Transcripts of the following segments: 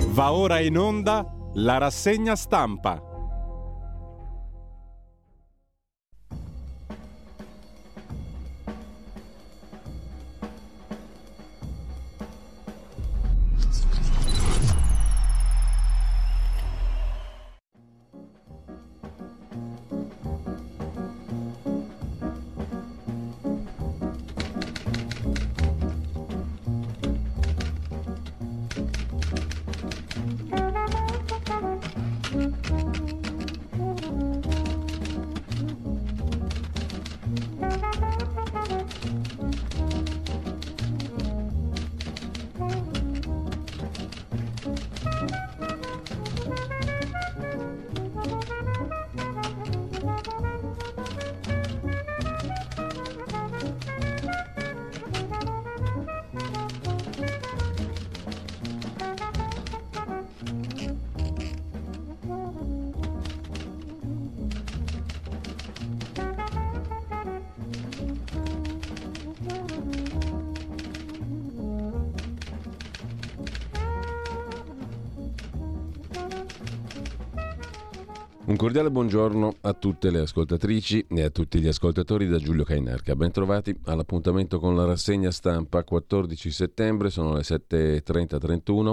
Va ora in onda la rassegna stampa. Un cordiale buongiorno a tutte le ascoltatrici e a tutti gli ascoltatori da Giulio Cainarca. Ben trovati all'appuntamento con la rassegna stampa 14 settembre, sono le 7:30-31,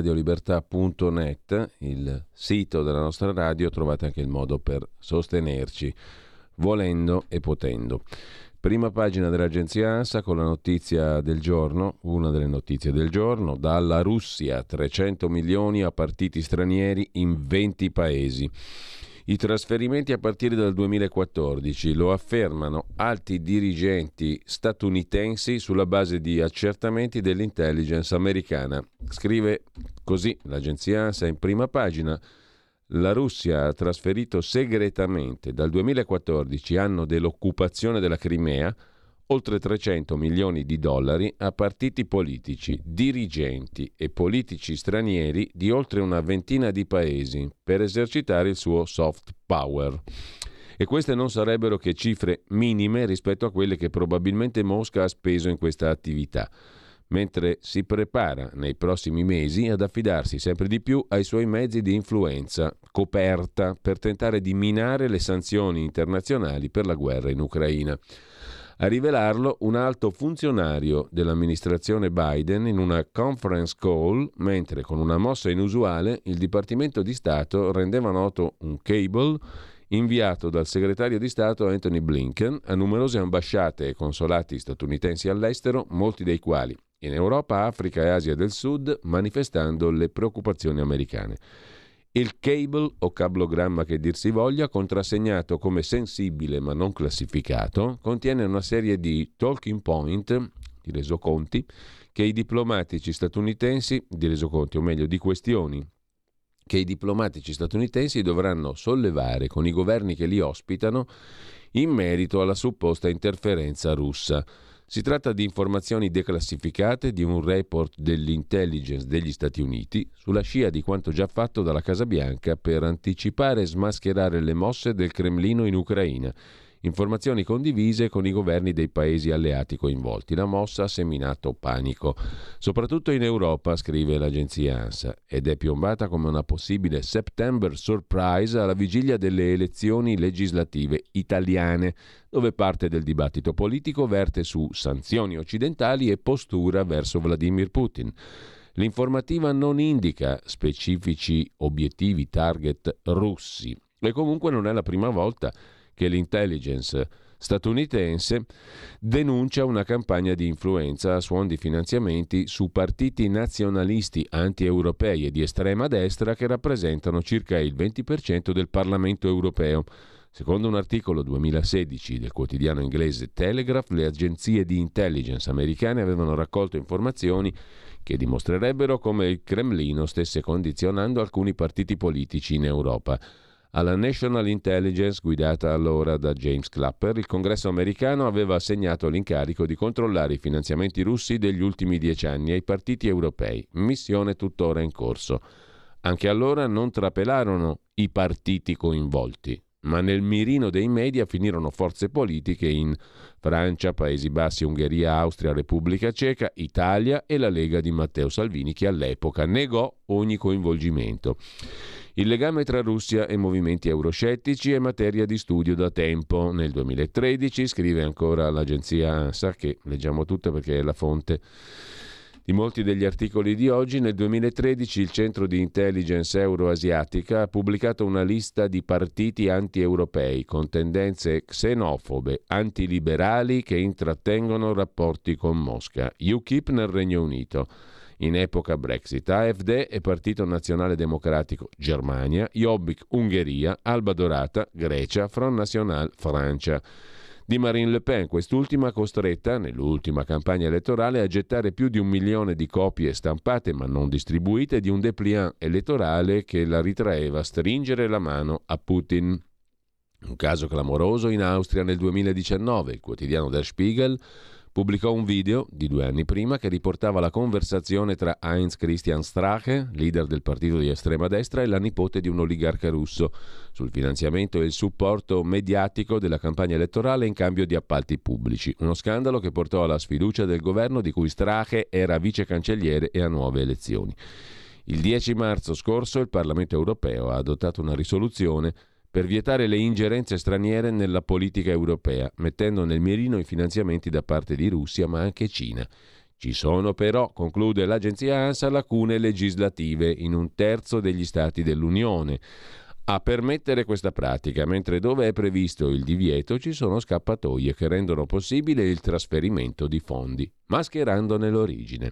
radiolibertà.net, il sito della nostra radio, trovate anche il modo per sostenerci, volendo e potendo. Prima pagina dell'agenzia ANSA con la notizia del giorno, una delle notizie del giorno, dalla Russia 300 milioni a partiti stranieri in 20 paesi. I trasferimenti a partire dal 2014 lo affermano alti dirigenti statunitensi sulla base di accertamenti dell'intelligence americana. Scrive così l'agenzia ANSA in prima pagina. La Russia ha trasferito segretamente dal 2014, anno dell'occupazione della Crimea, oltre 300 milioni di dollari a partiti politici, dirigenti e politici stranieri di oltre una ventina di paesi per esercitare il suo soft power. E queste non sarebbero che cifre minime rispetto a quelle che probabilmente Mosca ha speso in questa attività, mentre si prepara nei prossimi mesi ad affidarsi sempre di più ai suoi mezzi di influenza coperta per tentare di minare le sanzioni internazionali per la guerra in Ucraina. A rivelarlo un alto funzionario dell'amministrazione Biden in una conference call, mentre con una mossa inusuale il Dipartimento di Stato rendeva noto un cable inviato dal segretario di Stato Anthony Blinken a numerose ambasciate e consolati statunitensi all'estero, molti dei quali in Europa, Africa e Asia del Sud, manifestando le preoccupazioni americane. Il cable o cablogramma che dir si voglia, contrassegnato come sensibile ma non classificato, contiene una serie di talking point, di resoconti, che i diplomatici statunitensi, di resoconti o meglio di questioni, che i diplomatici statunitensi dovranno sollevare con i governi che li ospitano in merito alla supposta interferenza russa. Si tratta di informazioni declassificate di un report dell'intelligence degli Stati Uniti sulla scia di quanto già fatto dalla Casa Bianca per anticipare e smascherare le mosse del Cremlino in Ucraina. Informazioni condivise con i governi dei paesi alleati coinvolti. La mossa ha seminato panico, soprattutto in Europa, scrive l'agenzia ANSA, ed è piombata come una possibile September surprise alla vigilia delle elezioni legislative italiane, dove parte del dibattito politico verte su sanzioni occidentali e postura verso Vladimir Putin. L'informativa non indica specifici obiettivi target russi e comunque non è la prima volta che l'intelligence statunitense denuncia una campagna di influenza a suon di finanziamenti su partiti nazionalisti anti-europei e di estrema destra che rappresentano circa il 20% del Parlamento europeo. Secondo un articolo 2016 del quotidiano inglese Telegraph, le agenzie di intelligence americane avevano raccolto informazioni che dimostrerebbero come il Cremlino stesse condizionando alcuni partiti politici in Europa. Alla National Intelligence, guidata allora da James Clapper, il Congresso americano aveva assegnato l'incarico di controllare i finanziamenti russi degli ultimi 10 anni ai partiti europei, missione tuttora in corso. Anche allora non trapelarono i partiti coinvolti, ma nel mirino dei media finirono forze politiche in Francia, Paesi Bassi, Ungheria, Austria, Repubblica Ceca, Italia e la Lega di Matteo Salvini, che all'epoca negò ogni coinvolgimento. Il legame tra Russia e movimenti euroscettici è materia di studio da tempo. Nel 2013, scrive ancora l'agenzia ANSA, che leggiamo tutta perché è la fonte di molti degli articoli di oggi, nel 2013 il Centro di Intelligence Euroasiatica ha pubblicato una lista di partiti anti-europei con tendenze xenofobe, antiliberali che intrattengono rapporti con Mosca. UKIP nel Regno Unito, in epoca Brexit, AfD e Partito Nazionale Democratico Germania, Jobbik Ungheria, Alba Dorata Grecia, Front National Francia. Di Marine Le Pen, quest'ultima costretta, nell'ultima campagna elettorale, a gettare più di 1 milione di copie stampate ma non distribuite di un dépliant elettorale che la ritraeva stringere la mano a Putin. Un caso clamoroso in Austria nel 2019. Il quotidiano Der Spiegel pubblicò un video di 2 anni prima che riportava la conversazione tra Heinz Christian Strache, leader del partito di estrema destra, e la nipote di un oligarca russo sul finanziamento e il supporto mediatico della campagna elettorale in cambio di appalti pubblici. Uno scandalo che portò alla sfiducia del governo di cui Strache era vice cancelliere e a nuove elezioni. Il 10 marzo scorso il Parlamento europeo ha adottato una risoluzione per vietare le ingerenze straniere nella politica europea, mettendo nel mirino i finanziamenti da parte di Russia ma anche Cina. Ci sono però, conclude l'agenzia ANSA, lacune legislative in 1/3 degli Stati dell'Unione a permettere questa pratica, mentre dove è previsto il divieto ci sono scappatoie che rendono possibile il trasferimento di fondi, mascherandone l'origine.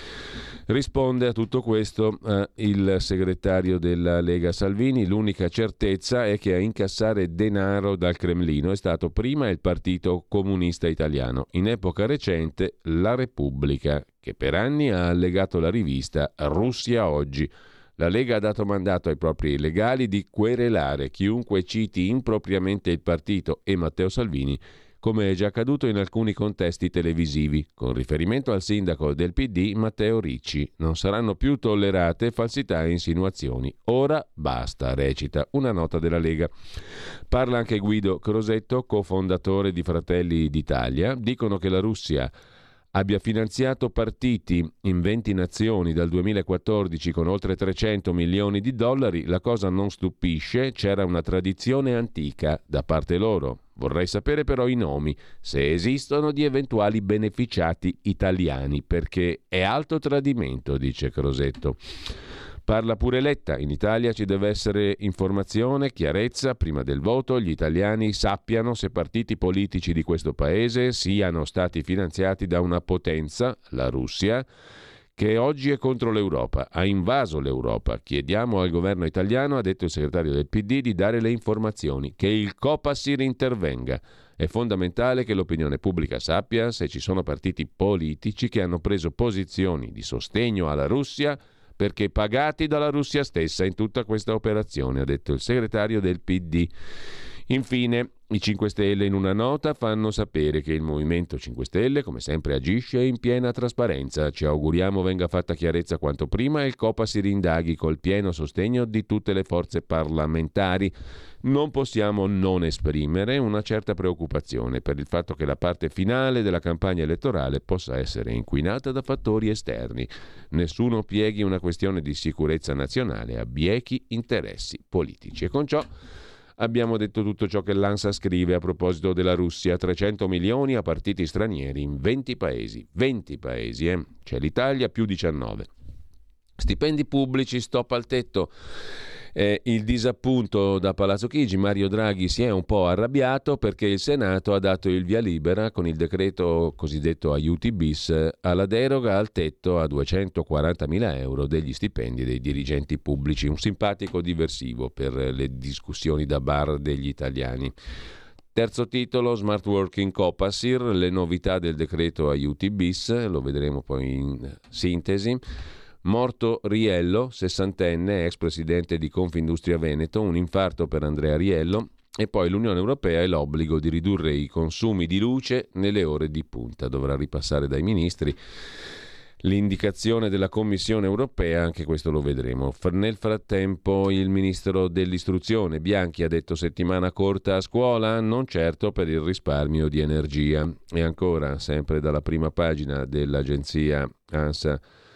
Risponde a tutto questo il segretario della Lega Salvini: l'unica certezza è che a incassare denaro dal Cremlino è stato prima il Partito Comunista Italiano, in epoca recente la Repubblica, che per anni ha allegato la rivista Russia Oggi. La Lega ha dato mandato ai propri legali di querelare chiunque citi impropriamente il partito e Matteo Salvini, come è già accaduto in alcuni contesti televisivi, con riferimento al sindaco del PD Matteo Ricci. Non saranno più tollerate falsità e insinuazioni. Ora basta, recita una nota della Lega. Parla anche Guido Crosetto, cofondatore di Fratelli d'Italia. Dicono che la Russia abbia finanziato partiti in 20 nazioni dal 2014 con oltre 300 milioni di dollari, la cosa non stupisce, c'era una tradizione antica da parte loro. Vorrei sapere però i nomi, se esistono, di eventuali beneficiati italiani, perché è alto tradimento, dice Crosetto. Parla pure Letta: in Italia ci deve essere informazione, chiarezza, prima del voto gli italiani sappiano se partiti politici di questo paese siano stati finanziati da una potenza, la Russia, che oggi è contro l'Europa, ha invaso l'Europa. Chiediamo al governo italiano, ha detto il segretario del PD, di dare le informazioni, che il Copasir intervenga. È fondamentale che l'opinione pubblica sappia se ci sono partiti politici che hanno preso posizioni di sostegno alla Russia perché pagati dalla Russia stessa in tutta questa operazione, ha detto il segretario del PD. Infine, i 5 Stelle in una nota fanno sapere che il Movimento 5 Stelle, come sempre, agisce in piena trasparenza. Ci auguriamo venga fatta chiarezza quanto prima e il Copasir indaghi col pieno sostegno di tutte le forze parlamentari. Non possiamo non esprimere una certa preoccupazione per il fatto che la parte finale della campagna elettorale possa essere inquinata da fattori esterni. Nessuno pieghi una questione di sicurezza nazionale a biechi interessi politici. E con ciò abbiamo detto tutto ciò che l'ANSA scrive a proposito della Russia. 300 milioni a partiti stranieri in 20 paesi. 20 paesi, C'è l'Italia più 19. Stipendi pubblici, stop al tetto. Il disappunto da Palazzo Chigi. Mario Draghi si è un po' arrabbiato perché il Senato ha dato il via libera con il decreto cosiddetto aiuti bis alla deroga al tetto a 240.000 euro degli stipendi dei dirigenti pubblici. Un simpatico diversivo per le discussioni da bar degli italiani. Terzo titolo, Smart Working Copasir, le novità del decreto aiuti bis, lo vedremo poi in sintesi. Morto Riello, 60enne, ex presidente di Confindustria Veneto, un infarto per Andrea Riello, e poi l'Unione Europea e l'obbligo di ridurre i consumi di luce nelle ore di punta. Dovrà ripassare dai ministri. l'indicazione della Commissione europea, anche questo lo vedremo. Nel frattempo il ministro dell'istruzione Bianchi ha detto settimana corta a scuola, non certo per il risparmio di energia. E ancora, sempre dalla prima pagina dell'agenzia ANSA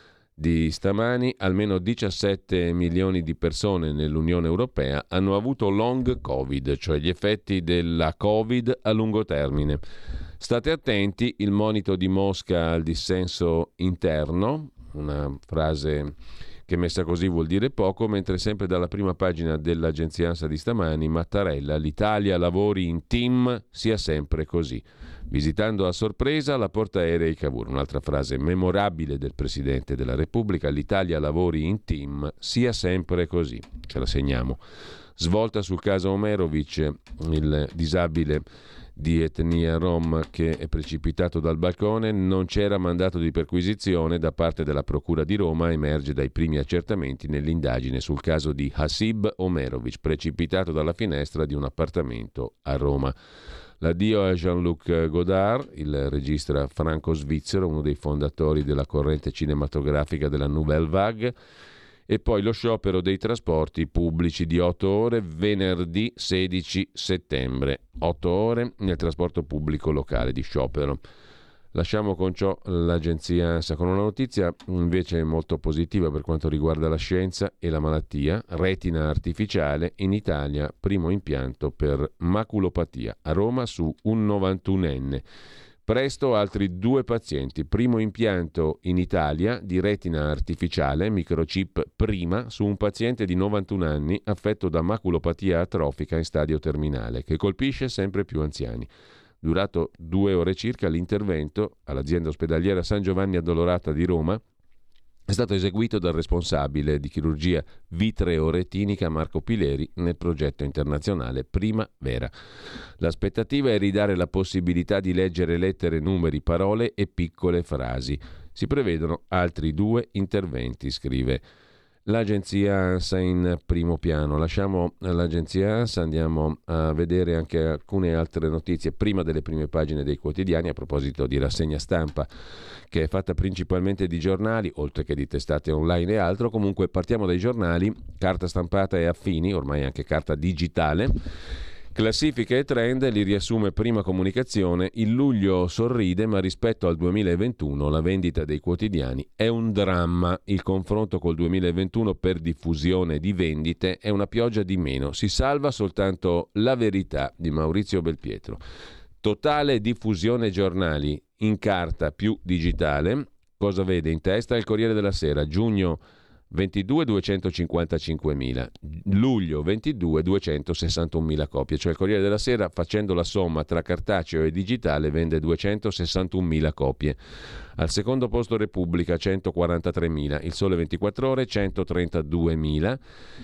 di stamani, almeno 17 milioni di persone nell'Unione Europea hanno avuto long Covid, cioè gli effetti della Covid a lungo termine. State attenti, il monito di Mosca al dissenso interno, una frase che messa così vuol dire poco, mentre sempre dalla prima pagina dell'agenzia ANSA di stamani, Mattarella, l'Italia lavori in team, sia sempre così. Visitando a sorpresa la portaerei Cavour, un'altra frase memorabile del Presidente della Repubblica, l'Italia lavori in team, sia sempre così. Ce la segniamo. Svolta sul caso Omerovic, il disabile di etnia rom che è precipitato dal balcone, non c'era mandato di perquisizione da parte della Procura di Roma, emerge dai primi accertamenti nell'indagine sul caso di Hasib Omerovic, precipitato dalla finestra di un appartamento a Roma. L'addio a Jean-Luc Godard, il regista franco-svizzero, uno dei fondatori della corrente cinematografica della Nouvelle Vague. E poi lo sciopero dei trasporti pubblici di 8 ore venerdì 16 settembre. 8 ore nel trasporto pubblico locale di sciopero. Lasciamo con ciò l'agenzia ANSA con una notizia invece molto positiva per quanto riguarda la scienza e la malattia. Retina artificiale in Italia, primo impianto per maculopatia. A Roma su un 91enne. Presto altri 2 pazienti, primo impianto in Italia di retina artificiale, microchip prima, su un paziente di 91 anni affetto da maculopatia atrofica in stadio terminale, che colpisce sempre più anziani. Durato 2 ore circa, l'intervento all'azienda ospedaliera San Giovanni Addolorata di Roma è stato eseguito dal responsabile di chirurgia vitreo-retinica Marco Pileri nel progetto internazionale Primavera. L'aspettativa è ridare la possibilità di leggere lettere, numeri, parole e piccole frasi. Si prevedono altri 2 interventi, scrive l'agenzia ANSA in primo piano. Lasciamo l'agenzia ANSA, andiamo a vedere anche alcune altre notizie prima delle prime pagine dei quotidiani a proposito di rassegna stampa che è fatta principalmente di giornali, oltre che di testate online e altro. Comunque partiamo dai giornali, carta stampata e affini, ormai anche carta digitale. Classifiche e trend li riassume Prima Comunicazione. Il luglio sorride, ma rispetto al 2021 la vendita dei quotidiani è un dramma. Il confronto col 2021 per diffusione di vendite è una pioggia di meno. Si salva soltanto La Verità di Maurizio Belpietro. Totale diffusione giornali in carta più digitale. Cosa vede in testa? Il Corriere della Sera, giugno 22 255.000, luglio 22 261.000 copie, cioè il Corriere della Sera facendo la somma tra cartaceo e digitale vende 261.000 copie. Al secondo posto Repubblica 143.000, il Sole 24 Ore 132.000,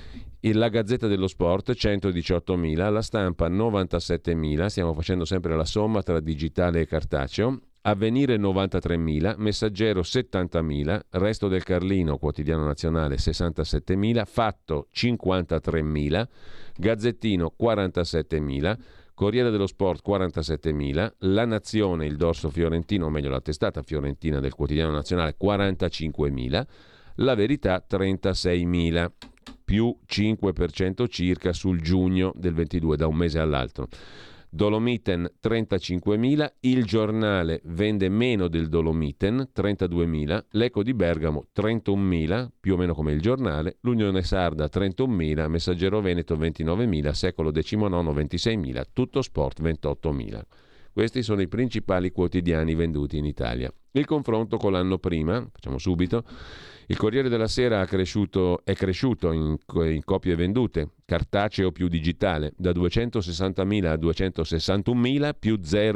la Gazzetta dello Sport 118.000, la Stampa 97.000, stiamo facendo sempre la somma tra digitale e cartaceo. Avvenire 93.000, Messaggero 70.000, Resto del Carlino, Quotidiano Nazionale 67.000, Fatto 53.000, Gazzettino 47.000, Corriere dello Sport 47.000, La Nazione, il dorso fiorentino, o meglio la testata fiorentina del Quotidiano Nazionale 45.000, La Verità 36.000, più 5% circa sul giugno del 22, da un mese all'altro. Dolomiten 35.000, Il Giornale vende meno del Dolomiten 32.000, l'Eco di Bergamo 31.000, più o meno come Il Giornale, l'Unione Sarda 31.000, Messaggero Veneto 29.000, Secolo XIX 26.000, Tutto Sport 28.000. Questi sono i principali quotidiani venduti in Italia. Il confronto con l'anno prima, facciamo subito. Il Corriere della Sera è cresciuto in copie vendute, cartaceo più digitale, da 260.000 a 261.000, più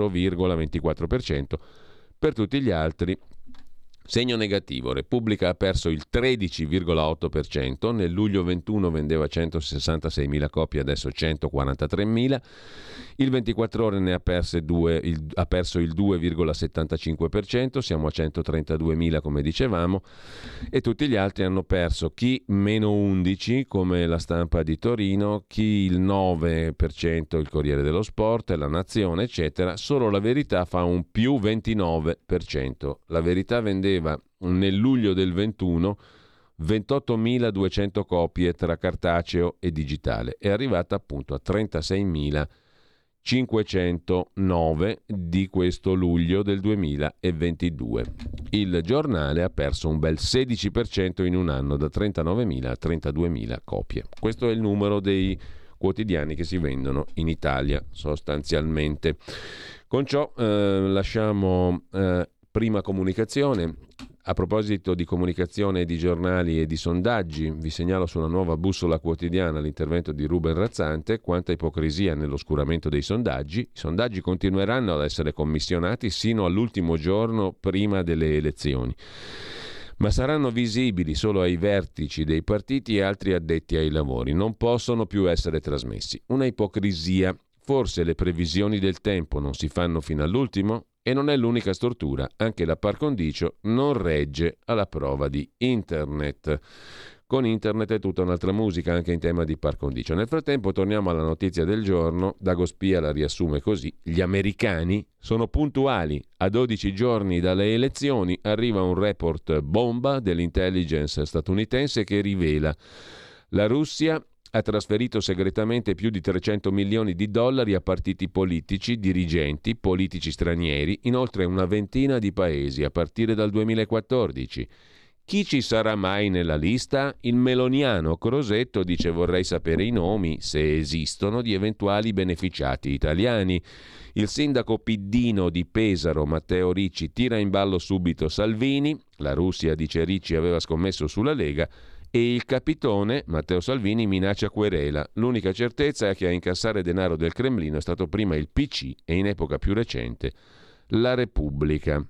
0,24%. Per tutti gli altri, segno negativo. Repubblica ha perso il 13,8%, nel luglio 21 vendeva 166.000 copie, adesso 143.000. Il 24 Ore ne ha perso il 2,75%, siamo a 132.000 come dicevamo, e tutti gli altri hanno perso chi meno 11 come la Stampa di Torino, chi il 9% il Corriere dello Sport, la Nazione eccetera. Solo La Verità fa un più 29%. La Verità vendeva nel luglio del 21 28.200 copie tra cartaceo e digitale, è arrivata appunto a 36.509 di questo luglio del 2022. Il giornale ha perso un bel 16% in un anno, da 39.000 a 32.000 copie. Questo è il numero dei quotidiani che si vendono in Italia sostanzialmente. Con ciò lasciamo Prima Comunicazione. A proposito di comunicazione, di giornali e di sondaggi, vi segnalo sulla nuova bussola quotidiana l'intervento di Ruben Razzante. Quanta ipocrisia nell'oscuramento dei sondaggi. I sondaggi continueranno ad essere commissionati sino all'ultimo giorno prima delle elezioni, ma saranno visibili solo ai vertici dei partiti e altri addetti ai lavori. Non possono più essere trasmessi. Una ipocrisia. Forse le previsioni del tempo non si fanno fino all'ultimo? E non è l'unica stortura, anche la par condicio non regge alla prova di internet. Con internet è tutta un'altra musica anche in tema di par condicio. Nel frattempo torniamo alla notizia del giorno. Dagospia la riassume così: gli americani sono puntuali. A 12 giorni dalle elezioni arriva un report bomba dell'intelligence statunitense che rivela: la Russia ha trasferito segretamente più di 300 milioni di dollari a partiti politici, dirigenti, politici stranieri, in oltre una ventina di paesi a partire dal 2014. Chi ci sarà mai nella lista? Il meloniano Crosetto dice: vorrei sapere i nomi, se esistono, di eventuali beneficiati italiani. Il sindaco piddino di Pesaro, Matteo Ricci, tira in ballo subito Salvini. La Russia, dice Ricci, aveva scommesso sulla Lega. E il capitone, Matteo Salvini, minaccia querela. L'unica certezza è che a incassare denaro del Cremlino è stato prima il PC e in epoca più recente la Repubblica.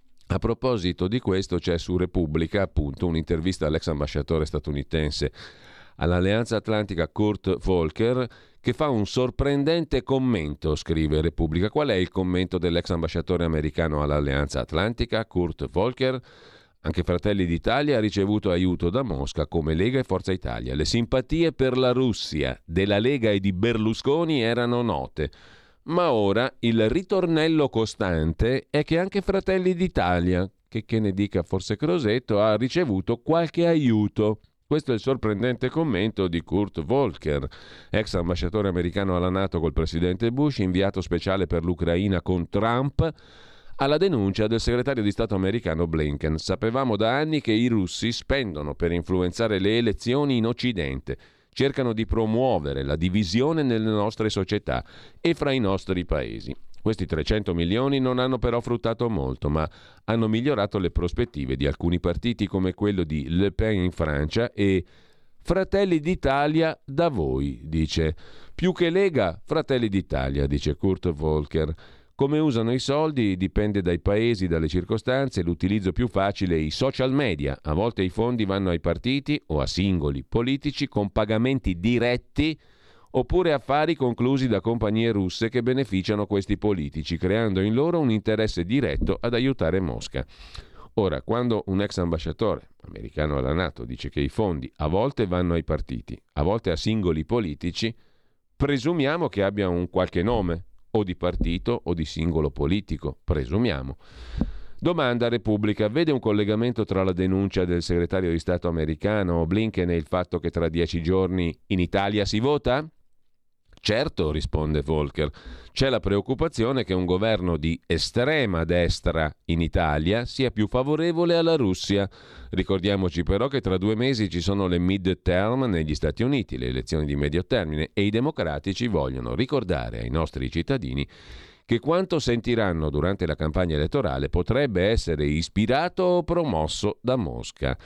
A proposito di questo c'è su Repubblica appunto un'intervista all'ex ambasciatore statunitense all'Alleanza Atlantica Kurt Volker, che fa un sorprendente commento, scrive Repubblica. Qual è il commento dell'ex ambasciatore americano all'Alleanza Atlantica, Kurt Volker? Anche Fratelli d'Italia ha ricevuto aiuto da Mosca, come Lega e Forza Italia. Le simpatie per la Russia della Lega e di Berlusconi erano note, ma ora il ritornello costante è che anche Fratelli d'Italia, che ne dica forse Crosetto, ha ricevuto qualche aiuto. Questo è il sorprendente commento di Kurt Volker, ex ambasciatore americano alla NATO col presidente Bush, inviato speciale per l'Ucraina con Trump, alla denuncia del segretario di Stato americano Blinken. Sapevamo da anni che i russi spendono per influenzare le elezioni in Occidente, cercano di promuovere la divisione nelle nostre società e fra i nostri paesi. Questi 300 milioni non hanno però fruttato molto, ma hanno migliorato le prospettive di alcuni partiti come quello di Le Pen in Francia e Fratelli d'Italia da voi, dice. Più che Lega, Fratelli d'Italia, dice Kurt Volker. Come usano i soldi dipende dai paesi, dalle circostanze. L'utilizzo più facile è i social media. A volte i fondi vanno ai partiti o a singoli politici con pagamenti diretti, oppure affari conclusi da compagnie russe che beneficiano questi politici, creando in loro un interesse diretto ad aiutare Mosca. Ora, quando un ex ambasciatore americano alla NATO dice che i fondi a volte vanno ai partiti, a volte a singoli politici, presumiamo che abbia un qualche nome, o di partito o di singolo politico, presumiamo. Domanda Repubblica: vede un collegamento tra la denuncia del segretario di Stato americano Blinken e il fatto che tra 10 giorni in Italia si vota? Certo, risponde Volker. C'è la preoccupazione che un governo di estrema destra in Italia sia più favorevole alla Russia. Ricordiamoci però che tra 2 mesi ci sono le mid-term negli Stati Uniti, le elezioni di medio termine, e i democratici vogliono ricordare ai nostri cittadini che quanto sentiranno durante la campagna elettorale potrebbe essere ispirato o promosso da Mosca.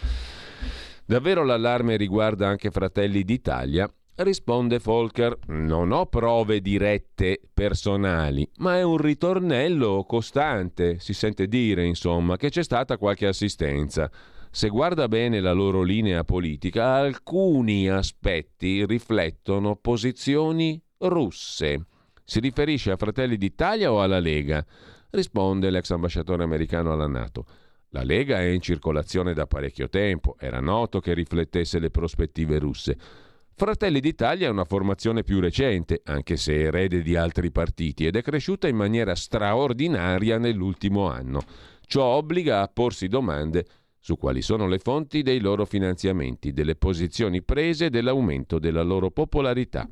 Davvero l'allarme riguarda anche Fratelli d'Italia? Risponde Volker: non ho prove dirette personali, ma è un ritornello costante, si sente dire insomma che c'è stata qualche assistenza. Se guarda bene la loro linea politica, alcuni aspetti riflettono posizioni russe. Si riferisce a Fratelli d'Italia o alla Lega? Risponde l'ex ambasciatore americano alla NATO. La Lega è in circolazione da parecchio tempo, era noto che riflettesse le prospettive russe. Fratelli d'Italia è una formazione più recente, anche se erede di altri partiti, ed è cresciuta in maniera straordinaria nell'ultimo anno. Ciò obbliga a porsi domande su quali sono le fonti dei loro finanziamenti, delle posizioni prese e dell'aumento della loro popolarità.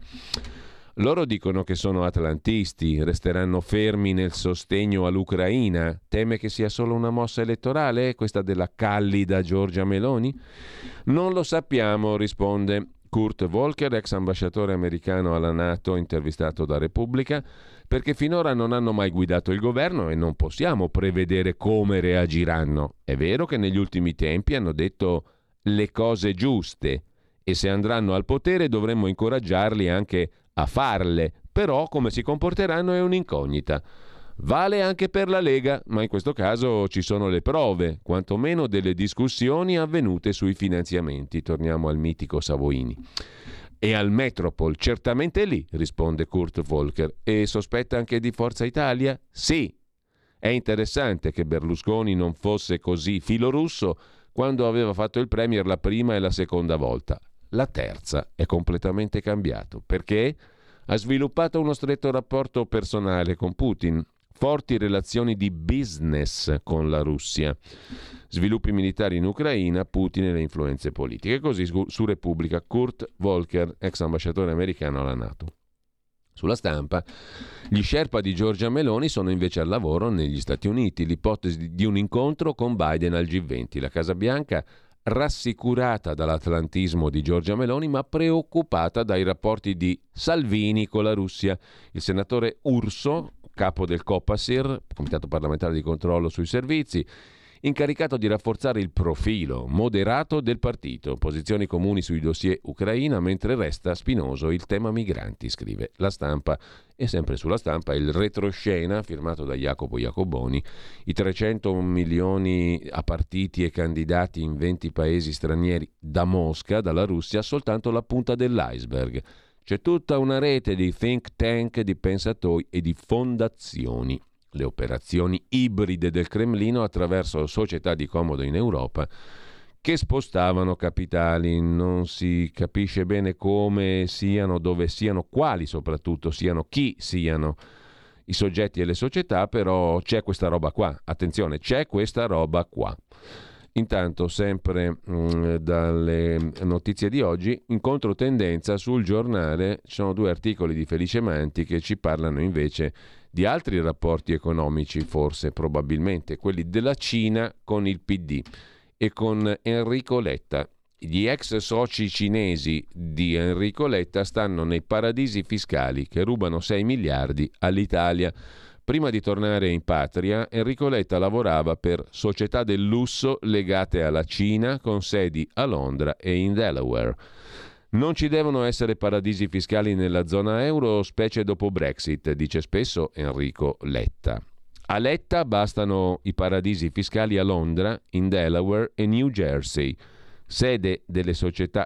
Loro dicono che sono atlantisti, resteranno fermi nel sostegno all'Ucraina. Teme che sia solo una mossa elettorale, questa della callida Giorgia Meloni? Non lo sappiamo, risponde Kurt Volker, ex ambasciatore americano alla NATO, intervistato da Repubblica, perché finora non hanno mai guidato il governo e non possiamo prevedere come reagiranno. È vero che negli ultimi tempi hanno detto le cose giuste e se andranno al potere dovremmo incoraggiarli anche a farle, però come si comporteranno è un'incognita. Vale anche per la Lega, ma in questo caso ci sono le prove, quantomeno delle discussioni avvenute sui finanziamenti. Torniamo al mitico Savoini. E al Metropol, certamente lì, risponde Kurt Volker. E sospetta anche di Forza Italia? Sì. È interessante che Berlusconi non fosse così filorusso quando aveva fatto il premier la prima e la seconda volta. La terza è completamente cambiato. Perché? Ha sviluppato uno stretto rapporto personale con Putin, forti relazioni di business con la Russia, sviluppi militari in Ucraina, Putin e le influenze politiche. Così su Repubblica Kurt Volker, ex ambasciatore americano alla NATO. Sulla Stampa, gli Sherpa di Giorgia Meloni sono invece al lavoro negli Stati Uniti, l'ipotesi di un incontro con Biden al G20. La Casa Bianca rassicurata dall'atlantismo di Giorgia Meloni, ma preoccupata dai rapporti di Salvini con la Russia. Il senatore Urso, capo del Copasir, Comitato parlamentare di controllo sui servizi, incaricato di rafforzare il profilo moderato del partito, posizioni comuni sui dossier Ucraina, mentre resta spinoso il tema migranti, scrive La Stampa. E sempre sulla Stampa il retroscena firmato da Jacopo Iacoboni, i 300 milioni a partiti e candidati in 20 paesi stranieri da Mosca, dalla Russia, soltanto la punta dell'iceberg. C'è tutta una rete di think tank, di pensatoi e di fondazioni. Le operazioni ibride del Cremlino attraverso società di comodo in Europa che spostavano capitali. Non si capisce bene come siano, dove siano, quali soprattutto siano, chi siano i soggetti e le società, però c'è questa roba qua. Attenzione, c'è questa roba qua. Intanto, sempre dalle notizie di oggi, in controtendenza sul Giornale ci sono 2 articoli di Felice Manti che ci parlano invece di altri rapporti economici, forse, probabilmente, quelli della Cina con il PD e con Enrico Letta. Gli ex soci cinesi di Enrico Letta stanno nei paradisi fiscali che rubano 6 miliardi all'Italia. Prima di tornare in patria, Enrico Letta lavorava per società del lusso legate alla Cina con sedi a Londra e in Delaware. Non ci devono essere paradisi fiscali nella zona euro, specie dopo Brexit, dice spesso Enrico Letta. A Letta bastano i paradisi fiscali a Londra, in Delaware e New Jersey, sedi delle società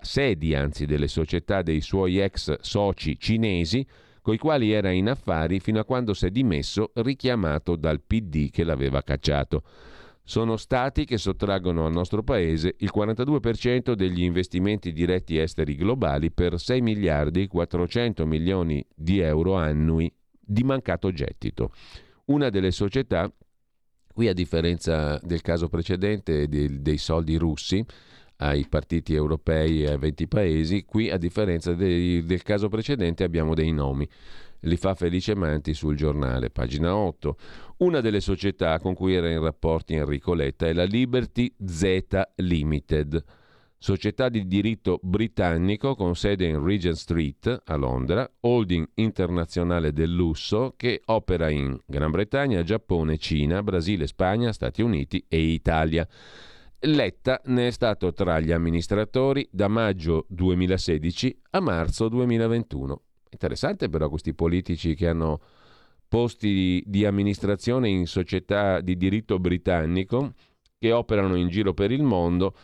dei suoi ex soci cinesi, coi quali era in affari fino a quando si è dimesso, richiamato dal PD che l'aveva cacciato. Sono stati che sottraggono al nostro paese il 42% degli investimenti diretti esteri globali per 6 miliardi 400 milioni di euro annui di mancato gettito. Una delle società, qui a differenza del caso precedente dei soldi russi ai partiti europei e a 20 paesi, qui a differenza del caso precedente abbiamo dei nomi. Li fa Felice Manti sul Giornale, pagina 8. Una delle società con cui era in rapporti Enrico Letta è la Liberty Z Limited, società di diritto britannico con sede in Regent Street a Londra, holding internazionale del lusso che opera in Gran Bretagna, Giappone, Cina, Brasile, Spagna, Stati Uniti e Italia. Letta ne è stato tra gli amministratori da maggio 2016 a marzo 2021. Interessante però questi politici che hanno posti di amministrazione in società di diritto britannico che operano in giro per il mondo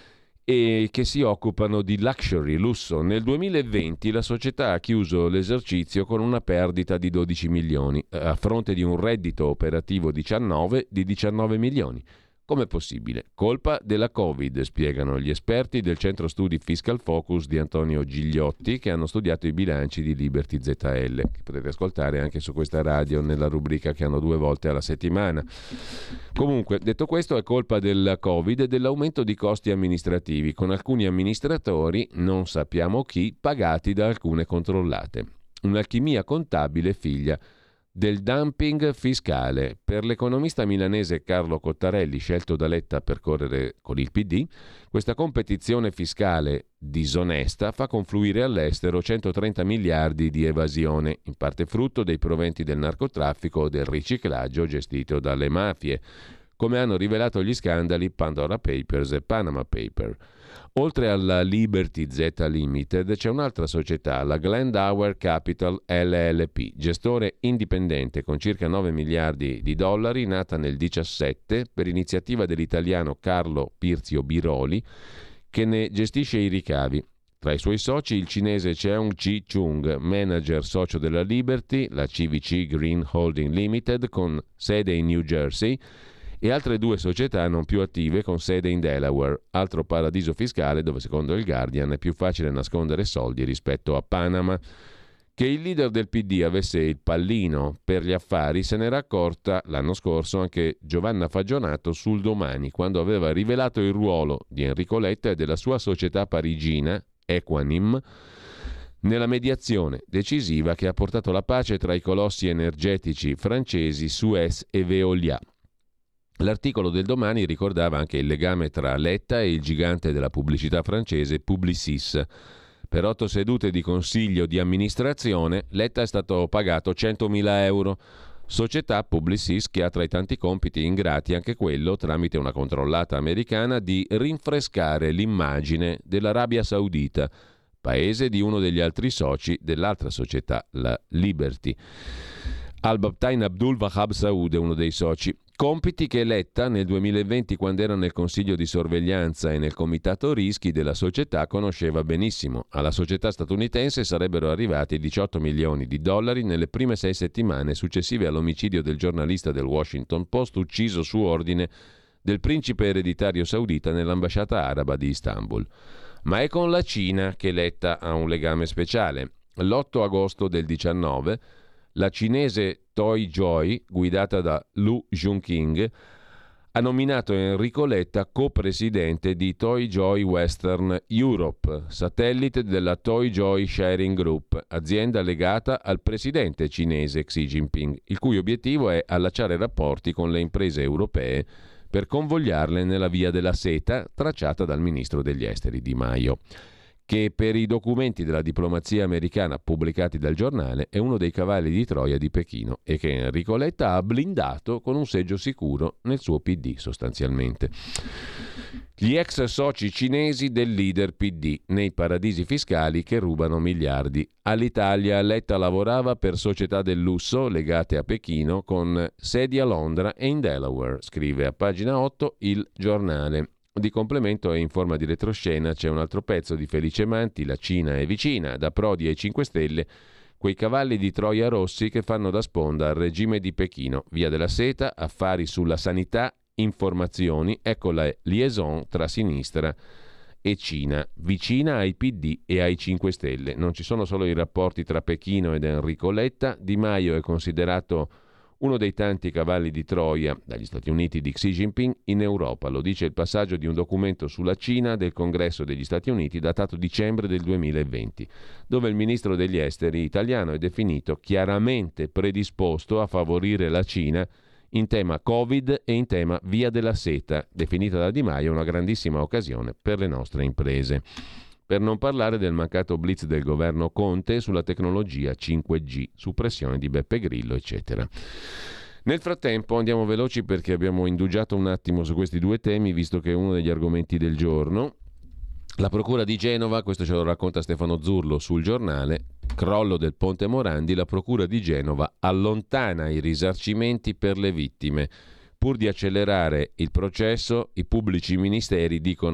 e che si occupano di luxury, lusso. Nel 2020 la società ha chiuso l'esercizio con una perdita di 12 milioni, a fronte di un reddito operativo 19 di 19 milioni. Com'è possibile? Colpa della Covid, spiegano gli esperti del centro studi Fiscal Focus di Antonio Gigliotti, che hanno studiato i bilanci di Liberty ZL, che potete ascoltare anche su questa radio nella rubrica che hanno 2 volte alla settimana. Comunque, detto questo, è colpa della Covid e dell'aumento di costi amministrativi, con alcuni amministratori, non sappiamo chi, pagati da alcune controllate. Un'alchimia contabile figlia del dumping fiscale. Per l'economista milanese Carlo Cottarelli, scelto da Letta per correre con il PD, questa competizione fiscale disonesta fa confluire all'estero 130 miliardi di evasione, in parte frutto dei proventi del narcotraffico o del riciclaggio gestito dalle mafie, come hanno rivelato gli scandali Pandora Papers e Panama Paper. Oltre alla Liberty Z Limited c'è un'altra società, la Glendower Capital LLP, gestore indipendente con circa 9 miliardi di dollari, nata nel 2017 per iniziativa dell'italiano Carlo Pirzio Biroli, che ne gestisce i ricavi. Tra i suoi soci il cinese Cheung-Chi Chung, manager socio della Liberty, la CVC Green Holding Limited con sede in New Jersey, e altre 2 società non più attive con sede in Delaware, altro paradiso fiscale dove secondo il Guardian è più facile nascondere soldi rispetto a Panama. Che il leader del PD avesse il pallino per gli affari se n'era accorta l'anno scorso anche Giovanna Fagionato sul Domani, quando aveva rivelato il ruolo di Enrico Letta e della sua società parigina, Equanim, nella mediazione decisiva che ha portato la pace tra i colossi energetici francesi Suez e Veolia. L'articolo del Domani ricordava anche il legame tra Letta e il gigante della pubblicità francese Publicis. Per 8 sedute di consiglio di amministrazione, Letta è stato pagato 100.000 euro. Società Publicis che ha tra i tanti compiti ingrati anche quello, tramite una controllata americana, di rinfrescare l'immagine dell'Arabia Saudita, paese di uno degli altri soci dell'altra società, la Liberty. Al-Babtain Abdul Wahab Saud è uno dei soci. Compiti che Letta nel 2020, quando era nel consiglio di sorveglianza e nel comitato rischi della società, conosceva benissimo. Alla società statunitense sarebbero arrivati 18 milioni di dollari nelle prime 6 settimane successive all'omicidio del giornalista del Washington Post ucciso su ordine del principe ereditario saudita nell'ambasciata araba di Istanbul. Ma è con la Cina che Letta ha un legame speciale. L'8 agosto del 19 la cinese Toyjoy, guidata da Lu Junqing, ha nominato Enrico Letta co-presidente di Toyjoy Western Europe, satellite della Toyjoy Sharing Group, azienda legata al presidente cinese Xi Jinping, il cui obiettivo è allacciare rapporti con le imprese europee per convogliarle nella via della seta tracciata dal ministro degli esteri Di Maio, che per i documenti della diplomazia americana pubblicati dal giornale è uno dei cavalli di Troia di Pechino e che Enrico Letta ha blindato con un seggio sicuro nel suo PD sostanzialmente. Gli ex soci cinesi del leader PD nei paradisi fiscali che rubano miliardi. All'Italia Letta lavorava per società del lusso legate a Pechino con sedi a Londra e in Delaware, scrive a pagina 8 il giornale. Di complemento e in forma di retroscena c'è un altro pezzo di Felice Manti, La Cina è vicina, da Prodi ai 5 Stelle, quei cavalli di Troia rossi che fanno da sponda al regime di Pechino, via della seta, affari sulla sanità, informazioni, ecco la liaison tra sinistra e Cina, vicina ai PD e ai 5 Stelle. Non ci sono solo i rapporti tra Pechino ed Enrico Letta, Di Maio è considerato uno dei tanti cavalli di Troia dagli Stati Uniti di Xi Jinping in Europa, lo dice il passaggio di un documento sulla Cina del Congresso degli Stati Uniti datato dicembre del 2020, dove il ministro degli esteri italiano è definito chiaramente predisposto a favorire la Cina in tema Covid e in tema via della seta, definita da Di Maio una grandissima occasione per le nostre imprese. Per non parlare del mancato blitz del governo Conte sulla tecnologia 5G, su pressione di Beppe Grillo, eccetera. Nel frattempo andiamo veloci perché abbiamo indugiato un attimo su questi 2 temi, visto che è uno degli argomenti del giorno. La Procura di Genova, questo ce lo racconta Stefano Zurlo sul giornale, crollo del Ponte Morandi, la Procura di Genova allontana i risarcimenti per le vittime. Pur di accelerare il processo, i pubblici ministeri dicono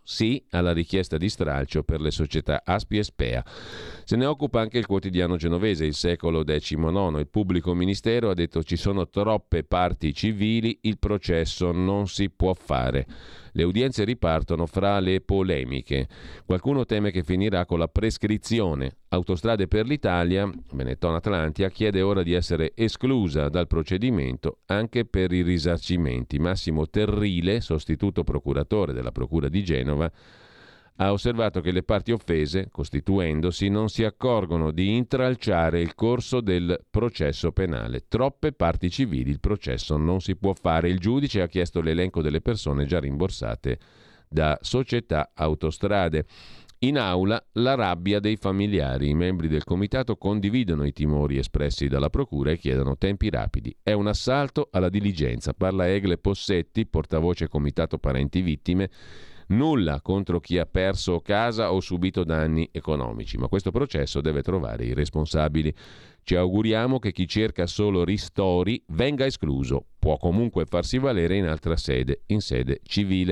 sì alla richiesta di stralcio per le società Aspi e Spea. Se ne occupa anche il quotidiano genovese, Il Secolo XIX. Il pubblico ministero ha detto: ci sono troppe parti civili, il processo non si può fare. Le udienze ripartono fra le polemiche. Qualcuno teme che finirà con la prescrizione. Autostrade per l'Italia, Benetton Atlantia, chiede ora di essere esclusa dal procedimento anche per i risarcimenti. Massimo Terrile, sostituto procuratore della Procura di Genova, ha osservato che le parti offese, costituendosi, non si accorgono di intralciare il corso del processo penale. Troppe parti civili, il processo non si può fare. Il giudice ha chiesto l'elenco delle persone già rimborsate da società Autostrade. In aula la rabbia dei familiari. I membri del comitato condividono i timori espressi dalla procura e chiedono tempi rapidi. È un assalto alla diligenza, parla Egle Possetti, portavoce comitato parenti vittime. Nulla contro chi ha perso casa o subito danni economici, ma questo processo deve trovare i responsabili. Ci auguriamo che chi cerca solo ristori venga escluso. Può comunque farsi valere in altra sede, in sede civile.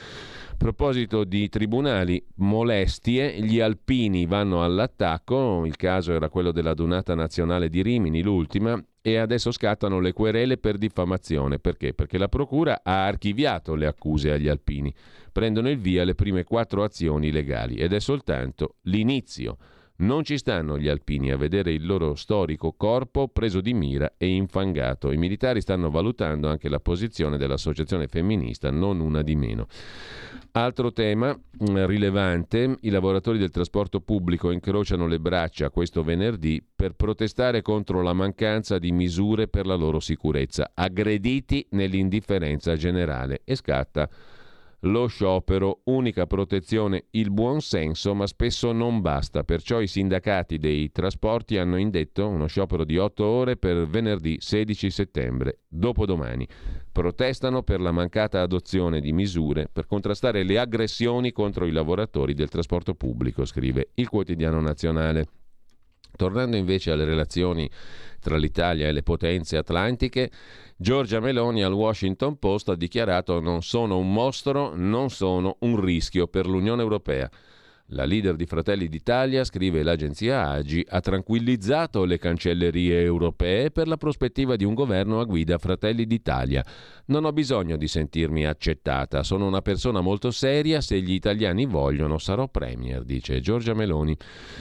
A proposito di tribunali, molestie, gli alpini vanno all'attacco. Il caso era quello della Dunata Nazionale di Rimini, l'ultima, e adesso scattano le querele per diffamazione. Perché? Perché la procura ha archiviato le accuse agli alpini. Prendono il via le prime 4 azioni legali ed è soltanto l'inizio. Non ci stanno gli alpini a vedere il loro storico corpo preso di mira e infangato. I militari stanno valutando anche la posizione dell'associazione femminista, non una di meno. Altro tema rilevante: i lavoratori del trasporto pubblico incrociano le braccia questo venerdì per protestare contro la mancanza di misure per la loro sicurezza, aggrediti nell'indifferenza generale, e scatta lo sciopero. Unica protezione il buonsenso, ma spesso non basta. Perciò i sindacati dei trasporti hanno indetto uno sciopero di 8 ore per venerdì 16 settembre, dopodomani. Protestano per la mancata adozione di misure per contrastare le aggressioni contro i lavoratori del trasporto pubblico, scrive il Quotidiano Nazionale. Tornando invece alle relazioni tra l'Italia e le potenze atlantiche, Giorgia Meloni al Washington Post ha dichiarato: non sono un mostro, non sono un rischio per l'Unione Europea. La leader di Fratelli d'Italia, scrive l'agenzia AGI, ha tranquillizzato le cancellerie europee per la prospettiva di un governo a guida Fratelli d'Italia. Non ho bisogno di sentirmi accettata, sono una persona molto seria, se gli italiani vogliono sarò premier, dice Giorgia Meloni.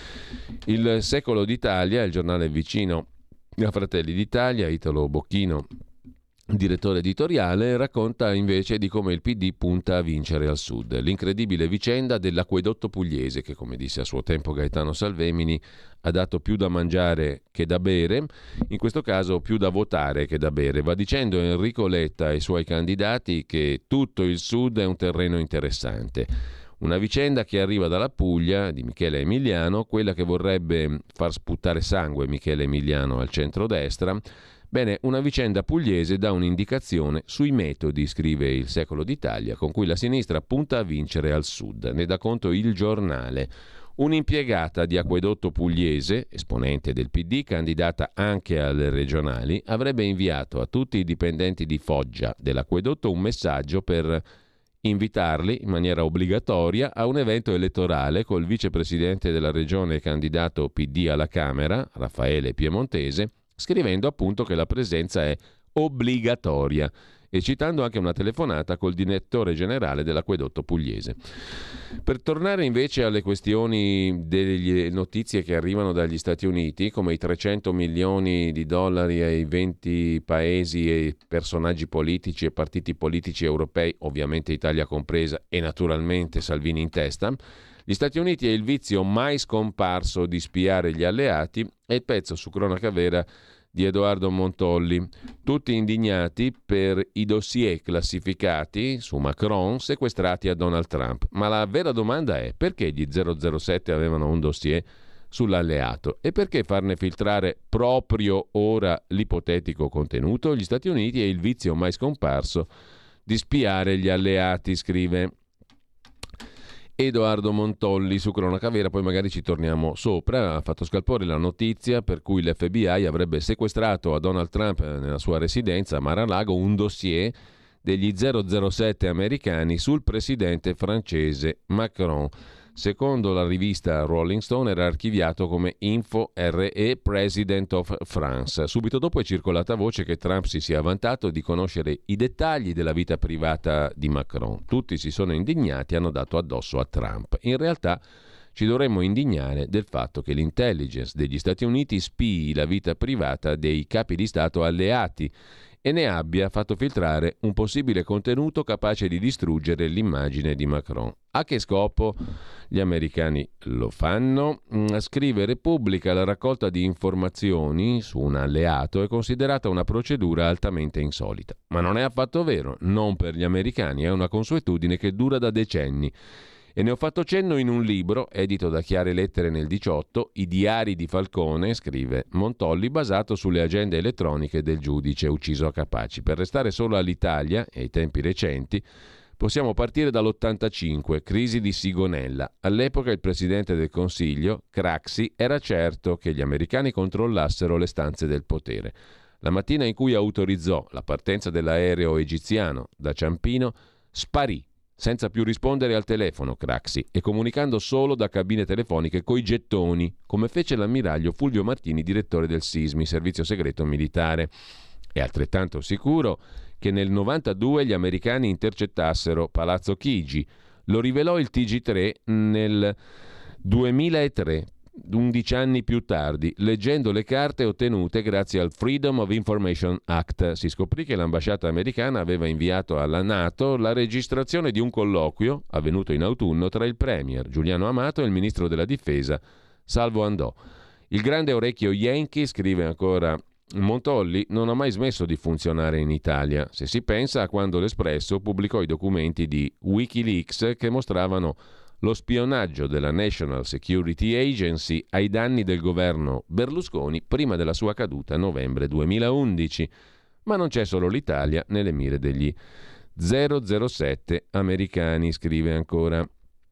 Il Secolo d'Italia, il giornale vicino a Fratelli d'Italia, Italo Bocchino, direttore editoriale, racconta invece di come il PD punta a vincere al sud. L'incredibile vicenda dell'acquedotto pugliese che, come disse a suo tempo Gaetano Salvemini, ha dato più da mangiare che da bere, in questo caso più da votare che da bere. Va dicendo Enrico Letta ai suoi candidati che tutto il sud è un terreno interessante. Una vicenda che arriva dalla Puglia di Michele Emiliano, quella che vorrebbe far sputare sangue Michele Emiliano al centrodestra. Bene, una vicenda pugliese dà un'indicazione sui metodi, scrive il Secolo d'Italia, con cui la sinistra punta a vincere al sud. Ne dà conto il giornale. Un'impiegata di acquedotto pugliese, esponente del PD, candidata anche alle regionali, avrebbe inviato a tutti i dipendenti di Foggia dell'acquedotto un messaggio per invitarli in maniera obbligatoria a un evento elettorale col vicepresidente della regione e candidato PD alla Camera, Raffaele Piemontese, scrivendo appunto che la presenza è obbligatoria e citando anche una telefonata col direttore generale dell'acquedotto pugliese. Per tornare invece alle questioni delle notizie che arrivano dagli Stati Uniti, come i 300 milioni di dollari ai 20 paesi e personaggi politici e partiti politici europei, ovviamente Italia compresa, e naturalmente Salvini in testa, gli Stati Uniti e il vizio mai scomparso di spiare gli alleati è il pezzo su Cronaca Vera di Edoardo Montolli, tutti indignati per i dossier classificati su Macron sequestrati a Donald Trump. Ma la vera domanda è: perché gli 007 avevano un dossier sull'alleato e perché farne filtrare proprio ora l'ipotetico contenuto? Gli Stati Uniti e il vizio mai scomparso di spiare gli alleati, scrive Edoardo Montolli su Cronaca Vera, poi magari ci torniamo sopra. Ha fatto scalpore la notizia per cui l'FBI avrebbe sequestrato a Donald Trump nella sua residenza a Mar-a-Lago un dossier degli 007 americani sul presidente francese Macron. Secondo la rivista Rolling Stone era archiviato come Info RE President of France. Subito dopo è circolata voce che Trump si sia vantato di conoscere i dettagli della vita privata di Macron. Tutti si sono indignati e hanno dato addosso a Trump. In realtà ci dovremmo indignare del fatto che l'intelligence degli Stati Uniti spii la vita privata dei capi di Stato alleati e ne abbia fatto filtrare un possibile contenuto capace di distruggere l'immagine di Macron. A che scopo gli americani lo fanno? Scrive Repubblica: la raccolta di informazioni su un alleato è considerata una procedura altamente insolita. Ma non è affatto vero, non per gli americani, è una consuetudine che dura da decenni. E ne ho fatto cenno in un libro, edito da Chiare Lettere nel 18, I diari di Falcone, scrive Montolli, basato sulle agende elettroniche del giudice ucciso a Capaci. Per restare solo all'Italia e ai tempi recenti, possiamo partire dall'85, crisi di Sigonella. All'epoca il presidente del Consiglio, Craxi, era certo che gli americani controllassero le stanze del potere. La mattina in cui autorizzò la partenza dell'aereo egiziano da Ciampino, sparì senza più rispondere al telefono Craxi e comunicando solo da cabine telefoniche coi gettoni, come fece l'ammiraglio Fulvio Martini, direttore del SISMI, servizio segreto militare. È altrettanto sicuro che nel 92 gli americani intercettassero Palazzo Chigi. Lo rivelò il TG3 nel 2003, 11 anni più tardi, leggendo le carte ottenute grazie al Freedom of Information Act. Si scoprì che l'ambasciata americana aveva inviato alla NATO la registrazione di un colloquio avvenuto in autunno tra il premier Giuliano Amato e il ministro della difesa Salvo Andò. Il grande orecchio Yankee, scrive ancora Montolli, non ha mai smesso di funzionare in Italia, se si pensa a quando l'Espresso pubblicò i documenti di Wikileaks che mostravano lo spionaggio della National Security Agency ai danni del governo Berlusconi prima della sua caduta a novembre 2011. Ma non c'è solo l'Italia nelle mire degli 007 americani, scrive ancora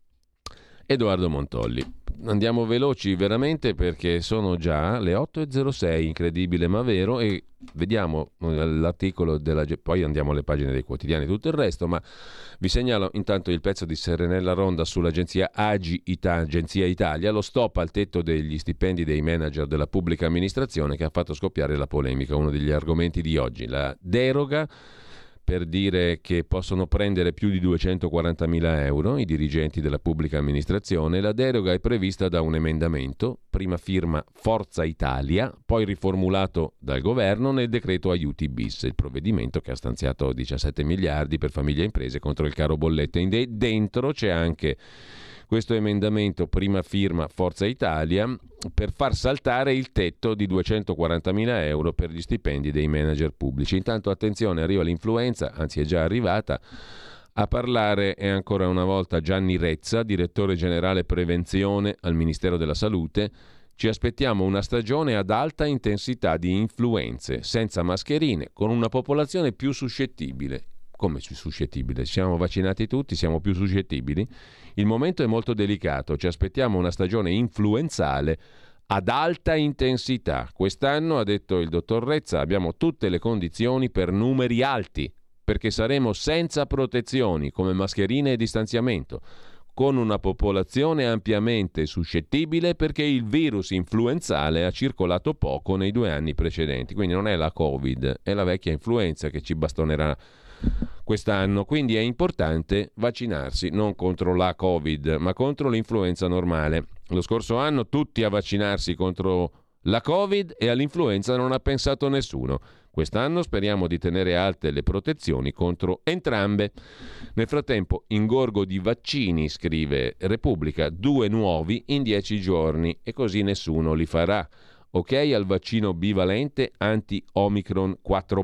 Edoardo Montolli. Andiamo veloci veramente perché sono già le 8.06, incredibile ma vero, e vediamo l'articolo poi andiamo alle pagine dei quotidiani e tutto il resto, ma vi segnalo intanto il pezzo di Serenella Ronda sull'agenzia Agenzia Italia, lo stop al tetto degli stipendi dei manager della pubblica amministrazione che ha fatto scoppiare la polemica, uno degli argomenti di oggi, la deroga per dire che possono prendere più di 240.000 euro i dirigenti della pubblica amministrazione. La deroga è prevista da un emendamento, prima firma Forza Italia, poi riformulato dal governo nel decreto aiuti bis, il provvedimento che ha stanziato 17 miliardi per famiglie e imprese contro il caro bollette. Dentro c'è anche questo emendamento, prima firma Forza Italia, per far saltare il tetto di 240.000 euro per gli stipendi dei manager pubblici. Intanto attenzione, arriva l'influenza, anzi è già arrivata. A parlare è ancora una volta Gianni Rezza, direttore generale prevenzione al Ministero della Salute. Ci aspettiamo una stagione ad alta intensità di influenze, senza mascherine, con una popolazione più suscettibile. Come suscettibile? Siamo vaccinati tutti, siamo più suscettibili? Il momento è molto delicato, ci aspettiamo una stagione influenzale ad alta intensità. Quest'anno, ha detto il dottor Rezza, abbiamo tutte le condizioni per numeri alti, perché saremo senza protezioni come mascherine e distanziamento, con una popolazione ampiamente suscettibile perché il virus influenzale ha circolato poco nei 2 anni precedenti. Quindi non è la Covid, è la vecchia influenza che ci bastonerà quest'anno, quindi è importante vaccinarsi non contro la Covid ma contro l'influenza normale. Lo scorso anno tutti a vaccinarsi contro la Covid e all'influenza non ha pensato nessuno. Quest'anno speriamo di tenere alte le protezioni contro entrambe. Nel frattempo, ingorgo di vaccini, scrive Repubblica, 2 nuovi in 10 giorni e così nessuno li farà. Ok al vaccino bivalente anti-Omicron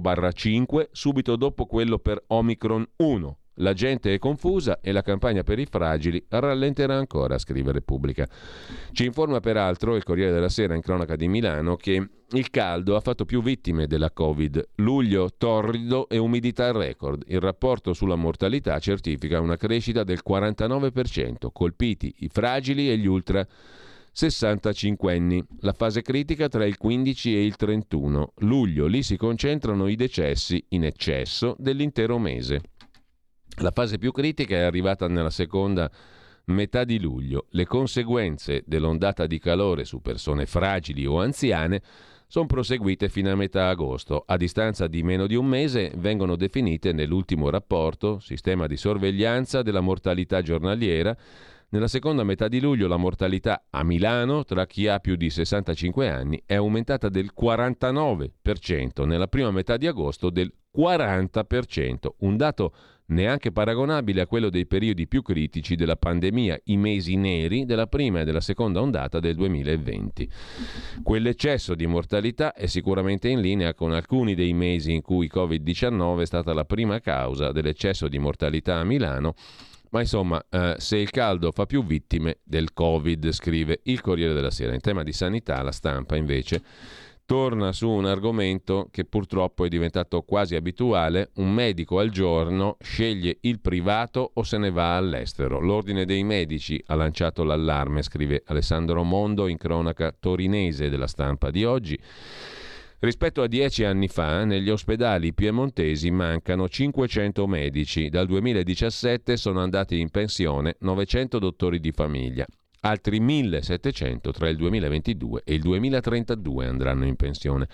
4/5 subito dopo quello per Omicron 1. La gente è confusa e la campagna per i fragili rallenterà ancora, scrive Repubblica. Ci informa peraltro il Corriere della Sera in cronaca di Milano che il caldo ha fatto più vittime della Covid. Luglio torrido e umidità record. Il rapporto sulla mortalità certifica una crescita del 49%. Colpiti i fragili e gli ultra 65enni. La fase critica tra il 15 e il 31 luglio. Lì si concentrano i decessi in eccesso dell'intero mese. La fase più critica è arrivata nella seconda metà di luglio. Le conseguenze dell'ondata di calore su persone fragili o anziane sono proseguite fino a metà agosto. A distanza di meno di un mese vengono definite nell'ultimo rapporto sistema di sorveglianza della mortalità giornaliera. Nella seconda metà di luglio la mortalità a Milano tra chi ha più di 65 anni è aumentata del 49%, nella prima metà di agosto del 40%, un dato neanche paragonabile a quello dei periodi più critici della pandemia, i mesi neri della prima e della seconda ondata del 2020. Quell'eccesso di mortalità è sicuramente in linea con alcuni dei mesi in cui Covid-19 è stata la prima causa dell'eccesso di mortalità a Milano. Ma insomma, se il caldo fa più vittime del Covid, scrive il Corriere della Sera. In tema di sanità, La Stampa invece torna su un argomento che purtroppo è diventato quasi abituale. Un medico al giorno sceglie il privato o se ne va all'estero. L'Ordine dei Medici ha lanciato l'allarme, scrive Alessandro Mondo in cronaca torinese della Stampa di oggi. Rispetto a 10 anni fa, negli ospedali piemontesi mancano 500 medici. Dal 2017 sono andati in pensione 900 dottori di famiglia. Altri 1.700 tra il 2022 e il 2032 andranno in pensione.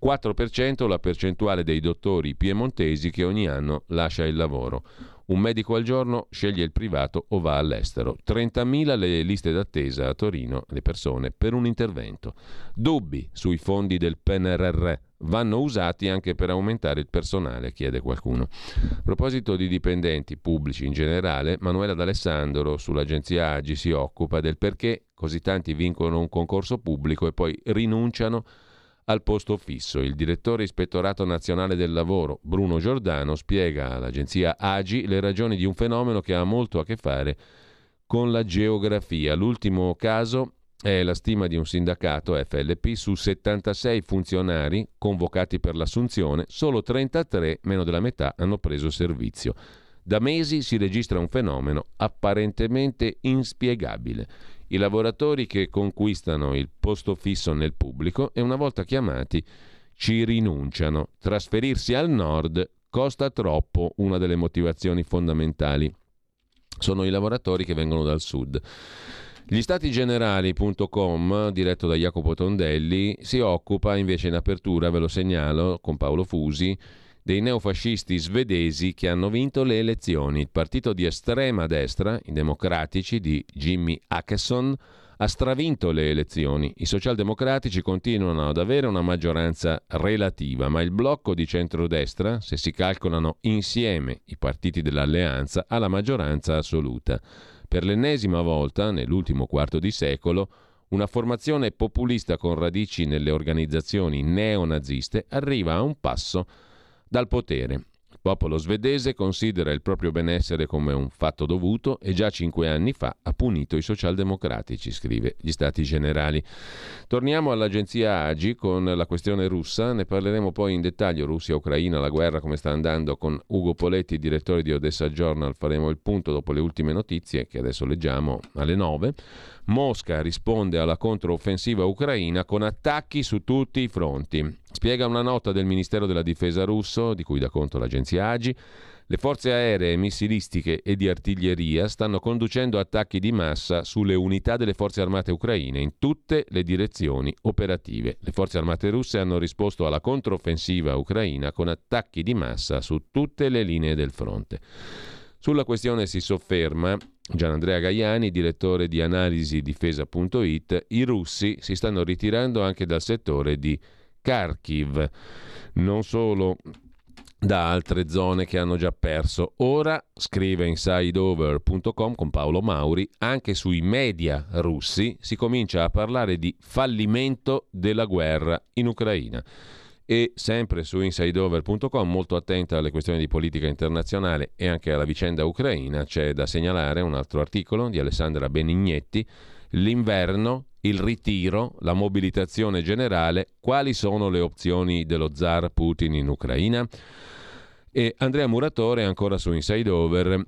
4% la percentuale dei dottori piemontesi che ogni anno lascia il lavoro. Un medico al giorno sceglie il privato o va all'estero. 30.000 le liste d'attesa a Torino, le persone per un intervento. Dubbi sui fondi del PNRR. Vanno usati anche per aumentare il personale, chiede qualcuno. A proposito di dipendenti pubblici in generale, Manuela D'Alessandro sull'agenzia AGI si occupa del perché così tanti vincono un concorso pubblico e poi rinunciano al posto fisso. Il direttore ispettorato nazionale del lavoro, Bruno Giordano, spiega all'agenzia AGI le ragioni di un fenomeno che ha molto a che fare con la geografia. L'ultimo caso è la stima di un sindacato FLP: su 76 funzionari convocati per l'assunzione, solo 33, meno della metà, hanno preso servizio. Da mesi si registra un fenomeno apparentemente inspiegabile. I lavoratori che conquistano il posto fisso nel pubblico e una volta chiamati ci rinunciano. Trasferirsi al nord costa troppo, una delle motivazioni fondamentali. Sono i lavoratori che vengono dal sud. Gli statigenerali.com, diretto da Jacopo Tondelli, si occupa invece in apertura, ve lo segnalo, con Paolo Fusi, dei neofascisti svedesi che hanno vinto le elezioni. Il partito di estrema destra, i democratici di Jimmy Åkesson, ha stravinto le elezioni. I socialdemocratici continuano ad avere una maggioranza relativa, ma il blocco di centrodestra, se si calcolano insieme i partiti dell'alleanza, ha la maggioranza assoluta. Per l'ennesima volta, nell'ultimo quarto di secolo, una formazione populista con radici nelle organizzazioni neonaziste arriva a un passo dal potere. Il popolo svedese considera il proprio benessere come un fatto dovuto e già 5 anni fa ha punito i socialdemocratici, scrive gli Stati Generali. Torniamo all'agenzia AGI con la questione russa, ne parleremo poi in dettaglio. Russia-Ucraina, la guerra come sta andando, con Ugo Poletti, direttore di Odessa Journal. Faremo il punto dopo le ultime notizie che adesso leggiamo alle 9. Mosca risponde alla controffensiva ucraina con attacchi su tutti i fronti. Spiega una nota del Ministero della Difesa russo, di cui dà conto l'agenzia AGI. Le forze aeree, missilistiche e di artiglieria stanno conducendo attacchi di massa sulle unità delle forze armate ucraine in tutte le direzioni operative. Le forze armate russe hanno risposto alla controffensiva ucraina con attacchi di massa su tutte le linee del fronte. Sulla questione si sofferma Gianandrea Gaiani, direttore di analisi difesa.it. I russi si stanno ritirando anche dal settore di Kharkiv, non solo da altre zone che hanno già perso. Ora, scrive InsideOver.com con Paolo Mauri, anche sui media russi si comincia a parlare di fallimento della guerra in Ucraina. E sempre su InsideOver.com, molto attenta alle questioni di politica internazionale e anche alla vicenda ucraina, c'è da segnalare un altro articolo di Alessandra Benignetti: l'inverno, il ritiro, la mobilitazione generale, quali sono le opzioni dello zar Putin in Ucraina? E Andrea Muratore ancora su Inside Over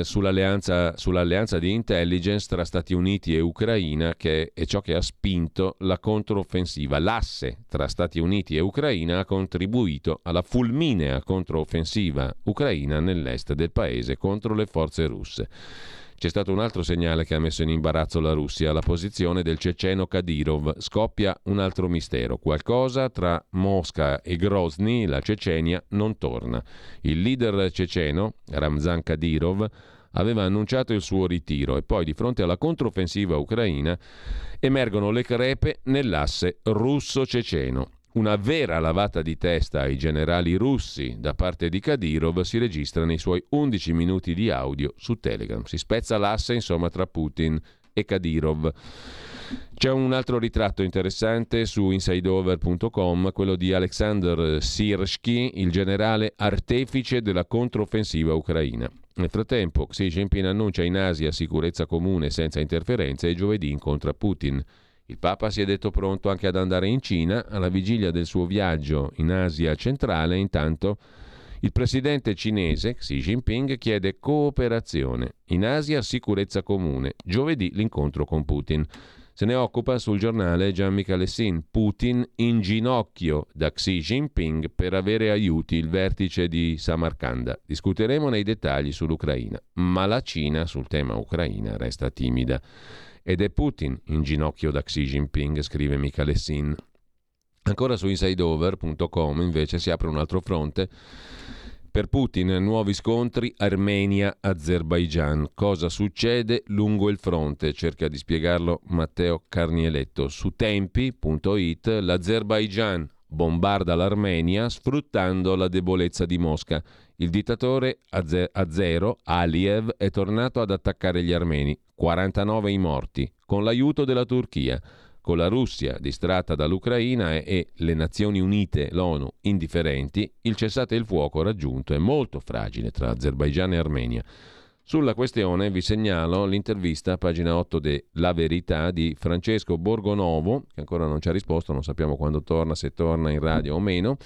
sull'alleanza di intelligence tra Stati Uniti e Ucraina, che è ciò che ha spinto la controffensiva. L'asse tra Stati Uniti e Ucraina ha contribuito alla fulminea controffensiva ucraina nell'est del paese contro le forze russe. C'è stato un altro segnale che ha messo in imbarazzo la Russia, la posizione del ceceno Kadyrov. Scoppia un altro mistero. Qualcosa tra Mosca e Grozny, la Cecenia, non torna. Il leader ceceno, Ramzan Kadyrov, aveva annunciato il suo ritiro e poi di fronte alla controffensiva ucraina emergono le crepe nell'asse russo-ceceno. Una vera lavata di testa ai generali russi da parte di Kadyrov si registra nei suoi 11 minuti di audio su Telegram. Si spezza l'asse, insomma, tra Putin e Kadyrov. C'è un altro ritratto interessante su insideover.com, quello di Alexander Sirski, il generale artefice della controffensiva ucraina. Nel frattempo, Xi Jinping annuncia in Asia sicurezza comune senza interferenze e giovedì incontra Putin. Il Papa si è detto pronto anche ad andare in Cina alla vigilia del suo viaggio in Asia centrale. Intanto il presidente cinese Xi Jinping chiede cooperazione. In Asia sicurezza comune. Giovedì l'incontro con Putin. Se ne occupa sul giornale Jean-Michel Lessin. Putin in ginocchio da Xi Jinping per avere aiuti il vertice di Samarcanda. Discuteremo nei dettagli sull'Ucraina, ma la Cina sul tema Ucraina resta timida. Ed è Putin in ginocchio da Xi Jinping, scrive Michele Sin. Ancora su insideover.com invece si apre un altro fronte. Per Putin nuovi scontri Armenia-Azerbaigian. Cosa succede lungo il fronte? Cerca di spiegarlo Matteo Carnieletto. Su tempi.it l'Azerbaigian bombarda l'Armenia sfruttando la debolezza di Mosca. Il dittatore azero Aliyev è tornato ad attaccare gli armeni. 49 i morti, con l'aiuto della Turchia. Con la Russia distratta dall'Ucraina e le Nazioni Unite, l'ONU, indifferenti, il cessate il fuoco raggiunto è molto fragile tra Azerbaigian e Armenia. Sulla questione vi segnalo l'intervista a pagina 8 de La Verità di Francesco Borgonovo, che ancora non ci ha risposto, non sappiamo quando torna, se torna in radio o meno.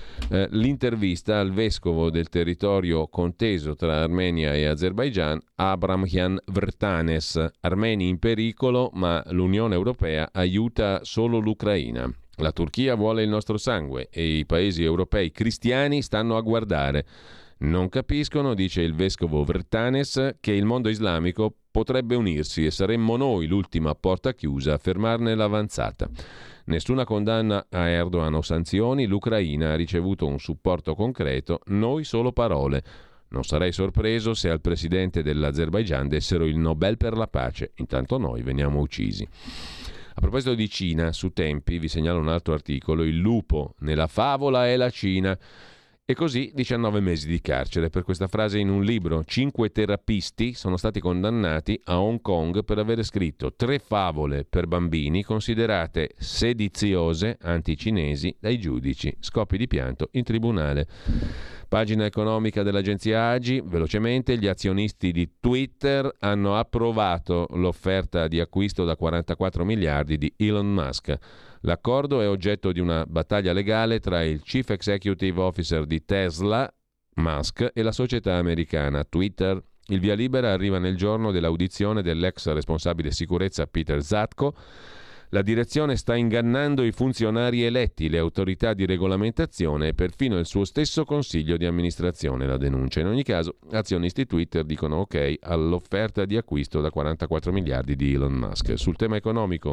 L'intervista al vescovo del territorio conteso tra Armenia e Azerbaigian, Abramyan Vrtanes. Armeni in pericolo, ma l'Unione Europea aiuta solo l'Ucraina. La Turchia vuole il nostro sangue e i paesi europei cristiani stanno a guardare. Non capiscono, dice il vescovo Vrtanes, che il mondo islamico potrebbe unirsi e saremmo noi l'ultima porta chiusa a fermarne l'avanzata. Nessuna condanna a Erdogan o sanzioni, l'Ucraina ha ricevuto un supporto concreto, noi solo parole. Non sarei sorpreso se al presidente dell'Azerbaigian dessero il Nobel per la pace, intanto noi veniamo uccisi. A proposito di Cina, su Tempi vi segnalo un altro articolo, il lupo nella favola è la Cina. E così 19 mesi di carcere per questa frase in un libro. 5 terapisti sono stati condannati a Hong Kong per aver scritto 3 favole per bambini considerate sediziose anticinesi dai giudici. Scoppi di pianto in tribunale. Pagina economica dell'agenzia AGI, velocemente, gli azionisti di Twitter hanno approvato l'offerta di acquisto da 44 miliardi di Elon Musk. L'accordo è oggetto di una battaglia legale tra il Chief Executive Officer di Tesla, Musk, e la società americana Twitter. Il via libera arriva nel giorno dell'audizione dell'ex responsabile sicurezza Peter Zatko. La direzione sta ingannando i funzionari eletti, le autorità di regolamentazione e perfino il suo stesso consiglio di amministrazione, la denuncia. In ogni caso, azionisti Twitter dicono ok all'offerta di acquisto da 44 miliardi di Elon Musk. Sul tema economico,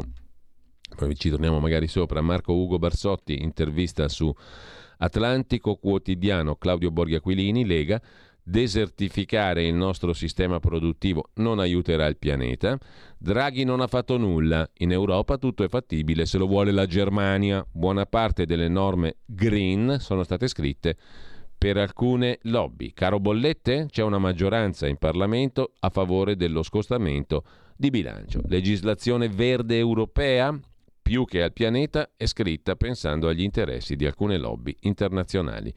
poi ci torniamo magari sopra, Marco Ugo Barsotti, intervista su Atlantico Quotidiano, Claudio Borghi Aquilini, Lega. Desertificare il nostro sistema produttivo non aiuterà il pianeta. Draghi non ha fatto nulla. In Europa tutto è fattibile se lo vuole la Germania. Buona parte delle norme green sono state scritte per alcune lobby. Caro bollette? C'è una maggioranza in Parlamento a favore dello scostamento di bilancio. Legislazione verde europea? Più che al pianeta è scritta pensando agli interessi di alcune lobby internazionali.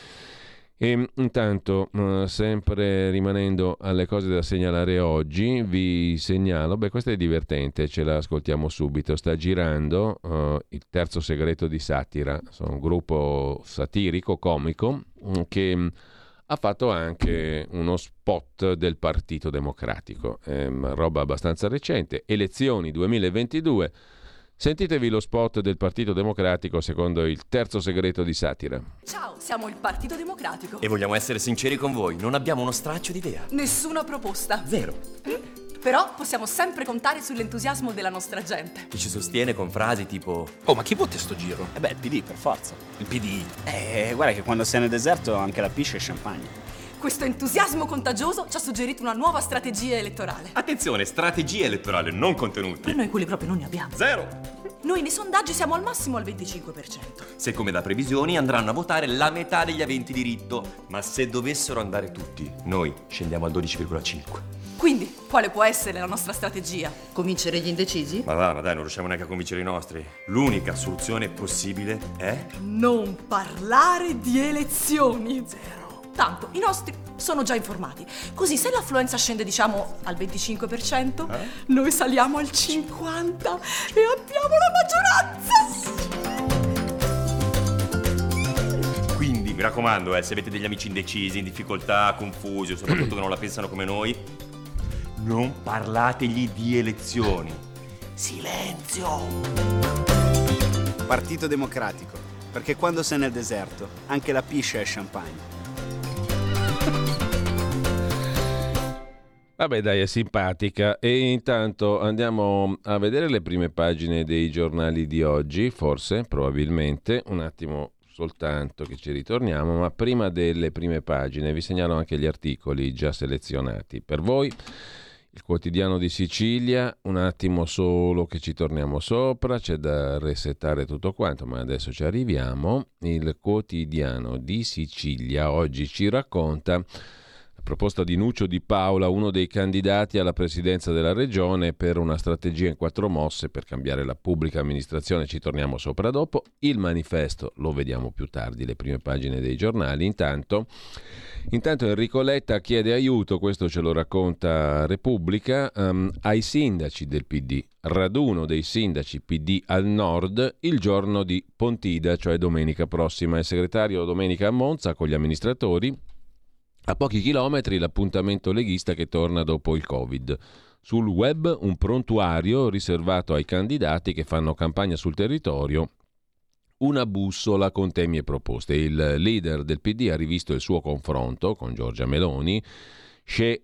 E intanto, sempre rimanendo alle cose da segnalare oggi, vi segnalo, questo è divertente, ce la ascoltiamo subito, sta girando Il Terzo Segreto di Satira, sono un gruppo satirico, comico, che ha fatto anche uno spot del Partito Democratico, roba abbastanza recente, elezioni 2022. Sentitevi lo spot del Partito Democratico secondo il terzo segreto di Satira. Ciao, siamo il Partito Democratico. E vogliamo essere sinceri con voi, non abbiamo uno straccio di idea. Nessuna proposta. Zero. Però possiamo sempre contare sull'entusiasmo della nostra gente. Che ci sostiene con frasi tipo: oh, ma chi vota sto giro? Beh, il PD per forza. Il PD. Guarda che quando sei nel deserto anche la piscia è champagne. Questo entusiasmo contagioso ci ha suggerito una nuova strategia elettorale. attenzione, strategia elettorale, non contenuti. Ma noi quelli proprio non ne abbiamo. Zero. Noi nei sondaggi siamo al massimo al 25%. Se come da previsioni andranno a votare la metà degli aventi diritto, ma se dovessero andare tutti, noi scendiamo al 12,5. Quindi, quale può essere la nostra strategia? Convincere gli indecisi? Ma dai, non riusciamo neanche a convincere i nostri. L'unica soluzione possibile è Non parlare di elezioni. Zero. Tanto, i nostri sono già informati. Così se l'affluenza scende, diciamo, al 25%, noi saliamo al 50% e abbiamo la maggioranza! Quindi, mi raccomando, se avete degli amici indecisi, in difficoltà, confusi o soprattutto che non la pensano come noi, non parlategli di elezioni. Silenzio! Partito Democratico, perché quando sei nel deserto anche la piscia è champagne. Vabbè dai, è simpatica. E intanto andiamo a vedere le prime pagine dei giornali di oggi, forse, probabilmente, un attimo soltanto che ci ritorniamo, ma prima delle prime pagine vi segnalo anche gli articoli già selezionati per voi. Il Quotidiano di Sicilia, un attimo solo che ci torniamo sopra, c'è da resettare tutto quanto, ma adesso ci arriviamo. Il Quotidiano di Sicilia oggi ci racconta la proposta di Nuccio Di Paola, uno dei candidati alla presidenza della regione, per una strategia in 4 mosse per cambiare la pubblica amministrazione. Ci torniamo sopra dopo. Il manifesto lo vediamo più tardi, le prime pagine dei giornali. Intanto Enrico Letta chiede aiuto, questo ce lo racconta Repubblica, ai sindaci del PD. Raduno dei sindaci PD al nord il giorno di Pontida, cioè domenica prossima. Il segretario domenica a Monza con gli amministratori. A pochi chilometri l'appuntamento leghista che torna dopo il Covid. Sul web un prontuario riservato ai candidati che fanno campagna sul territorio, una bussola con temi e proposte. Il leader del PD ha rivisto il suo confronto con Giorgia Meloni, Shea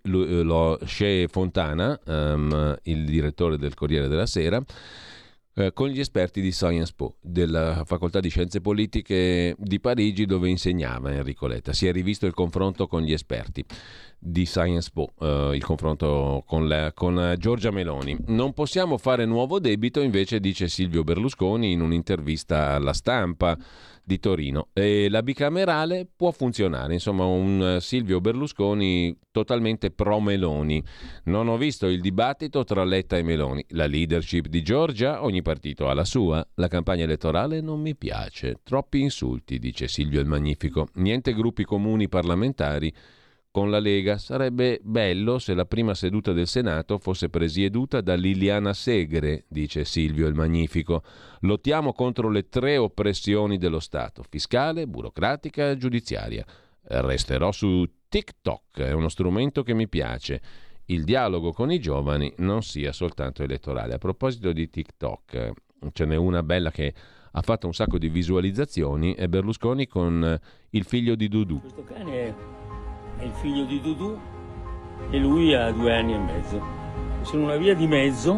Fontana, il direttore del Corriere della Sera, con gli esperti di Sciences Po, della Facoltà di Scienze Politiche di Parigi, dove insegnava Enrico Letta. Si è rivisto il confronto con gli esperti di Sciences Po, il confronto con Giorgia Meloni. Non possiamo fare nuovo debito, invece, dice Silvio Berlusconi in un'intervista alla Stampa di Torino, e la bicamerale può funzionare. Insomma, un Silvio Berlusconi totalmente pro Meloni. Non ho visto il dibattito tra Letta e Meloni. La leadership di Giorgia, ogni partito ha la sua. La campagna elettorale non mi piace. Troppi insulti, dice Silvio il Magnifico. Niente gruppi comuni parlamentari con la Lega. Sarebbe bello se la prima seduta del Senato fosse presieduta da Liliana Segre, dice Silvio il Magnifico. Lottiamo contro le 3 oppressioni dello Stato: fiscale, burocratica e giudiziaria. Resterò su TikTok, è uno strumento che mi piace. Il dialogo con i giovani non sia soltanto elettorale. A proposito di TikTok, ce n'è una bella che ha fatto un sacco di visualizzazioni, è Berlusconi con il figlio di Dudu. Questo cane è il figlio di Dudu e lui ha 2 anni e mezzo. Sono una via di mezzo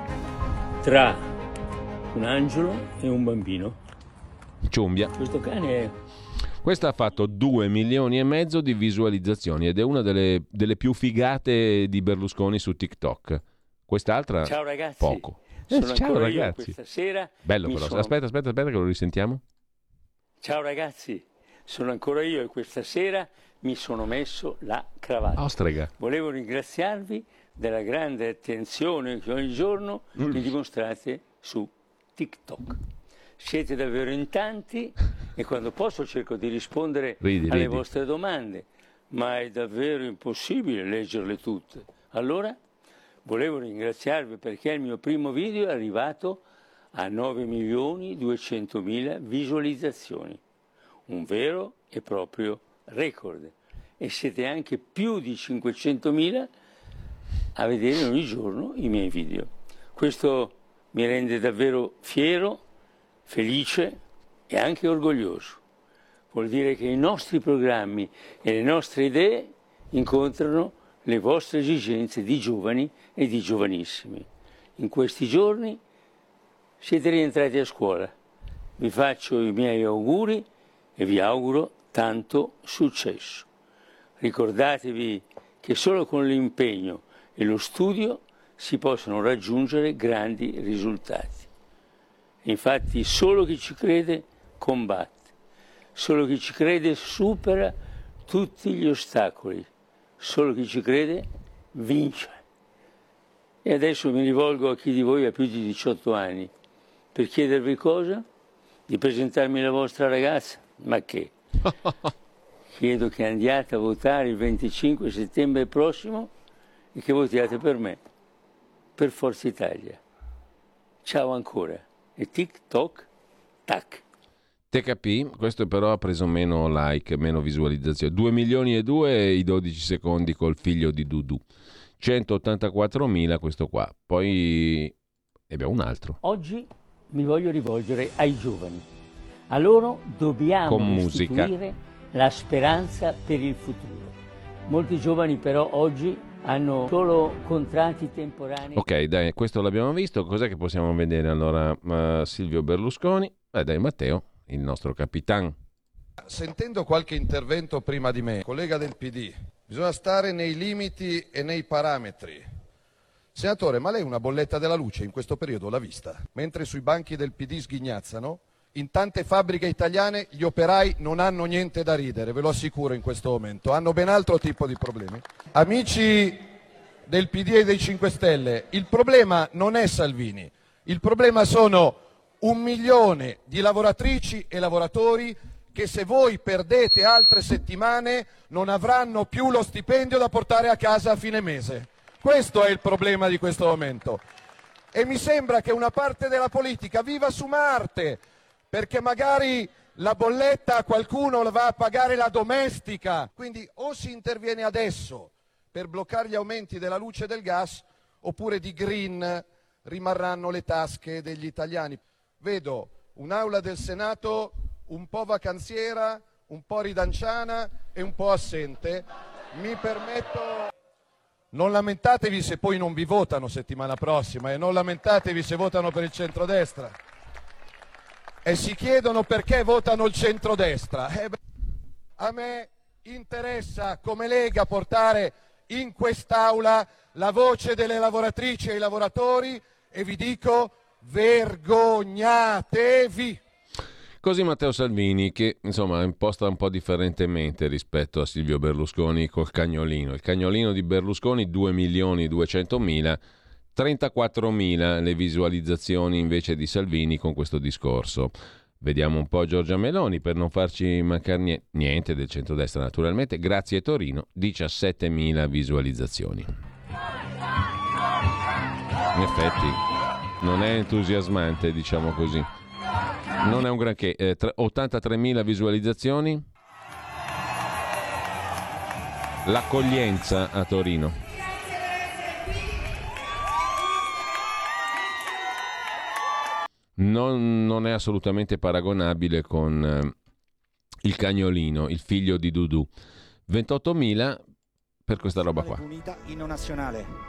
tra un angelo e un bambino. Ciumbia. Questo cane è... Questa ha fatto 2,5 milioni di visualizzazioni ed è una delle più figate di Berlusconi su TikTok. Quest'altra Ciao ragazzi, poco. sono Ciao ancora ragazzi. io questa sera. Bello però. Aspetta che lo risentiamo. Ciao ragazzi, sono ancora io e questa sera mi sono messo la cravatta. Ostrega. Volevo ringraziarvi della grande attenzione che ogni giorno mi dimostrate su TikTok. Siete davvero in tanti e quando posso cerco di rispondere alle vostre domande, ma è davvero impossibile leggerle tutte. Allora, volevo ringraziarvi perché il mio primo video è arrivato a 9.200.000 visualizzazioni. Un vero e proprio record. e siete anche più di 500.000 a vedere ogni giorno i miei video. Questo mi rende davvero fiero, felice e anche orgoglioso. Vuol dire che i nostri programmi e le nostre idee incontrano le vostre esigenze di giovani e di giovanissimi. In questi giorni siete rientrati a scuola. Vi faccio i miei auguri e vi auguro tanto successo. Ricordatevi che solo con l'impegno e lo studio si possono raggiungere grandi risultati. Infatti solo chi ci crede combatte, solo chi ci crede supera tutti gli ostacoli, solo chi ci crede vince. E adesso mi rivolgo a chi di voi ha più di 18 anni per chiedervi cosa? Di presentarmi la vostra ragazza? Ma che? Chiedo che andiate a votare il 25 settembre prossimo e che votiate per me, per Forza Italia. Ciao ancora. E tic-toc, tac. TKP, questo però ha preso meno like, meno visualizzazioni. 2 milioni e 2 e i 12 secondi col figlio di Dudu. 184.000 questo qua. Poi abbiamo un altro. Oggi mi voglio rivolgere ai giovani. A loro dobbiamo restituire la speranza per il futuro. Molti giovani però oggi hanno solo contratti temporanei. Ok, dai, questo l'abbiamo visto. Cos'è che possiamo vedere allora? Silvio Berlusconi. Dai, Matteo, il nostro capitano. Sentendo qualche intervento prima di me, collega del PD, bisogna stare nei limiti e nei parametri. Senatore, ma lei una bolletta della luce in questo periodo l'ha vista? Mentre sui banchi del PD sghignazzano, in tante fabbriche italiane gli operai non hanno niente da ridere, ve lo assicuro in questo momento, hanno ben altro tipo di problemi. Amici del PD e dei 5 Stelle, il problema non è Salvini, il problema sono 1 milione di lavoratrici e lavoratori che se voi perdete altre settimane non avranno più lo stipendio da portare a casa a fine mese. Questo è il problema di questo momento. E mi sembra che una parte della politica viva su Marte, perché magari la bolletta a qualcuno la va a pagare la domestica. Quindi o si interviene adesso per bloccare gli aumenti della luce e del gas, oppure di green rimarranno le tasche degli italiani. Vedo un'aula del Senato un po' vacanziera, un po' ridanciana e un po' assente. Mi permetto... Non lamentatevi se poi non vi votano settimana prossima e non lamentatevi se votano per il centrodestra. E si chiedono perché votano il centrodestra. A me interessa come Lega portare in quest'Aula la voce delle lavoratrici e i lavoratori e vi dico vergognatevi. Così Matteo Salvini, che insomma imposta un po' differentemente rispetto a Silvio Berlusconi col cagnolino. Il cagnolino di Berlusconi 2.200.000, 34.000 le visualizzazioni invece di Salvini con questo discorso. Vediamo un po' Giorgia Meloni per non farci mancare niente del centrodestra naturalmente. Grazie Torino, 17.000 visualizzazioni. In effetti non è entusiasmante, diciamo così. Non è un granché. 83.000 visualizzazioni. L'accoglienza a Torino. Non è assolutamente paragonabile con il cagnolino, il figlio di Dudu. 28.000 per questa roba qua. Unita inno nazionale.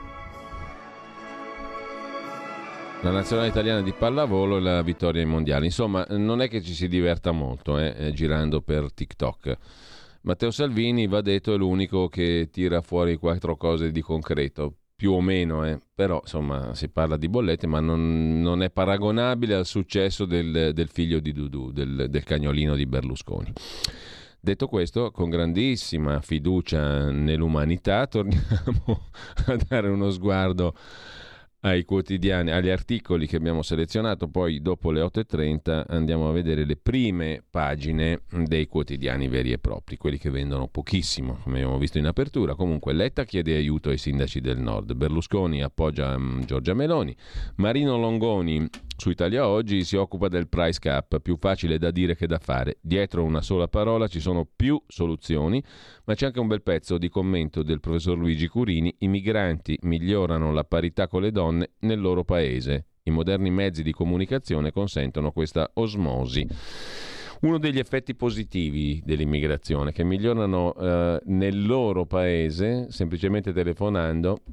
La nazionale italiana di pallavolo e la vittoria ai mondiali. Insomma, non è che ci si diverta molto girando per TikTok. Matteo Salvini, va detto, è l'unico che tira fuori 4 cose di concreto, più o meno, però insomma si parla di bollette, ma non è paragonabile al successo del figlio di Dudu, del cagnolino di Berlusconi. Detto questo, con grandissima fiducia nell'umanità, torniamo a dare uno sguardo ai quotidiani, agli articoli che abbiamo selezionato. Poi dopo le 8.30 andiamo a vedere le prime pagine dei quotidiani veri e propri, quelli che vendono pochissimo, come abbiamo visto in apertura. Comunque Letta chiede aiuto ai sindaci del nord, Berlusconi appoggia Giorgia Meloni, Marino Longoni Su Italia Oggi si occupa del price cap, più facile da dire che da fare. Dietro una sola parola ci sono più soluzioni, ma c'è anche un bel pezzo di commento del professor Luigi Curini. I migranti migliorano la parità con le donne nel loro paese. I moderni mezzi di comunicazione consentono questa osmosi. Uno degli effetti positivi dell'immigrazione che migliorano nel loro paese, semplicemente telefonando,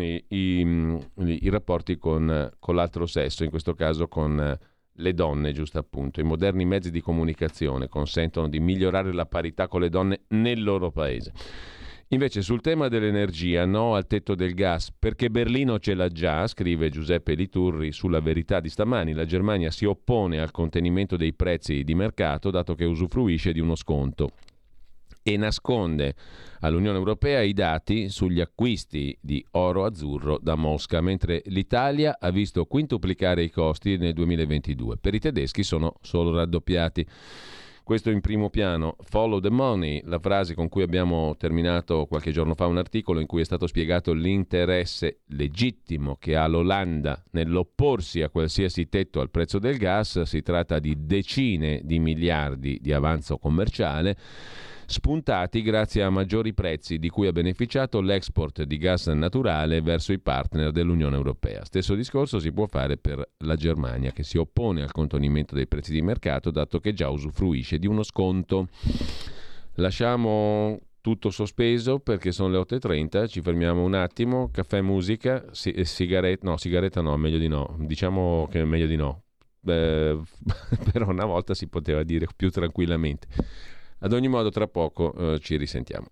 i rapporti con l'altro sesso, in questo caso con le donne, giusto appunto. I moderni mezzi di comunicazione consentono di migliorare la parità con le donne nel loro paese. Invece sul tema dell'energia, no al tetto del gas, perché Berlino ce l'ha già, scrive Giuseppe Liturri sulla Verità di stamani. La Germania si oppone al contenimento dei prezzi di mercato dato che usufruisce di uno sconto e nasconde all'Unione Europea i dati sugli acquisti di oro azzurro da Mosca, mentre l'Italia ha visto quintuplicare i costi nel 2022. Per i tedeschi sono solo raddoppiati. Questo in primo piano. Follow the money, la frase con cui abbiamo terminato qualche giorno fa un articolo in cui è stato spiegato l'interesse legittimo che ha l'Olanda nell'opporsi a qualsiasi tetto al prezzo del gas. Si tratta di decine di miliardi di avanzo commerciale spuntati grazie a maggiori prezzi di cui ha beneficiato l'export di gas naturale verso i partner dell'Unione Europea. Stesso discorso si può fare per la Germania, che si oppone al contenimento dei prezzi di mercato dato che già usufruisce di uno sconto. Lasciamo tutto sospeso perché sono le 8:30, ci fermiamo un attimo, caffè, musica, sigaretta no, meglio di no, diciamo che è meglio di no, però una volta si poteva dire più tranquillamente. Ad ogni modo, tra poco ci risentiamo.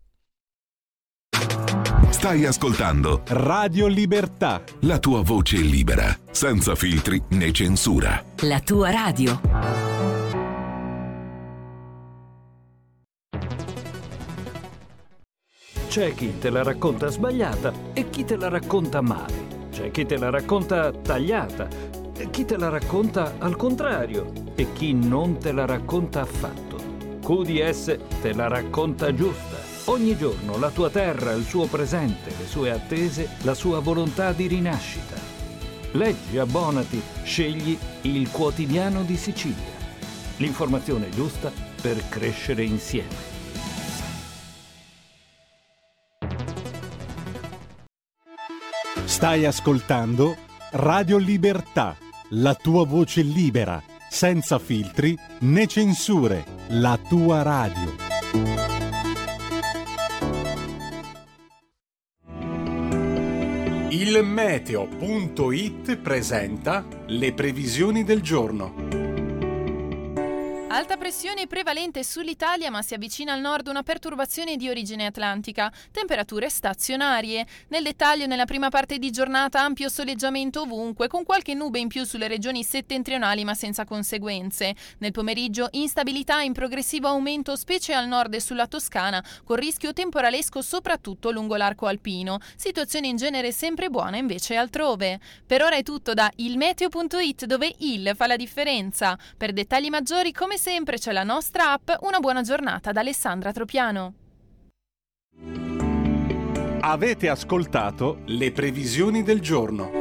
Stai ascoltando Radio Libertà. La tua voce libera, senza filtri né censura. La tua radio. C'è chi te la racconta sbagliata e chi te la racconta male. C'è chi te la racconta tagliata e chi te la racconta al contrario e chi non te la racconta affatto. QDS te la racconta giusta. Ogni giorno la tua terra, il suo presente, le sue attese, la sua volontà di rinascita. Leggi, abbonati, scegli il Quotidiano di Sicilia. L'informazione giusta per crescere insieme. Stai ascoltando Radio Libertà, la tua voce libera, senza filtri né censure, la tua radio. Il meteo.it presenta le previsioni del giorno. Alta pressione prevalente sull'Italia, ma si avvicina al nord una perturbazione di origine atlantica. Temperature stazionarie. Nel dettaglio, nella prima parte di giornata ampio soleggiamento ovunque, con qualche nube in più sulle regioni settentrionali ma senza conseguenze. Nel pomeriggio instabilità in progressivo aumento, specie al nord e sulla Toscana, con rischio temporalesco soprattutto lungo l'arco alpino. Situazione in genere sempre buona invece altrove. Per ora è tutto da ilmeteo.it, dove il fa la differenza. Per dettagli maggiori, come sempre c'è la nostra app. Una buona giornata da Alessandra Tropiano. Avete ascoltato le previsioni del giorno.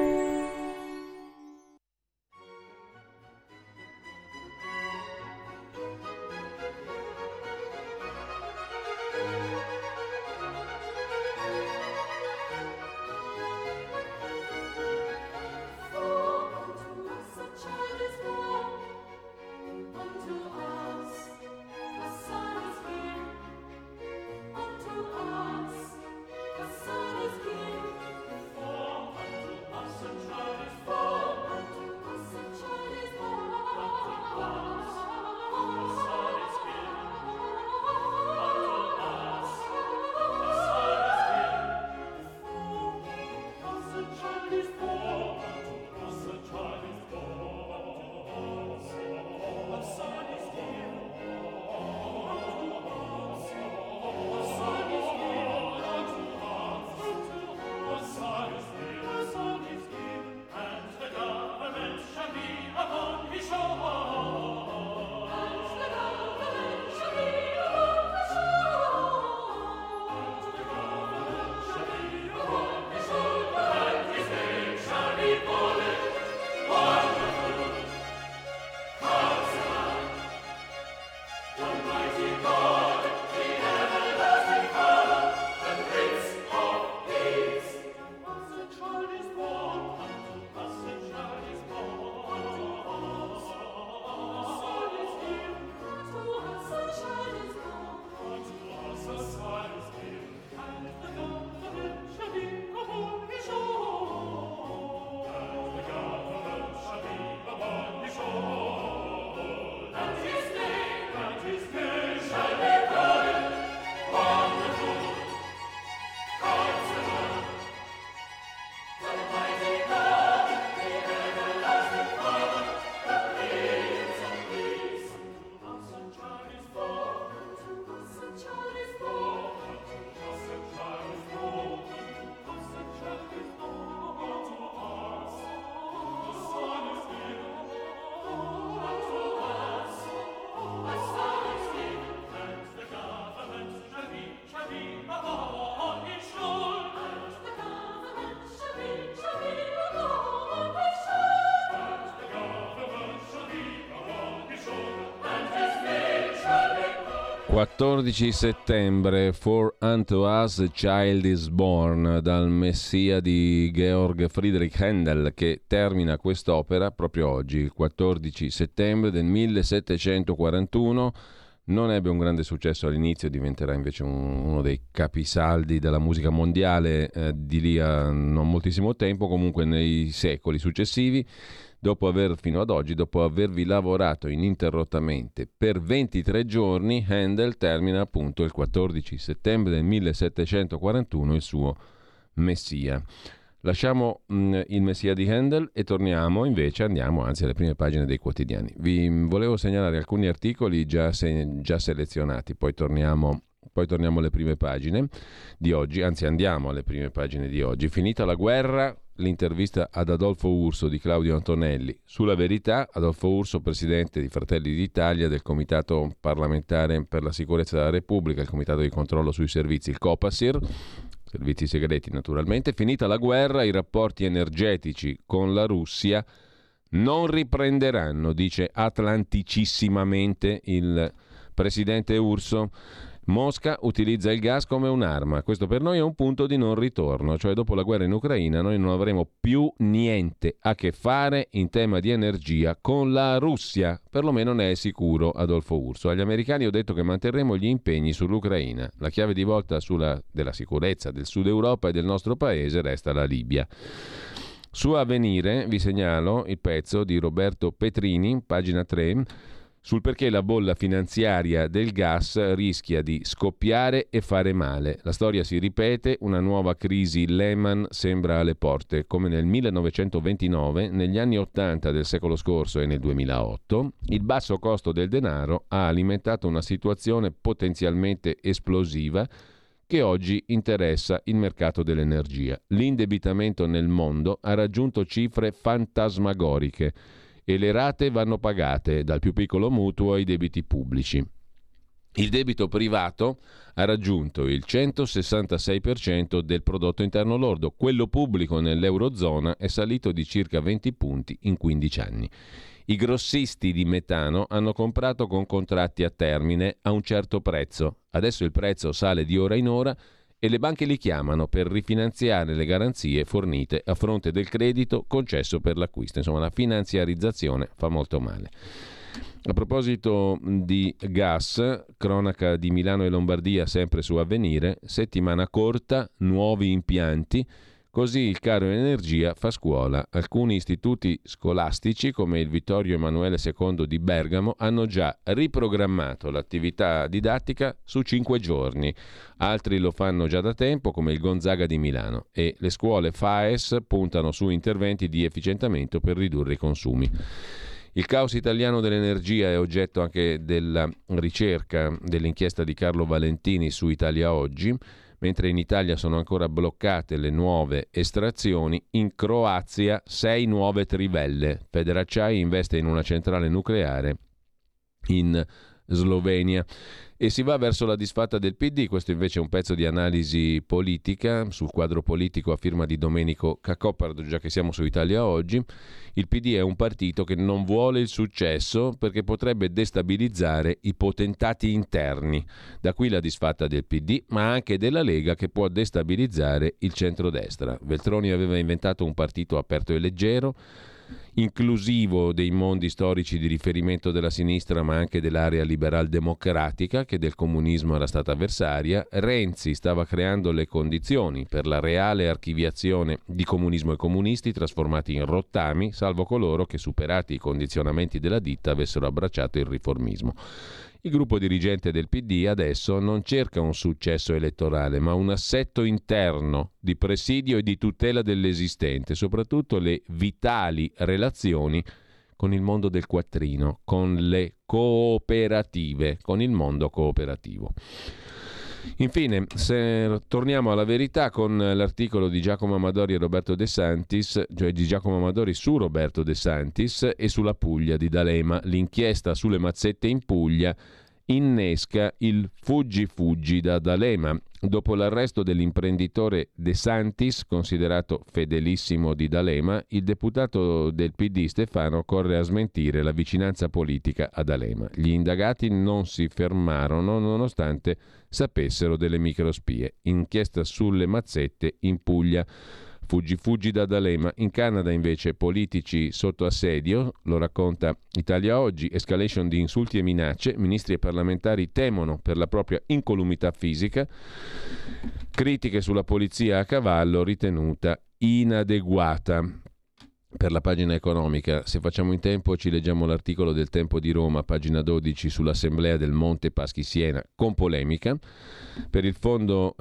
14 settembre, For unto us a child is born, dal Messia di Georg Friedrich Händel, che termina quest'opera proprio oggi, il 14 settembre del 1741. Non ebbe un grande successo all'inizio, diventerà invece uno dei capisaldi della musica mondiale di lì a non moltissimo tempo, comunque nei secoli successivi. Fino ad oggi, dopo avervi lavorato ininterrottamente per 23 giorni, Händel termina appunto il 14 settembre del 1741 il suo Messia. Lasciamo il Messia di Händel e andiamo alle prime pagine dei quotidiani. Vi volevo segnalare alcuni articoli già selezionati, poi torniamo alle prime pagine di oggi, anzi andiamo alle prime pagine di oggi. Finita la guerra, l'intervista ad Adolfo Urso di Claudio Antonelli. Sulla Verità, Adolfo Urso, presidente di Fratelli d'Italia, del Comitato parlamentare per la sicurezza della Repubblica, il Comitato di controllo sui servizi, il Copasir, servizi segreti naturalmente. Finita la guerra, i rapporti energetici con la Russia non riprenderanno, dice atlanticissimamente il presidente Urso. Mosca utilizza il gas come un'arma. Questo per noi è un punto di non ritorno, cioè dopo la guerra in Ucraina noi non avremo più niente a che fare in tema di energia con la Russia, perlomeno ne è sicuro Adolfo Urso. Agli americani ho detto che manterremo gli impegni sull'Ucraina. La chiave di volta della sicurezza del Sud Europa e del nostro paese resta la Libia. Su Avvenire vi segnalo il pezzo di Roberto Petrini, pagina 3, sul perché la bolla finanziaria del gas rischia di scoppiare e fare male. La storia si ripete, una nuova crisi Lehman sembra alle porte, come nel 1929, negli anni 80 del secolo scorso e nel 2008. Il basso costo del denaro ha alimentato una situazione potenzialmente esplosiva che oggi interessa il mercato dell'energia. L'indebitamento nel mondo ha raggiunto cifre fantasmagoriche e le rate vanno pagate, dal più piccolo mutuo ai debiti pubblici. Il debito privato ha raggiunto il 166% del prodotto interno lordo, quello pubblico nell'Eurozona è salito di circa 20 punti in 15 anni. I grossisti di metano hanno comprato con contratti a termine a un certo prezzo, adesso il prezzo sale di ora in ora e le banche li chiamano per rifinanziare le garanzie fornite a fronte del credito concesso per l'acquisto. Insomma, la finanziarizzazione fa molto male. A proposito di gas, cronaca di Milano e Lombardia sempre su Avvenire, settimana corta, nuovi impianti, così il caro energia fa scuola. Alcuni istituti scolastici, come il Vittorio Emanuele II di Bergamo, hanno già riprogrammato l'attività didattica su 5 giorni. Altri lo fanno già da tempo, come il Gonzaga di Milano, e le scuole FAES puntano su interventi di efficientamento per ridurre i consumi. Il caos italiano dell'energia è oggetto anche della ricerca dell'inchiesta di Carlo Valentini su Italia Oggi. Mentre in Italia sono ancora bloccate le nuove estrazioni, in Croazia 6 nuove trivelle. Federacciai investe in una centrale nucleare in Slovenia e si va verso la disfatta del PD. Questo invece è un pezzo di analisi politica sul quadro politico a firma di Domenico Cacopardo, già che siamo su Italia Oggi. Il PD è un partito che non vuole il successo perché potrebbe destabilizzare i potentati interni. Da qui la disfatta del PD, ma anche della Lega, che può destabilizzare il centrodestra. Veltroni aveva inventato un partito aperto e leggero, inclusivo dei mondi storici di riferimento della sinistra ma anche dell'area liberal democratica che del comunismo era stata avversaria. Renzi stava creando le condizioni per la reale archiviazione di comunismo e comunisti trasformati in rottami, salvo coloro che, superati i condizionamenti della ditta, avessero abbracciato il riformismo. Il gruppo dirigente del PD adesso non cerca un successo elettorale, ma un assetto interno di presidio e di tutela dell'esistente, soprattutto le vitali relazioni con il mondo del quattrino, con le cooperative, con il mondo cooperativo. Infine, se torniamo alla Verità con l'articolo di Giacomo Amadori e Roberto De Santis, cioè di Giacomo Amadori su Roberto De Santis e sulla Puglia di D'Alema, l'inchiesta sulle mazzette in Puglia innesca il fuggi da D'Alema. Dopo l'arresto dell'imprenditore De Santis, considerato fedelissimo di D'Alema, il deputato del PD Stefano corre a smentire la vicinanza politica a D'Alema. Gli indagati non si fermarono nonostante sapessero delle microspie. Inchiesta sulle mazzette in Puglia. Fuggi da D'Alema. In Canada invece politici sotto assedio, lo racconta Italia Oggi, escalation di insulti e minacce, ministri e parlamentari temono per la propria incolumità fisica, critiche sulla polizia a cavallo ritenuta inadeguata. Per la pagina economica, se facciamo in tempo, ci leggiamo l'articolo del Tempo di Roma, pagina 12, sull'assemblea del Monte Paschi Siena, con polemica. Per il fondo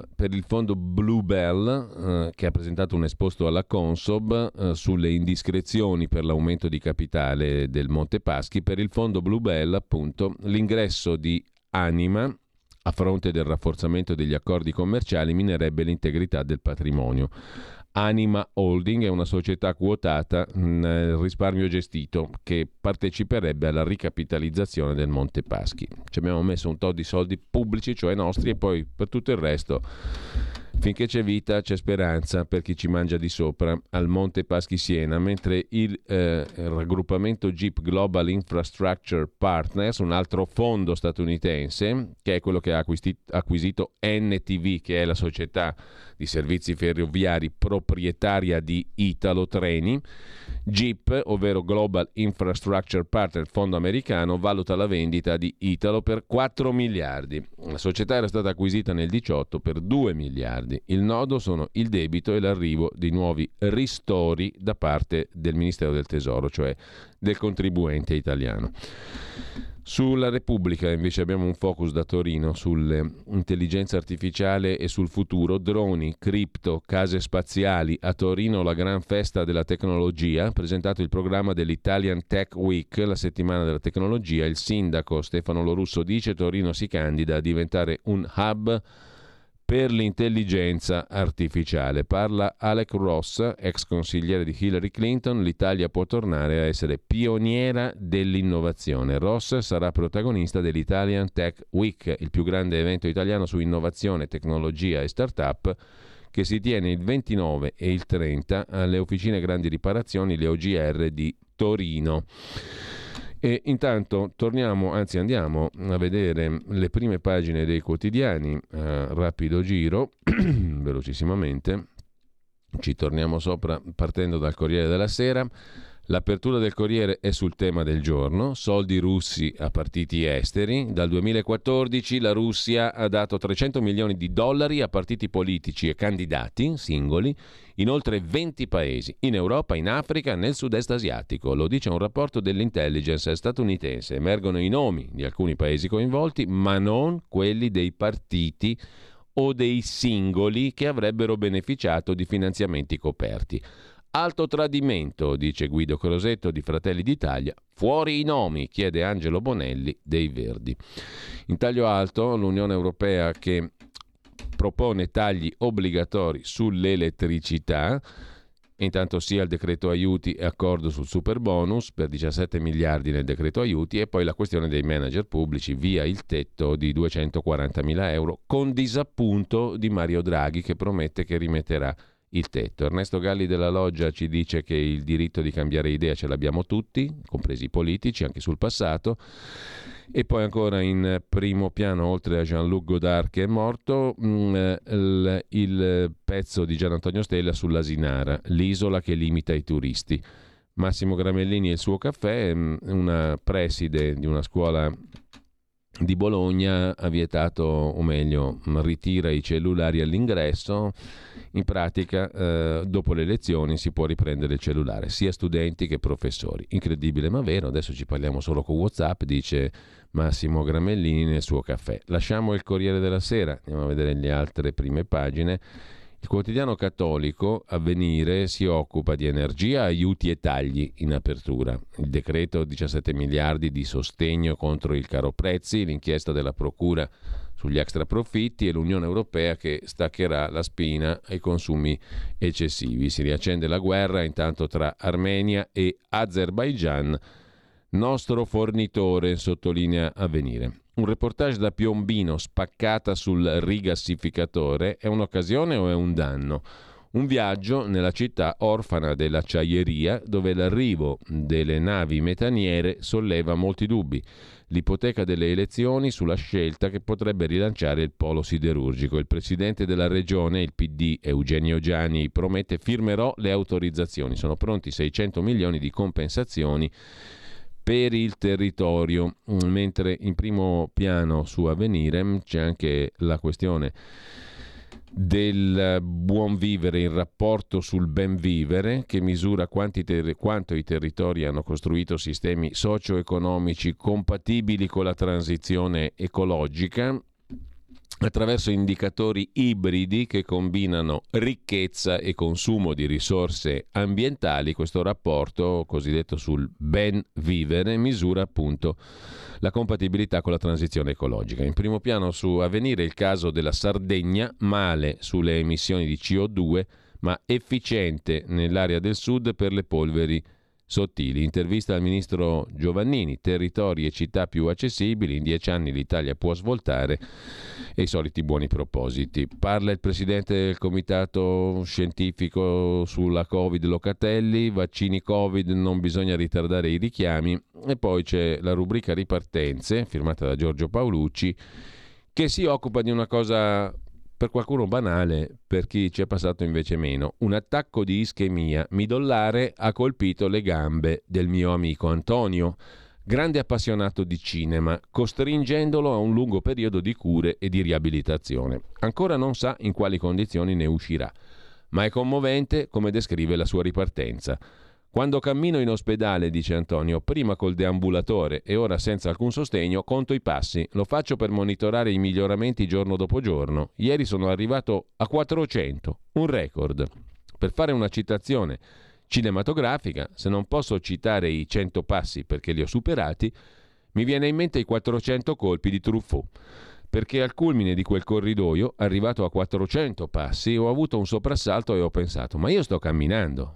Bluebell, che ha presentato un esposto alla Consob sulle indiscrezioni per l'aumento di capitale del Monte Paschi. Per il fondo Bluebell, appunto, l'ingresso di Anima, a fronte del rafforzamento degli accordi commerciali, minerebbe l'integrità del patrimonio. Anima Holding è una società quotata nel risparmio gestito che parteciperebbe alla ricapitalizzazione del Monte Paschi. Ci abbiamo messo un tot di soldi pubblici, cioè nostri, e poi per tutto il resto, finché c'è vita c'è speranza per chi ci mangia di sopra al Monte Paschi Siena, mentre il raggruppamento Jeep Global Infrastructure Partners, un altro fondo statunitense, che è quello che ha acquisito NTV, che è la società di servizi ferroviari proprietaria di Italo Treni, Jeep, ovvero Global Infrastructure Partner, fondo americano, valuta la vendita di Italo per 4 miliardi. La società era stata acquisita nel 2018 per 2 miliardi. Il nodo sono il debito e l'arrivo di nuovi ristori da parte del Ministero del Tesoro, cioè del contribuente italiano. Sulla Repubblica invece abbiamo un focus da Torino sull'intelligenza artificiale e sul futuro, droni, cripto, case spaziali. A Torino la gran festa della tecnologia, presentato il programma dell'Italian Tech Week, la settimana della tecnologia. Il sindaco Stefano Lorusso dice: Torino si candida a diventare un hub per l'intelligenza artificiale. Parla Alec Ross, ex consigliere di Hillary Clinton. L'Italia può tornare a essere pioniera dell'innovazione. Ross sarà protagonista dell'Italian Tech Week, il più grande evento italiano su innovazione, tecnologia e start-up, che si tiene il 29 e il 30 alle Officine Grandi Riparazioni, le OGR di Torino. E intanto andiamo a vedere le prime pagine dei quotidiani, rapido giro, velocissimamente, ci torniamo sopra partendo dal Corriere della Sera. L'apertura del Corriere è sul tema del giorno, soldi russi a partiti esteri. Dal 2014 la Russia ha dato 300 milioni di dollari a partiti politici e candidati singoli in oltre 20 paesi, in Europa, in Africa, nel sud-est asiatico. Lo dice un rapporto dell'intelligence statunitense. Emergono i nomi di alcuni paesi coinvolti, ma non quelli dei partiti o dei singoli che avrebbero beneficiato di finanziamenti coperti. Alto tradimento, dice Guido Crosetto di Fratelli d'Italia. Fuori i nomi, chiede Angelo Bonelli dei Verdi. In taglio alto, l'Unione Europea che propone tagli obbligatori sull'elettricità. Intanto sia il decreto aiuti e accordo sul super bonus per 17 miliardi nel decreto aiuti, e poi la questione dei manager pubblici, via il tetto di 240.000 euro, con disappunto di Mario Draghi, che promette che rimetterà il tetto. Ernesto Galli della Loggia ci dice che il diritto di cambiare idea ce l'abbiamo tutti, compresi i politici, anche sul passato. E poi ancora in primo piano, oltre a Jean-Luc Godard che è morto, il pezzo di Gian Antonio Stella sull'Asinara, l'isola che limita i turisti. Massimo Gramellini e il suo caffè, una preside di una scuola di Bologna ha vietato, o meglio ritira i cellulari all'ingresso. In pratica dopo le lezioni si può riprendere il cellulare, sia studenti che professori. Incredibile ma vero. Adesso ci parliamo solo con WhatsApp, dice Massimo Gramellini nel suo caffè. Lasciamo il Corriere della Sera, andiamo a vedere le altre prime pagine. Il quotidiano cattolico Avvenire si occupa di energia, aiuti e tagli in apertura. Il decreto 17 miliardi di sostegno contro il caro prezzi, l'inchiesta della procura sugli extraprofitti e l'Unione Europea che staccherà la spina ai consumi eccessivi. Si riaccende la guerra intanto tra Armenia e Azerbaigian Nostro fornitore, sottolinea Avvenire. Un reportage da Piombino spaccata sul rigassificatore è un'occasione o è un danno? Un viaggio nella città orfana dell'acciaieria, dove l'arrivo delle navi metaniere solleva molti dubbi. L'ipoteca delle elezioni sulla scelta che potrebbe rilanciare il polo siderurgico. Il presidente della regione, il PD, Eugenio Giani, promette: firmerò le autorizzazioni. Sono pronti 600 milioni di compensazioni per il territorio. Mentre in primo piano su Avvenire c'è anche la questione del buon vivere, il rapporto sul ben vivere, che misura quanto i territori hanno costruito sistemi socio-economici compatibili con la transizione ecologica attraverso indicatori ibridi che combinano ricchezza e consumo di risorse ambientali. Questo rapporto, cosiddetto sul ben vivere, misura appunto la compatibilità con la transizione ecologica. In primo piano su Avvenire il caso della Sardegna, male sulle emissioni di CO2, ma efficiente nell'area del sud per le polveri sottili. Intervista al ministro Giovannini: territori e città più accessibili, in 10 anni l'Italia può svoltare, e i soliti buoni propositi. Parla il presidente del comitato scientifico sulla Covid Locatelli: vaccini Covid, non bisogna ritardare i richiami. E poi c'è la rubrica ripartenze, firmata da Giorgio Paolucci, che si occupa di una cosa per qualcuno banale, per chi ci è passato invece meno. Un attacco di ischemia midollare ha colpito le gambe del mio amico Antonio, grande appassionato di cinema, costringendolo a un lungo periodo di cure e di riabilitazione. Ancora non sa in quali condizioni ne uscirà, ma è commovente come descrive la sua ripartenza. Quando cammino in ospedale, dice Antonio, prima col deambulatore e ora senza alcun sostegno, conto i passi. Lo faccio per monitorare i miglioramenti giorno dopo giorno. Ieri sono arrivato a 400, un record. Per fare una citazione cinematografica, se non posso citare i 100 passi perché li ho superati, mi viene in mente i 400 colpi di Truffaut. Perché al culmine di quel corridoio, arrivato a 400 passi, ho avuto un soprassalto e ho pensato: ma io sto camminando,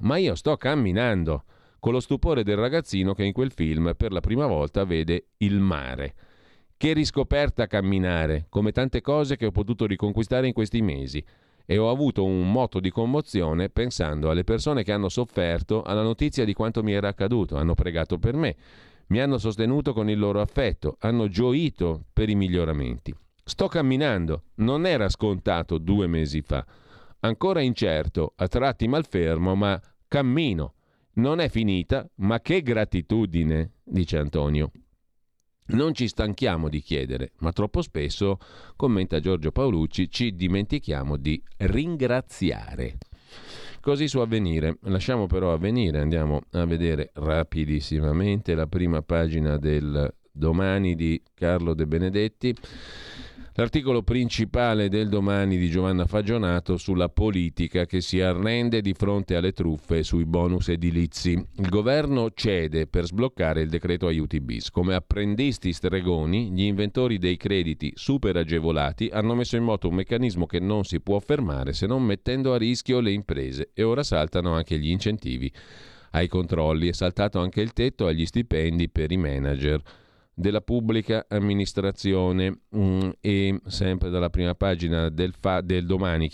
con lo stupore del ragazzino che in quel film per la prima volta vede il mare. Che riscoperta camminare, come tante cose che ho potuto riconquistare in questi mesi. E ho avuto un moto di commozione pensando alle persone che hanno sofferto alla notizia di quanto mi era accaduto, hanno pregato per me, mi hanno sostenuto con il loro affetto, hanno gioito per i miglioramenti. Sto camminando, non era scontato 2 mesi fa. Ancora incerto, a tratti malfermo, ma cammino. Non è finita, ma che gratitudine, dice Antonio. Non ci stanchiamo di chiedere, ma troppo spesso, commenta Giorgio Paolucci, ci dimentichiamo di ringraziare. Così su Avvenire. Lasciamo però Avvenire, andiamo a vedere rapidissimamente la prima pagina del Domani di Carlo De Benedetti. L'articolo principale del Domani di Giovanna Fagionato sulla politica che si arrende di fronte alle truffe sui bonus edilizi. Il governo cede per sbloccare il decreto aiuti bis. Come apprendisti stregoni, gli inventori dei crediti super agevolati hanno messo in moto un meccanismo che non si può fermare se non mettendo a rischio le imprese, e ora saltano anche gli incentivi ai controlli. È saltato anche il tetto agli stipendi per i manager della pubblica amministrazione. E sempre dalla prima pagina del Domani,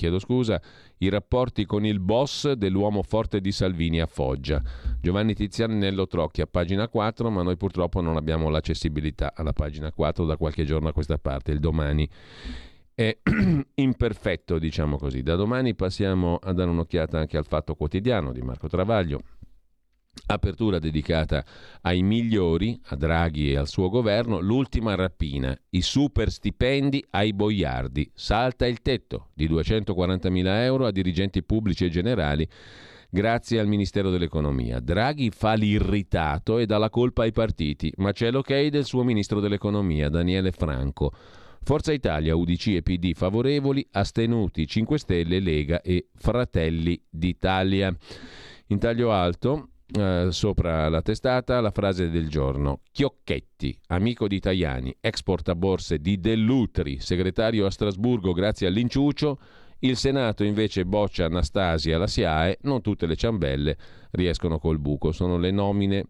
i rapporti con il boss dell'uomo forte di Salvini a Foggia. Giovanni Tizianello Trocchia, pagina 4, ma noi purtroppo non abbiamo l'accessibilità alla pagina 4 da qualche giorno a questa parte. Il Domani è imperfetto, diciamo così. Da Domani passiamo a dare un'occhiata anche al Fatto Quotidiano di Marco Travaglio. Apertura dedicata ai migliori, a Draghi e al suo governo. L'ultima rapina, i super stipendi ai boiardi. Salta il tetto di 240.000 euro a dirigenti pubblici e generali grazie al Ministero dell'Economia. Draghi fa l'irritato e dà la colpa ai partiti, ma c'è l'ok del suo Ministro dell'Economia, Daniele Franco. Forza Italia, UDC e PD favorevoli, astenuti 5 Stelle, Lega e Fratelli d'Italia. In taglio alto, sopra la testata, la frase del giorno: Chiocchetti, amico di Tajani, ex portaborse di Dell'Utri, segretario a Strasburgo grazie all'inciucio. Il Senato invece boccia Anastasia alla SIAE, non tutte le ciambelle riescono col buco. Sono le nomine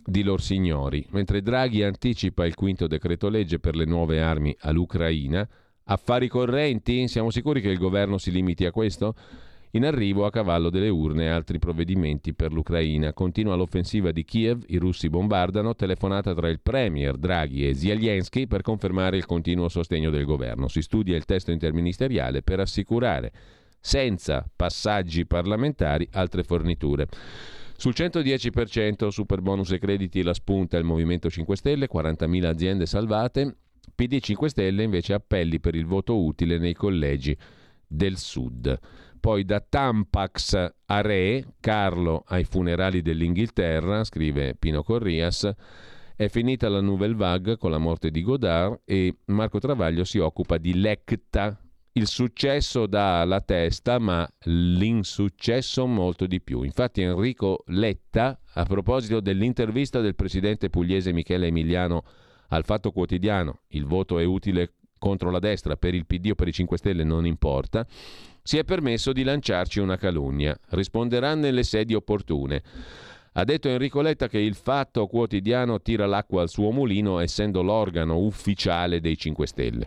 di lorsignori. Mentre Draghi anticipa il quinto decreto legge per le nuove armi all'Ucraina, affari correnti? Siamo sicuri che il governo si limiti a questo? In arrivo a cavallo delle urne altri provvedimenti per l'Ucraina. Continua l'offensiva di Kiev, i russi bombardano, telefonata tra il premier Draghi e Zelensky per confermare il continuo sostegno del governo. Si studia il testo interministeriale per assicurare, senza passaggi parlamentari, altre forniture. Sul 110% superbonus e crediti la spunta il Movimento 5 Stelle, 40.000 aziende salvate. PD 5 Stelle invece appelli per il voto utile nei collegi del Sud. Poi da Tampax a Re, Carlo ai funerali dell'Inghilterra, scrive Pino Corrias, è finita la Nouvelle Vague con la morte di Godard e Marco Travaglio si occupa di Letta. Il successo dà la testa, ma l'insuccesso molto di più. Infatti Enrico Letta, a proposito dell'intervista del presidente pugliese Michele Emiliano al Fatto Quotidiano, il voto è utile contro la destra, per il PD o per i 5 Stelle non importa, si è permesso di lanciarci una calunnia. Risponderà nelle sedi opportune. Ha detto Enrico Letta che il Fatto Quotidiano tira l'acqua al suo mulino essendo l'organo ufficiale dei 5 Stelle.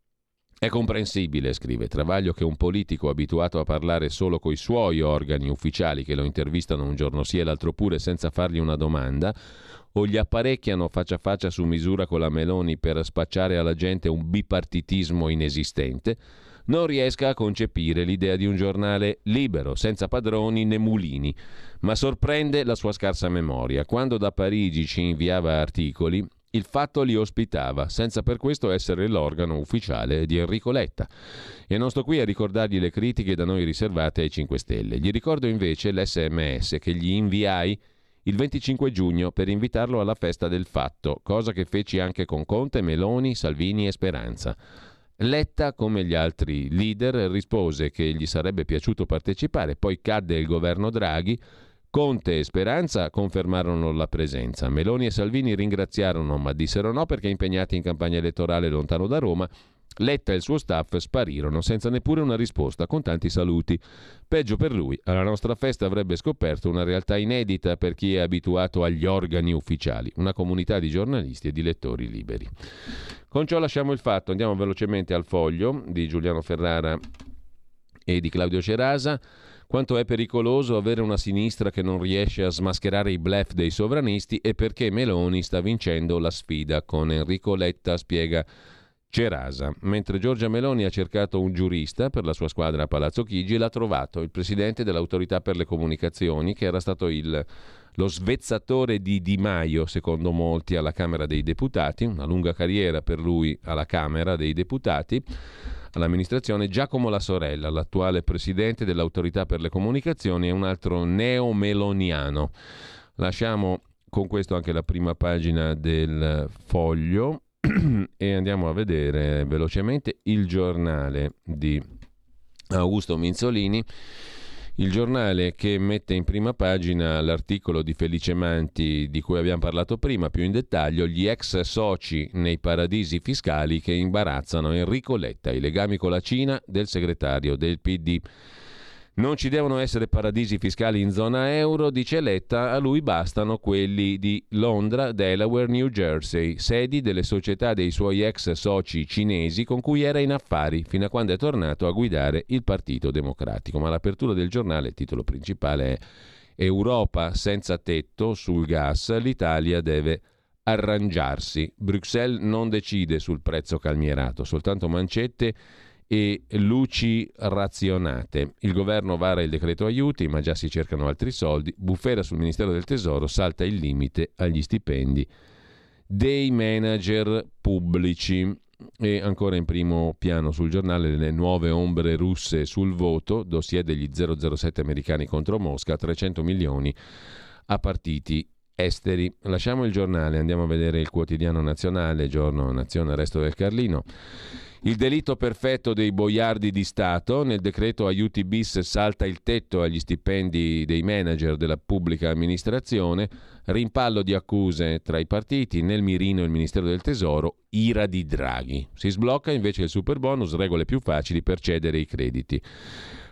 È comprensibile, scrive Travaglio, che un politico abituato a parlare solo coi suoi organi ufficiali che lo intervistano un giorno sì e l'altro pure senza fargli una domanda, o gli apparecchiano faccia a faccia su misura con la Meloni per spacciare alla gente un bipartitismo inesistente, non riesca a concepire l'idea di un giornale libero, senza padroni né mulini. Ma sorprende la sua scarsa memoria. Quando da Parigi ci inviava articoli, il Fatto li ospitava, senza per questo essere l'organo ufficiale di Enrico Letta. E non sto qui a ricordargli le critiche da noi riservate ai 5 Stelle. Gli ricordo invece l'SMS che gli inviai il 25 giugno per invitarlo alla festa del Fatto, cosa che feci anche con Conte, Meloni, Salvini e Speranza. Letta, come gli altri leader, rispose che gli sarebbe piaciuto partecipare, poi cadde il governo Draghi. Conte e Speranza confermarono la presenza. Meloni e Salvini ringraziarono, ma dissero no perché impegnati in campagna elettorale lontano da Roma. Letta e il suo staff sparirono senza neppure una risposta, con tanti saluti. Peggio per lui, alla nostra festa avrebbe scoperto una realtà inedita per chi è abituato agli organi ufficiali, una comunità di giornalisti e di lettori liberi. Con ciò lasciamo il Fatto, andiamo velocemente al Foglio di Giuliano Ferrara e di Claudio Cerasa. Quanto è pericoloso avere una sinistra che non riesce a smascherare i bluff dei sovranisti e perché Meloni sta vincendo la sfida con Enrico Letta, spiega Cerasa. Mentre Giorgia Meloni ha cercato un giurista per la sua squadra a Palazzo Chigi, l'ha trovato il presidente dell'Autorità per le Comunicazioni, che era stato lo svezzatore di Di Maio, secondo molti, alla Camera dei Deputati, una lunga carriera per lui alla Camera dei Deputati. All'amministrazione Giacomo La Sorella, l'attuale presidente dell'Autorità per le Comunicazioni, è un altro neomeloniano. Lasciamo con questo anche la prima pagina del Foglio e andiamo a vedere velocemente il giornale di Augusto Minzolini, il giornale che mette in prima pagina l'articolo di Felice Manti di cui abbiamo parlato prima più in dettaglio, gli ex soci nei paradisi fiscali che imbarazzano Enrico Letta, i legami con la Cina del segretario del PD. Non ci devono essere paradisi fiscali in zona euro, dice Letta, a lui bastano quelli di Londra, Delaware, New Jersey, sedi delle società dei suoi ex soci cinesi con cui era in affari fino a quando è tornato a guidare il Partito Democratico. Ma l'apertura del giornale, il titolo principale è Europa senza tetto sul gas, l'Italia deve arrangiarsi. Bruxelles non decide sul prezzo calmierato, soltanto mancette e luci razionate. Il governo vara il decreto aiuti, ma già si cercano altri soldi. Bufera sul Ministero del Tesoro, salta il limite agli stipendi dei manager pubblici. E ancora in primo piano sul giornale le nuove ombre russe sul voto, dossier degli 007 americani contro Mosca, 300 milioni a partiti esteri. Lasciamo il giornale, andiamo a vedere il Quotidiano Nazionale, Giorno, Nazione, Resto del Carlino. Il delitto perfetto dei boiardi di Stato. Nel decreto aiuti bis salta il tetto agli stipendi dei manager della pubblica amministrazione, rimpallo di accuse tra i partiti, nel mirino il Ministero del Tesoro, ira di Draghi. Si sblocca invece il superbonus, regole più facili per cedere i crediti.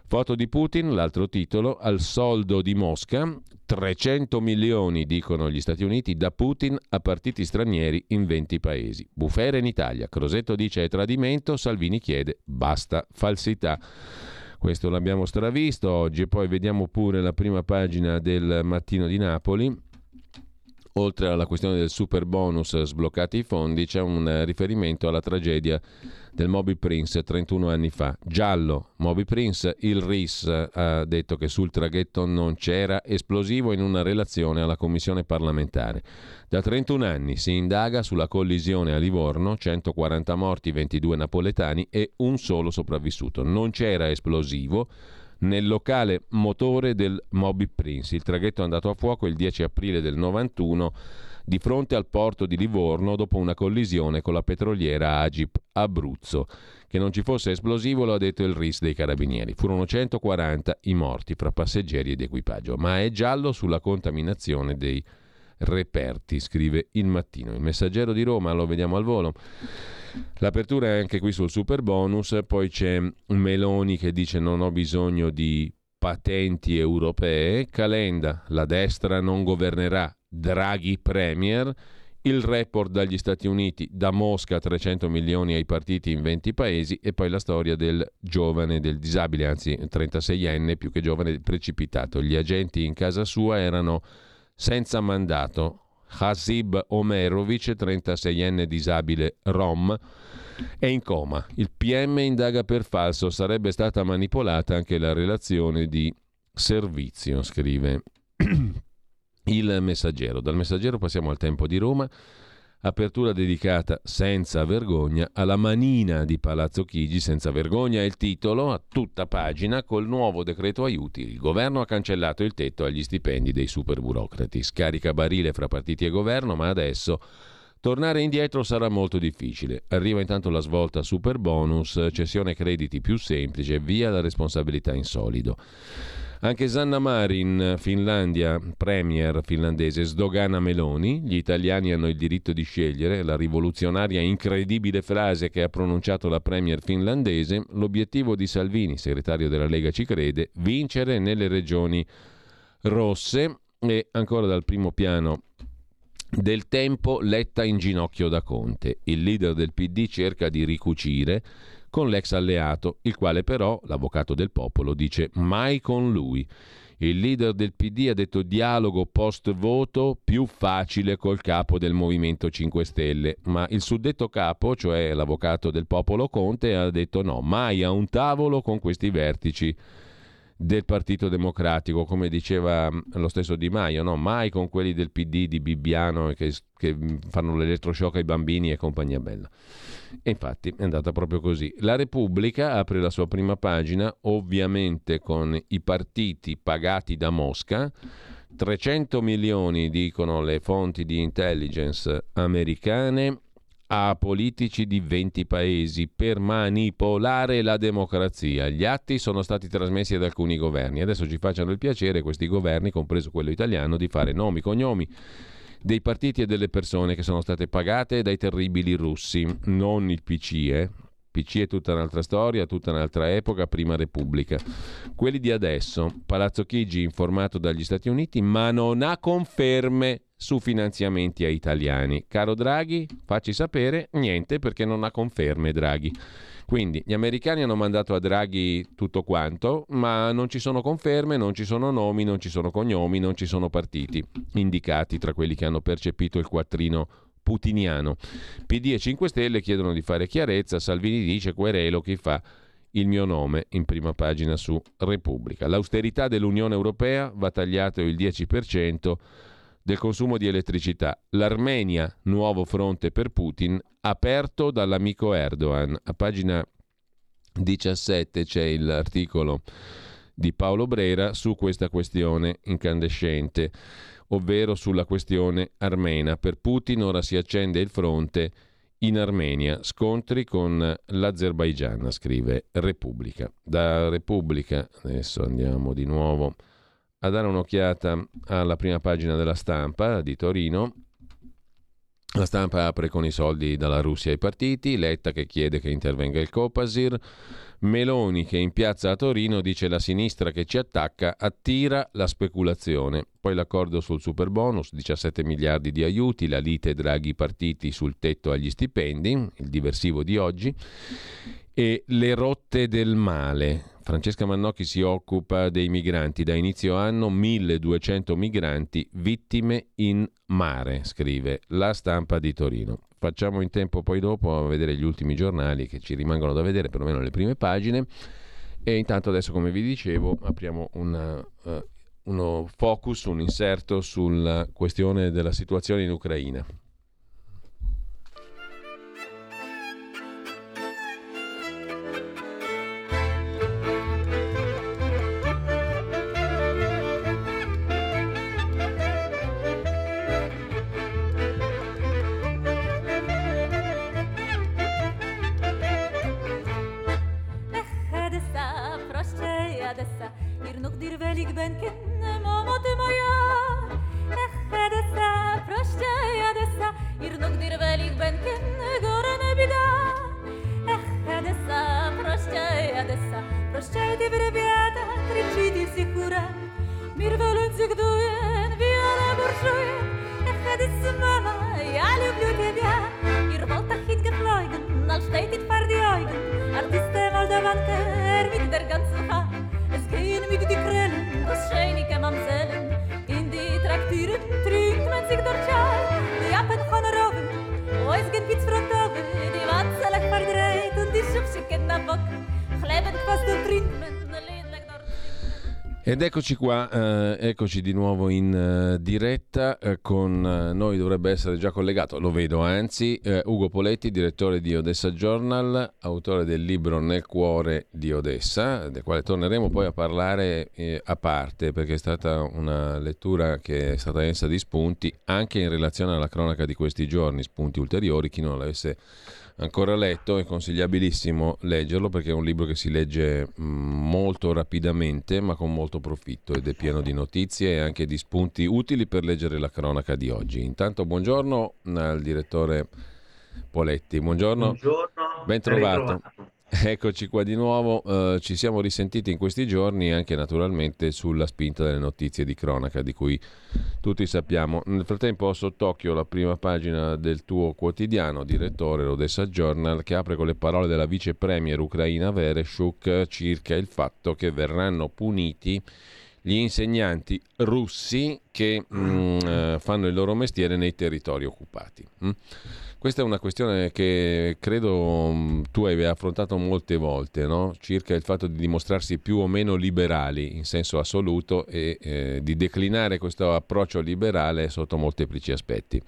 Foto di Putin, l'altro titolo, al soldo di Mosca, 300 milioni, dicono gli Stati Uniti, da Putin a partiti stranieri in 20 paesi. Bufera in Italia, Crosetto dice è tradimento, Salvini chiede basta falsità. Questo l'abbiamo stravisto oggi e poi vediamo pure la prima pagina del Mattino di Napoli. Oltre alla questione del super bonus sbloccati i fondi, c'è un riferimento alla tragedia del Moby Prince 31 anni fa. Giallo, Moby Prince, il RIS ha detto che sul traghetto non c'era esplosivo in una relazione alla commissione parlamentare. Da 31 anni si indaga sulla collisione a Livorno, 140 morti, 22 napoletani e un solo sopravvissuto. Non c'era esplosivo nel locale motore del Moby Prince. Il traghetto è andato a fuoco il 10 aprile del 91 di fronte al porto di Livorno dopo una collisione con la petroliera Agip Abruzzo. Che non ci fosse esplosivo lo ha detto il RIS dei Carabinieri. Furono 140 i morti fra passeggeri ed equipaggio, ma è giallo sulla contaminazione dei reperti, scrive Il Mattino. Il Messaggero di Roma, lo vediamo al volo. L'apertura è anche qui sul super bonus, poi c'è Meloni che dice non ho bisogno di patenti europee, Calenda, la destra non governerà, Draghi premier, il report dagli Stati Uniti, da Mosca 300 milioni ai partiti in 20 paesi e poi la storia del giovane, del disabile, anzi 36enne, più che giovane, precipitato. Gli agenti in casa sua erano senza mandato. Hasib Omerovic, 36enne disabile rom, è in coma. Il PM indaga per falso, sarebbe stata manipolata anche la relazione di servizio, scrive il Messaggero. Dal Messaggero passiamo al Tempo di Roma. Apertura dedicata senza vergogna alla manina di Palazzo Chigi. Senza vergogna è il titolo, a tutta pagina. Col nuovo decreto aiuti il governo ha cancellato il tetto agli stipendi dei super burocrati. Scarica barile fra partiti e governo, ma adesso tornare indietro sarà molto difficile. Arriva intanto la svolta super bonus, cessione crediti più semplice, via la responsabilità in solido. Anche Sanna Marin, Finlandia, premier finlandese, sdogana Meloni. Gli italiani hanno il diritto di scegliere, la rivoluzionaria incredibile frase che ha pronunciato la premier finlandese. L'obiettivo di Salvini, segretario della Lega ci crede, vincere nelle regioni rosse. E ancora dal primo piano del Tempo, Letta in ginocchio da Conte. Il leader del PD cerca di ricucire con l'ex alleato, il quale però, l'avvocato del popolo, dice mai con lui. Il leader del PD ha detto dialogo post-voto più facile col capo del Movimento 5 Stelle, ma il suddetto capo, cioè l'avvocato del popolo Conte, ha detto no, mai a un tavolo con questi vertici del Partito Democratico, come diceva lo stesso Di Maio, no? Mai con quelli del PD di Bibbiano che fanno l'elettroshock ai bambini e compagnia bella. E infatti è andata proprio così. La Repubblica apre la sua prima pagina, ovviamente con i partiti pagati da Mosca. 300 milioni, dicono le fonti di intelligence americane, a politici di 20 paesi per manipolare la democrazia. Gli atti sono stati trasmessi ad alcuni governi. Adesso ci facciano il piacere, questi governi, compreso quello italiano, di fare nomi, cognomi dei partiti e delle persone che sono state pagate dai terribili russi. Non il PC, PC è tutta un'altra storia, tutta un'altra epoca, prima Repubblica. Quelli di adesso, Palazzo Chigi informato dagli Stati Uniti, ma non ha conferme su finanziamenti ai italiani. Caro Draghi, facci sapere, niente, perché non ha conferme Draghi. Quindi gli americani hanno mandato a Draghi tutto quanto, ma non ci sono conferme, non ci sono nomi, non ci sono cognomi, non ci sono partiti indicati tra quelli che hanno percepito il quattrino putiniano. PD e 5 Stelle chiedono di fare chiarezza. Salvini dice querelo chi fa il mio nome, in prima pagina su Repubblica. L'austerità dell'Unione Europea, va tagliato il 10% del consumo di elettricità. L'Armenia, nuovo fronte per Putin, aperto dall'amico Erdogan. A pagina 17 c'è l'articolo di Paolo Brera su questa questione incandescente, ovvero sulla questione armena. Per Putin ora si accende il fronte in Armenia, scontri con l'Azerbaigian, scrive Repubblica. Da Repubblica adesso andiamo di nuovo a dare un'occhiata alla prima pagina della Stampa di Torino. La Stampa apre con i soldi dalla Russia ai partiti, Letta che chiede che intervenga il Copasir, Meloni che in piazza a Torino dice la sinistra che ci attacca attira la speculazione. Poi l'accordo sul superbonus, 17 miliardi di aiuti, la lite Draghi-partiti sul tetto agli stipendi, il diversivo di oggi, e le rotte del male. Francesca Mannocchi si occupa dei migranti. Da inizio anno 1200 migranti vittime in mare, scrive La Stampa di Torino. Facciamo in tempo poi dopo a vedere gli ultimi giornali che ci rimangono da vedere, perlomeno le prime pagine. E intanto adesso, come vi dicevo, apriamo uno focus, un inserto sulla questione della situazione in Ucraina. Ed eccoci qua, eccoci di nuovo in diretta, con noi dovrebbe essere già collegato, lo vedo anzi, Ugo Poletti, direttore di Odessa Journal, autore del libro Nel cuore di Odessa, del quale torneremo poi a parlare a parte, perché è stata una lettura che è stata densa di spunti, anche in relazione alla cronaca di questi giorni, spunti ulteriori. Chi non l'avesse ancora letto è consigliabilissimo leggerlo, perché è un libro che si legge molto rapidamente ma con molto profitto, ed è pieno di notizie e anche di spunti utili per leggere la cronaca di oggi. Intanto al direttore Poletti. Buongiorno. Ben trovato. Eccoci qua di nuovo, ci siamo risentiti in questi giorni anche naturalmente sulla spinta delle notizie di cronaca di cui tutti sappiamo. Nel frattempo ho sott'occhio la prima pagina del tuo quotidiano, direttore, l'Odessa Journal, che apre con le parole della vice premier ucraina Vereshchuk circa il fatto che verranno puniti gli insegnanti russi che fanno il loro mestiere nei territori occupati. Questa è una questione che credo tu hai affrontato molte volte, no? Circa il fatto di dimostrarsi più o meno liberali in senso assoluto e di declinare questo approccio liberale sotto molteplici aspetti.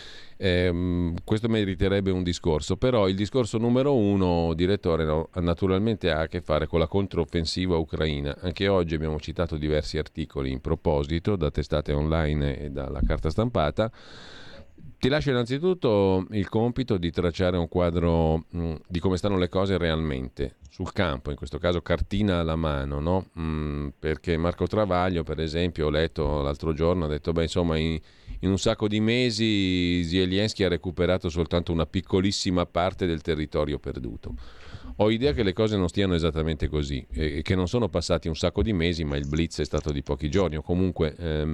Questo meriterebbe un discorso, però il discorso numero uno, direttore, naturalmente ha a che fare con la controffensiva ucraina. Anche oggi abbiamo citato diversi articoli in proposito da testate online e dalla carta stampata. Ti lascio innanzitutto il compito di tracciare un quadro di come stanno le cose realmente sul campo, in questo caso cartina alla mano, no? Perché Marco Travaglio, per esempio, ho letto l'altro giorno, ha detto in un sacco di mesi Zelensky ha recuperato soltanto una piccolissima parte del territorio perduto. Ho idea che le cose non stiano esattamente così e che non sono passati un sacco di mesi, ma il blitz è stato di pochi giorni, o comunque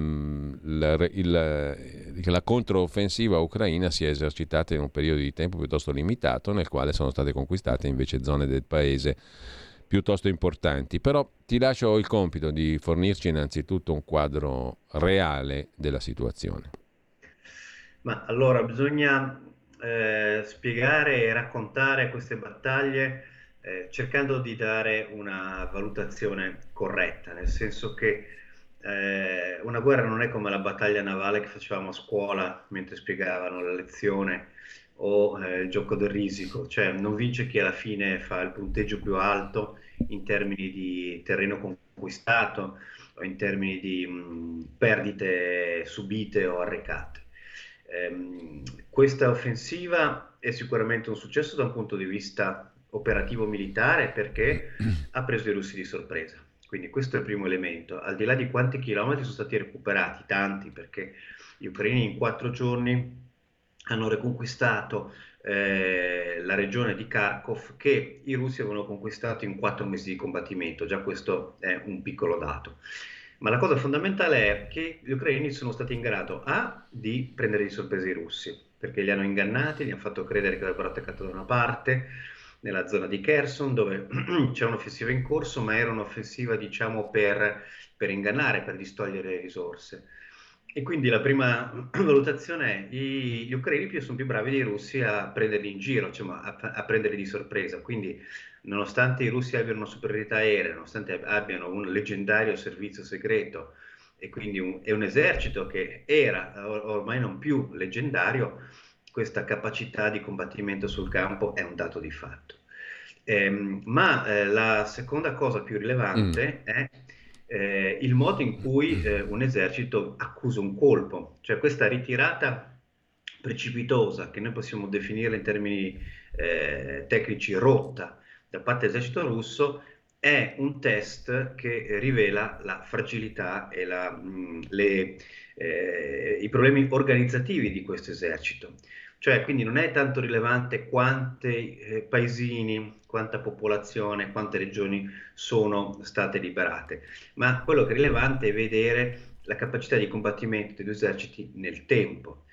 la controffensiva ucraina si è esercitata in un periodo di tempo piuttosto limitato, nel quale sono state conquistate invece zone del paese piuttosto importanti. Però ti lascio il compito di fornirci innanzitutto un quadro reale della situazione. Ma allora bisogna spiegare e raccontare queste battaglie cercando di dare una valutazione corretta, nel senso che una guerra non è come la battaglia navale che facevamo a scuola mentre spiegavano la lezione o il gioco del risico, cioè non vince chi alla fine fa il punteggio più alto in termini di terreno conquistato o in termini di perdite subite o arrecate. Questa offensiva è sicuramente un successo da un punto di vista operativo militare, perché ha preso i russi di sorpresa. Quindi questo è il primo elemento. Al di là di quanti chilometri sono stati recuperati, tanti, perché gli ucraini in 4 giorni hanno riconquistato la regione di Kharkov, che i russi avevano conquistato in 4 mesi di combattimento. Già questo è un piccolo dato. Ma la cosa fondamentale è che gli ucraini sono stati in grado di prendere di sorpresa i russi, perché li hanno ingannati, gli hanno fatto credere che avrebbero attaccato da una parte, nella zona di Kherson, dove c'è un'offensiva in corso, ma era un'offensiva, diciamo, per ingannare, per distogliere le risorse. E quindi la prima valutazione è gli ucraini sono più bravi dei russi a prenderli in giro, cioè, a prenderli di sorpresa. Quindi, nonostante i russi abbiano una superiorità aerea, nonostante abbiano un leggendario servizio segreto e quindi è un esercito che era ormai non più leggendario, questa capacità di combattimento sul campo è un dato di fatto. La seconda cosa più rilevante è il modo in cui un esercito accusa un colpo, cioè questa ritirata precipitosa, che noi possiamo definire in termini tecnici rotta, da parte dell'esercito russo, è un test che rivela la fragilità e i problemi organizzativi di questo esercito. Cioè, quindi non è tanto rilevante quanti paesini, quanta popolazione, quante regioni sono state liberate, ma quello che è rilevante è vedere la capacità di combattimento dei due eserciti nel tempo,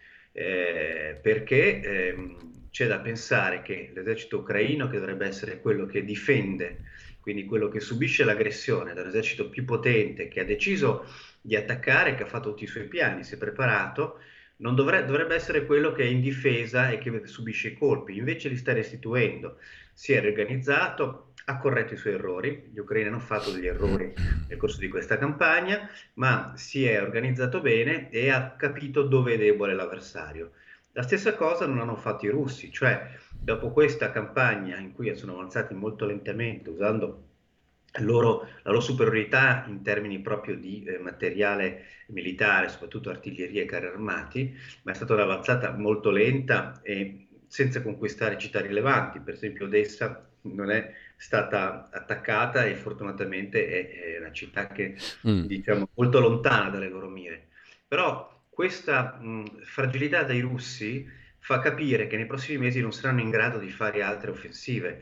perché c'è da pensare che l'esercito ucraino, che dovrebbe essere quello che difende, quindi quello che subisce l'aggressione dall'esercito più potente, che ha deciso di attaccare, che ha fatto tutti i suoi piani, si è preparato, non dovrebbe essere quello che è in difesa e che subisce i colpi, invece li sta restituendo, si è riorganizzato, ha corretto i suoi errori, gli ucraini hanno fatto degli errori nel corso di questa campagna, ma si è organizzato bene e ha capito dove è debole l'avversario. La stessa cosa non hanno fatto i russi, cioè dopo questa campagna in cui sono avanzati molto lentamente, usando la loro superiorità in termini proprio di materiale militare, soprattutto artiglieria e carri armati, ma è stata un'avanzata molto lenta e senza conquistare città rilevanti. Per esempio Odessa non è stata attaccata e fortunatamente è una città che diciamo molto lontana dalle loro mire. Però questa fragilità dei russi fa capire che nei prossimi mesi non saranno in grado di fare altre offensive.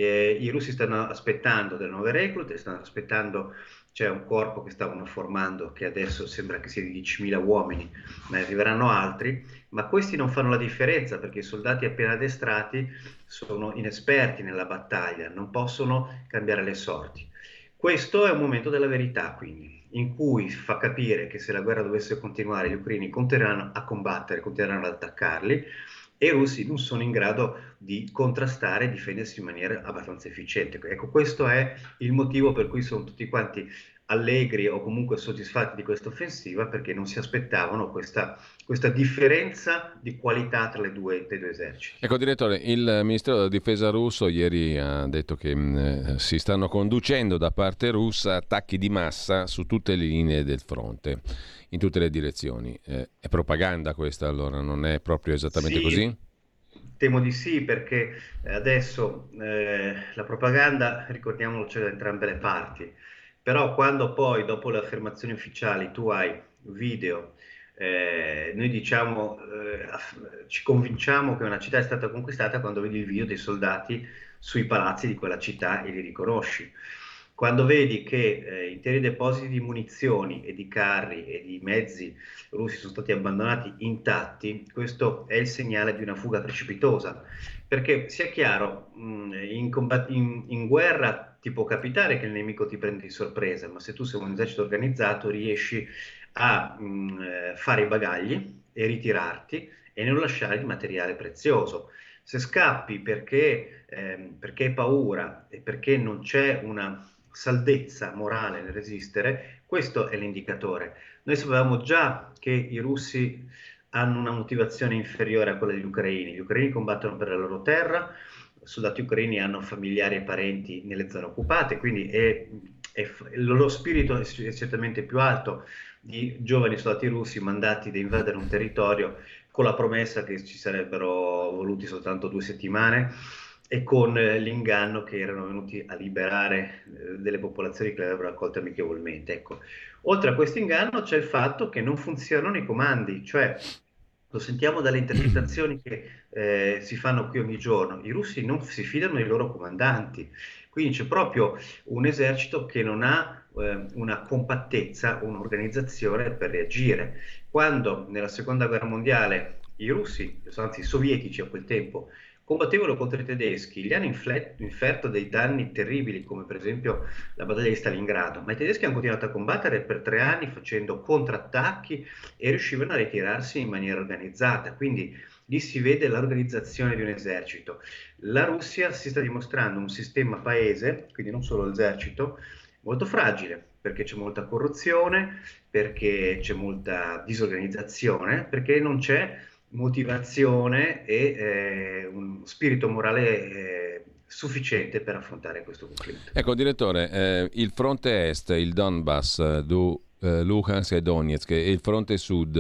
I russi stanno aspettando delle nuove reclute, stanno aspettando, c'è un corpo che stavano formando che adesso sembra che sia di 10.000 uomini, ma arriveranno altri, ma questi non fanno la differenza perché i soldati appena addestrati sono inesperti nella battaglia, non possono cambiare le sorti. Questo è un momento della verità, quindi, in cui fa capire che se la guerra dovesse continuare, gli ucraini continueranno a combattere, continueranno ad attaccarli, e i russi non sono in grado di contrastare e difendersi in maniera abbastanza efficiente. Ecco, questo è il motivo per cui sono tutti quanti allegri o comunque soddisfatti di questa offensiva, perché non si aspettavano questa differenza di qualità tra dei due eserciti. Ecco, direttore, il Ministero della Difesa russo ieri ha detto che si stanno conducendo da parte russa attacchi di massa su tutte le linee del fronte, in tutte le direzioni. È propaganda questa, allora? Non è proprio esattamente così? Temo di sì, perché adesso la propaganda, ricordiamolo, c'è da entrambe le parti. Però quando poi, dopo le affermazioni ufficiali, tu hai video, noi diciamo, ci convinciamo che una città è stata conquistata quando vedi il video dei soldati sui palazzi di quella città e li riconosci. Quando vedi che interi depositi di munizioni e di carri e di mezzi russi sono stati abbandonati intatti, questo è il segnale di una fuga precipitosa. Perché sia chiaro, in guerra ti può capitare che il nemico ti prende di sorpresa, ma se tu sei un esercito organizzato riesci a fare i bagagli e ritirarti e non lasciare il materiale prezioso. Se scappi perché hai paura e perché non c'è una saldezza morale nel resistere, questo è l'indicatore. Noi sapevamo già che i russi hanno una motivazione inferiore a quella degli ucraini. Gli ucraini combattono per la loro terra, i soldati ucraini hanno familiari e parenti nelle zone occupate, quindi il loro spirito è certamente più alto di giovani soldati russi mandati da invadere un territorio con la promessa che ci sarebbero voluti soltanto 2 settimane e con l'inganno che erano venuti a liberare delle popolazioni che le avrebbero accolte amichevolmente. Ecco. Oltre a questo inganno c'è il fatto che non funzionano i comandi, cioè lo sentiamo dalle intercettazioni che si fanno qui ogni giorno, i russi non si fidano dei loro comandanti, quindi c'è proprio un esercito che non ha una compattezza, un'organizzazione per reagire. Quando nella seconda guerra mondiale i russi, anzi i sovietici a quel tempo, combattevano contro i tedeschi, gli hanno inferto dei danni terribili, come per esempio la battaglia di Stalingrado, ma i tedeschi hanno continuato a combattere per 3 anni facendo contrattacchi e riuscivano a ritirarsi in maniera organizzata, quindi lì si vede l'organizzazione di un esercito. La Russia si sta dimostrando un sistema paese, quindi non solo l'esercito, molto fragile, perché c'è molta corruzione, perché c'è molta disorganizzazione, perché non c'è motivazione e un spirito morale sufficiente per affrontare questo conflitto. Ecco, direttore, il fronte est, il Donbass, Luhansk e Donetsk, e il fronte sud,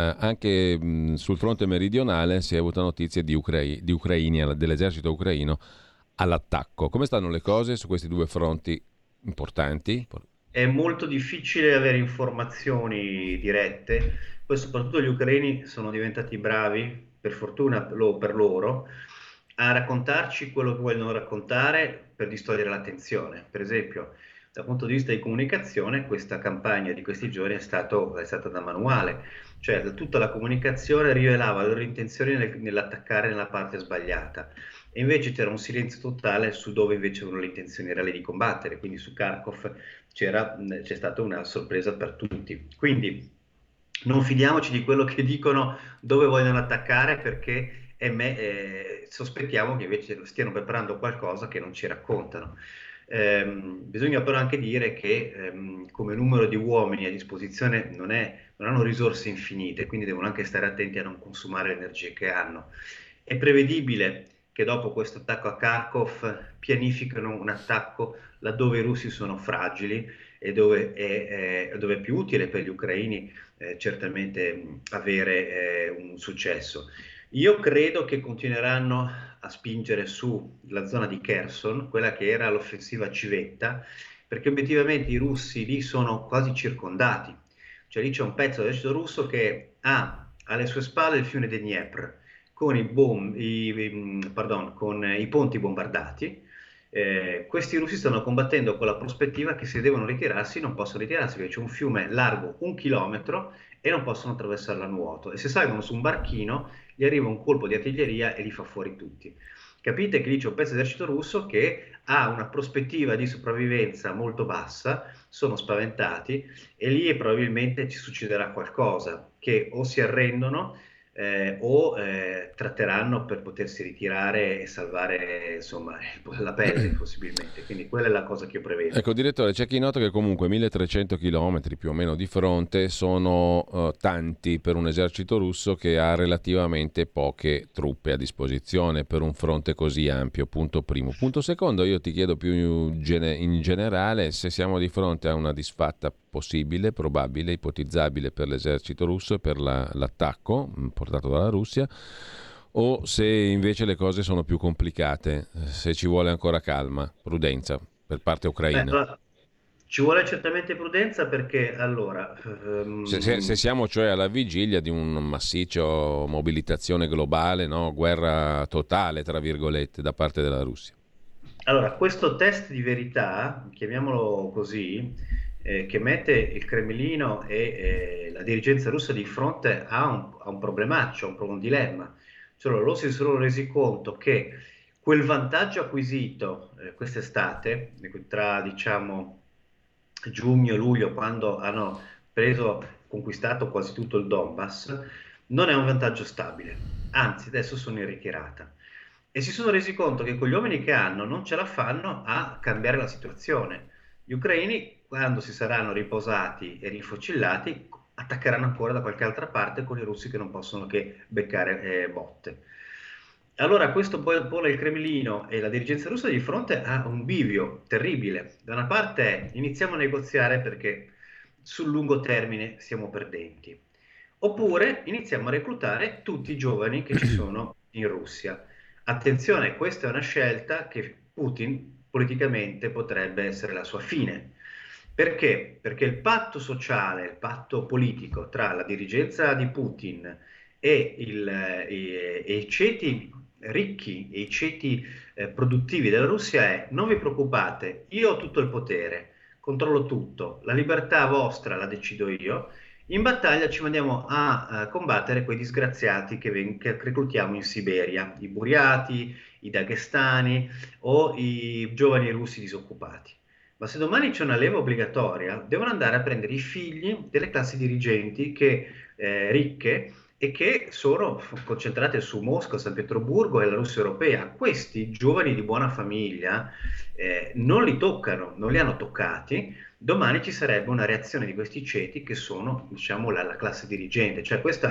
anche sul fronte meridionale si è avuta notizia di ucraini, dell'esercito ucraino all'attacco. Come stanno le cose su questi due fronti importanti? È molto difficile avere informazioni dirette, poi soprattutto gli ucraini sono diventati bravi, per fortuna per loro, a raccontarci quello che vogliono raccontare per distogliere l'attenzione. Per esempio, dal punto di vista di comunicazione, questa campagna di questi giorni è stata da manuale, cioè tutta la comunicazione rivelava le loro intenzioni nell'attaccare nella parte sbagliata. E invece c'era un silenzio totale su dove invece avevano l'intenzione reale di combattere, quindi su Kharkov c'è stata una sorpresa per tutti. Quindi non fidiamoci di quello che dicono dove vogliono attaccare, perché sospettiamo che invece stiano preparando qualcosa che non ci raccontano. Bisogna però anche dire che come numero di uomini a disposizione non hanno risorse infinite, quindi devono anche stare attenti a non consumare le energie che hanno. È prevedibile che dopo questo attacco a Kharkov pianificano un attacco laddove i russi sono fragili e dove è più utile per gli ucraini certamente avere un successo. Io credo che continueranno a spingere sulla zona di Kherson, quella che era l'offensiva civetta, perché obiettivamente i russi lì sono quasi circondati, cioè lì c'è un pezzo dell'esercito russo che ha alle sue spalle il fiume Dniepr, con i ponti bombardati. Questi russi stanno combattendo con la prospettiva che se devono ritirarsi non possono ritirarsi, perché c'è un fiume largo 1 chilometro e non possono attraversarlo a nuoto, e se salgono su un barchino gli arriva un colpo di artiglieria e li fa fuori tutti. Capite che lì c'è un pezzo dell'esercito russo che ha una prospettiva di sopravvivenza molto bassa, sono spaventati e lì probabilmente ci succederà qualcosa, che o si arrendono o tratteranno per potersi ritirare e salvare insomma la pelle possibilmente, quindi quella è la cosa che io prevedo. Ecco, direttore, c'è chi nota che comunque 1300 km più o meno di fronte sono tanti per un esercito russo che ha relativamente poche truppe a disposizione per un fronte così ampio, punto primo. Punto secondo, io ti chiedo più in generale se siamo di fronte a una disfatta possibile, probabile, ipotizzabile per l'esercito russo e per l'attacco portato dalla Russia, o se invece le cose sono più complicate, se ci vuole ancora calma, prudenza per parte ucraina. Ci vuole certamente prudenza, perché allora se siamo cioè alla vigilia di un massiccio mobilitazione globale, no? Guerra totale tra virgolette da parte della Russia. Allora, questo test di verità, chiamiamolo così, che mette il Cremlino e la dirigenza russa di fronte a un problemaccio, un dilemma. Cioè, loro si sono resi conto che quel vantaggio acquisito quest'estate, tra diciamo giugno e luglio, quando hanno conquistato quasi tutto il Donbass, non è un vantaggio stabile, anzi adesso sono in ritirata. E si sono resi conto che con gli uomini che hanno non ce la fanno a cambiare la situazione. Gli ucraini, quando si saranno riposati e rifocillati, attaccheranno ancora da qualche altra parte con i russi che non possono che beccare botte. Allora questo pone il Cremlino e la dirigenza russa di fronte a un bivio terribile. Da una parte iniziamo a negoziare perché sul lungo termine siamo perdenti, oppure iniziamo a reclutare tutti i giovani che ci sono in Russia. Attenzione, questa è una scelta che Putin politicamente potrebbe essere la sua fine. Perché? Perché il patto sociale, il patto politico tra la dirigenza di Putin e i ceti ricchi e i ceti produttivi della Russia è: non vi preoccupate, io ho tutto il potere, controllo tutto, la libertà vostra la decido io, in battaglia ci mandiamo a combattere quei disgraziati che reclutiamo in Siberia, i buriati, i daghestani o i giovani russi disoccupati. Ma se domani c'è una leva obbligatoria, devono andare a prendere i figli delle classi dirigenti ricche e che sono concentrate su Mosca, San Pietroburgo e la Russia europea. Questi giovani di buona famiglia non li toccano, non li hanno toccati. Domani ci sarebbe una reazione di questi ceti che sono, diciamo, la classe dirigente. Cioè questa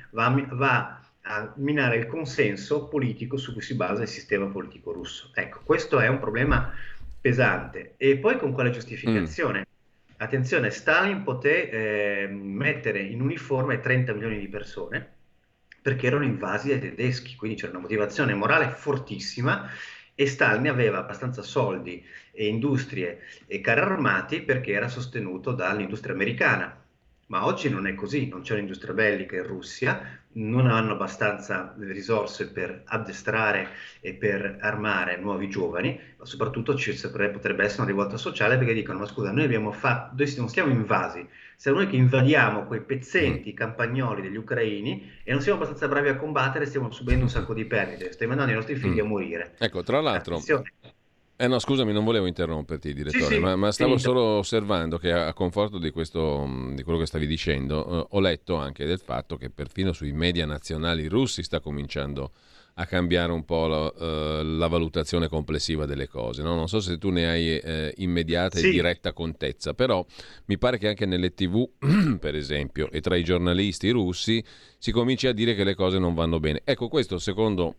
va a minare il consenso politico su cui si basa il sistema politico russo. Ecco, questo è un problema pesante. E poi con quale giustificazione? Attenzione, Stalin poté mettere in uniforme 30 milioni di persone perché erano invasi dai tedeschi, quindi c'era una motivazione morale fortissima e Stalin aveva abbastanza soldi e industrie e carri armati perché era sostenuto dall'industria americana. Ma oggi non è così, non c'è un'industria bellica in Russia, non hanno abbastanza risorse per addestrare e per armare nuovi giovani, ma soprattutto potrebbe essere una rivolta sociale perché dicono: ma scusa, noi non siamo invasi, siamo noi che invadiamo quei pezzenti campagnoli degli ucraini e non siamo abbastanza bravi a combattere, stiamo subendo un sacco di perdite, stiamo mandando i nostri figli a morire. Ecco, tra l'altro... Attenzione. No, scusami, non volevo interromperti, direttore, Sì, ma stavo finito. solo osservando che a conforto di quello che stavi dicendo, ho letto anche del fatto che perfino sui media nazionali russi sta cominciando a cambiare un po' la valutazione complessiva delle cose, no? Non so se tu ne hai immediata e diretta contezza, però mi pare che anche nelle TV, per esempio, e tra i giornalisti russi si cominci a dire che le cose non vanno bene. Ecco, questo secondo...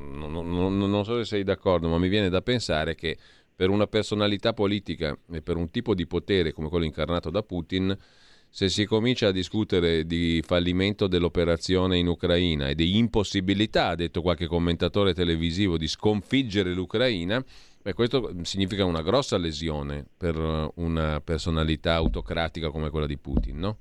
Non so se sei d'accordo, ma mi viene da pensare che per una personalità politica e per un tipo di potere come quello incarnato da Putin, se si comincia a discutere di fallimento dell'operazione in Ucraina e di impossibilità, ha detto qualche commentatore televisivo, di sconfiggere l'Ucraina, questo significa una grossa lesione per una personalità autocratica come quella di Putin, no?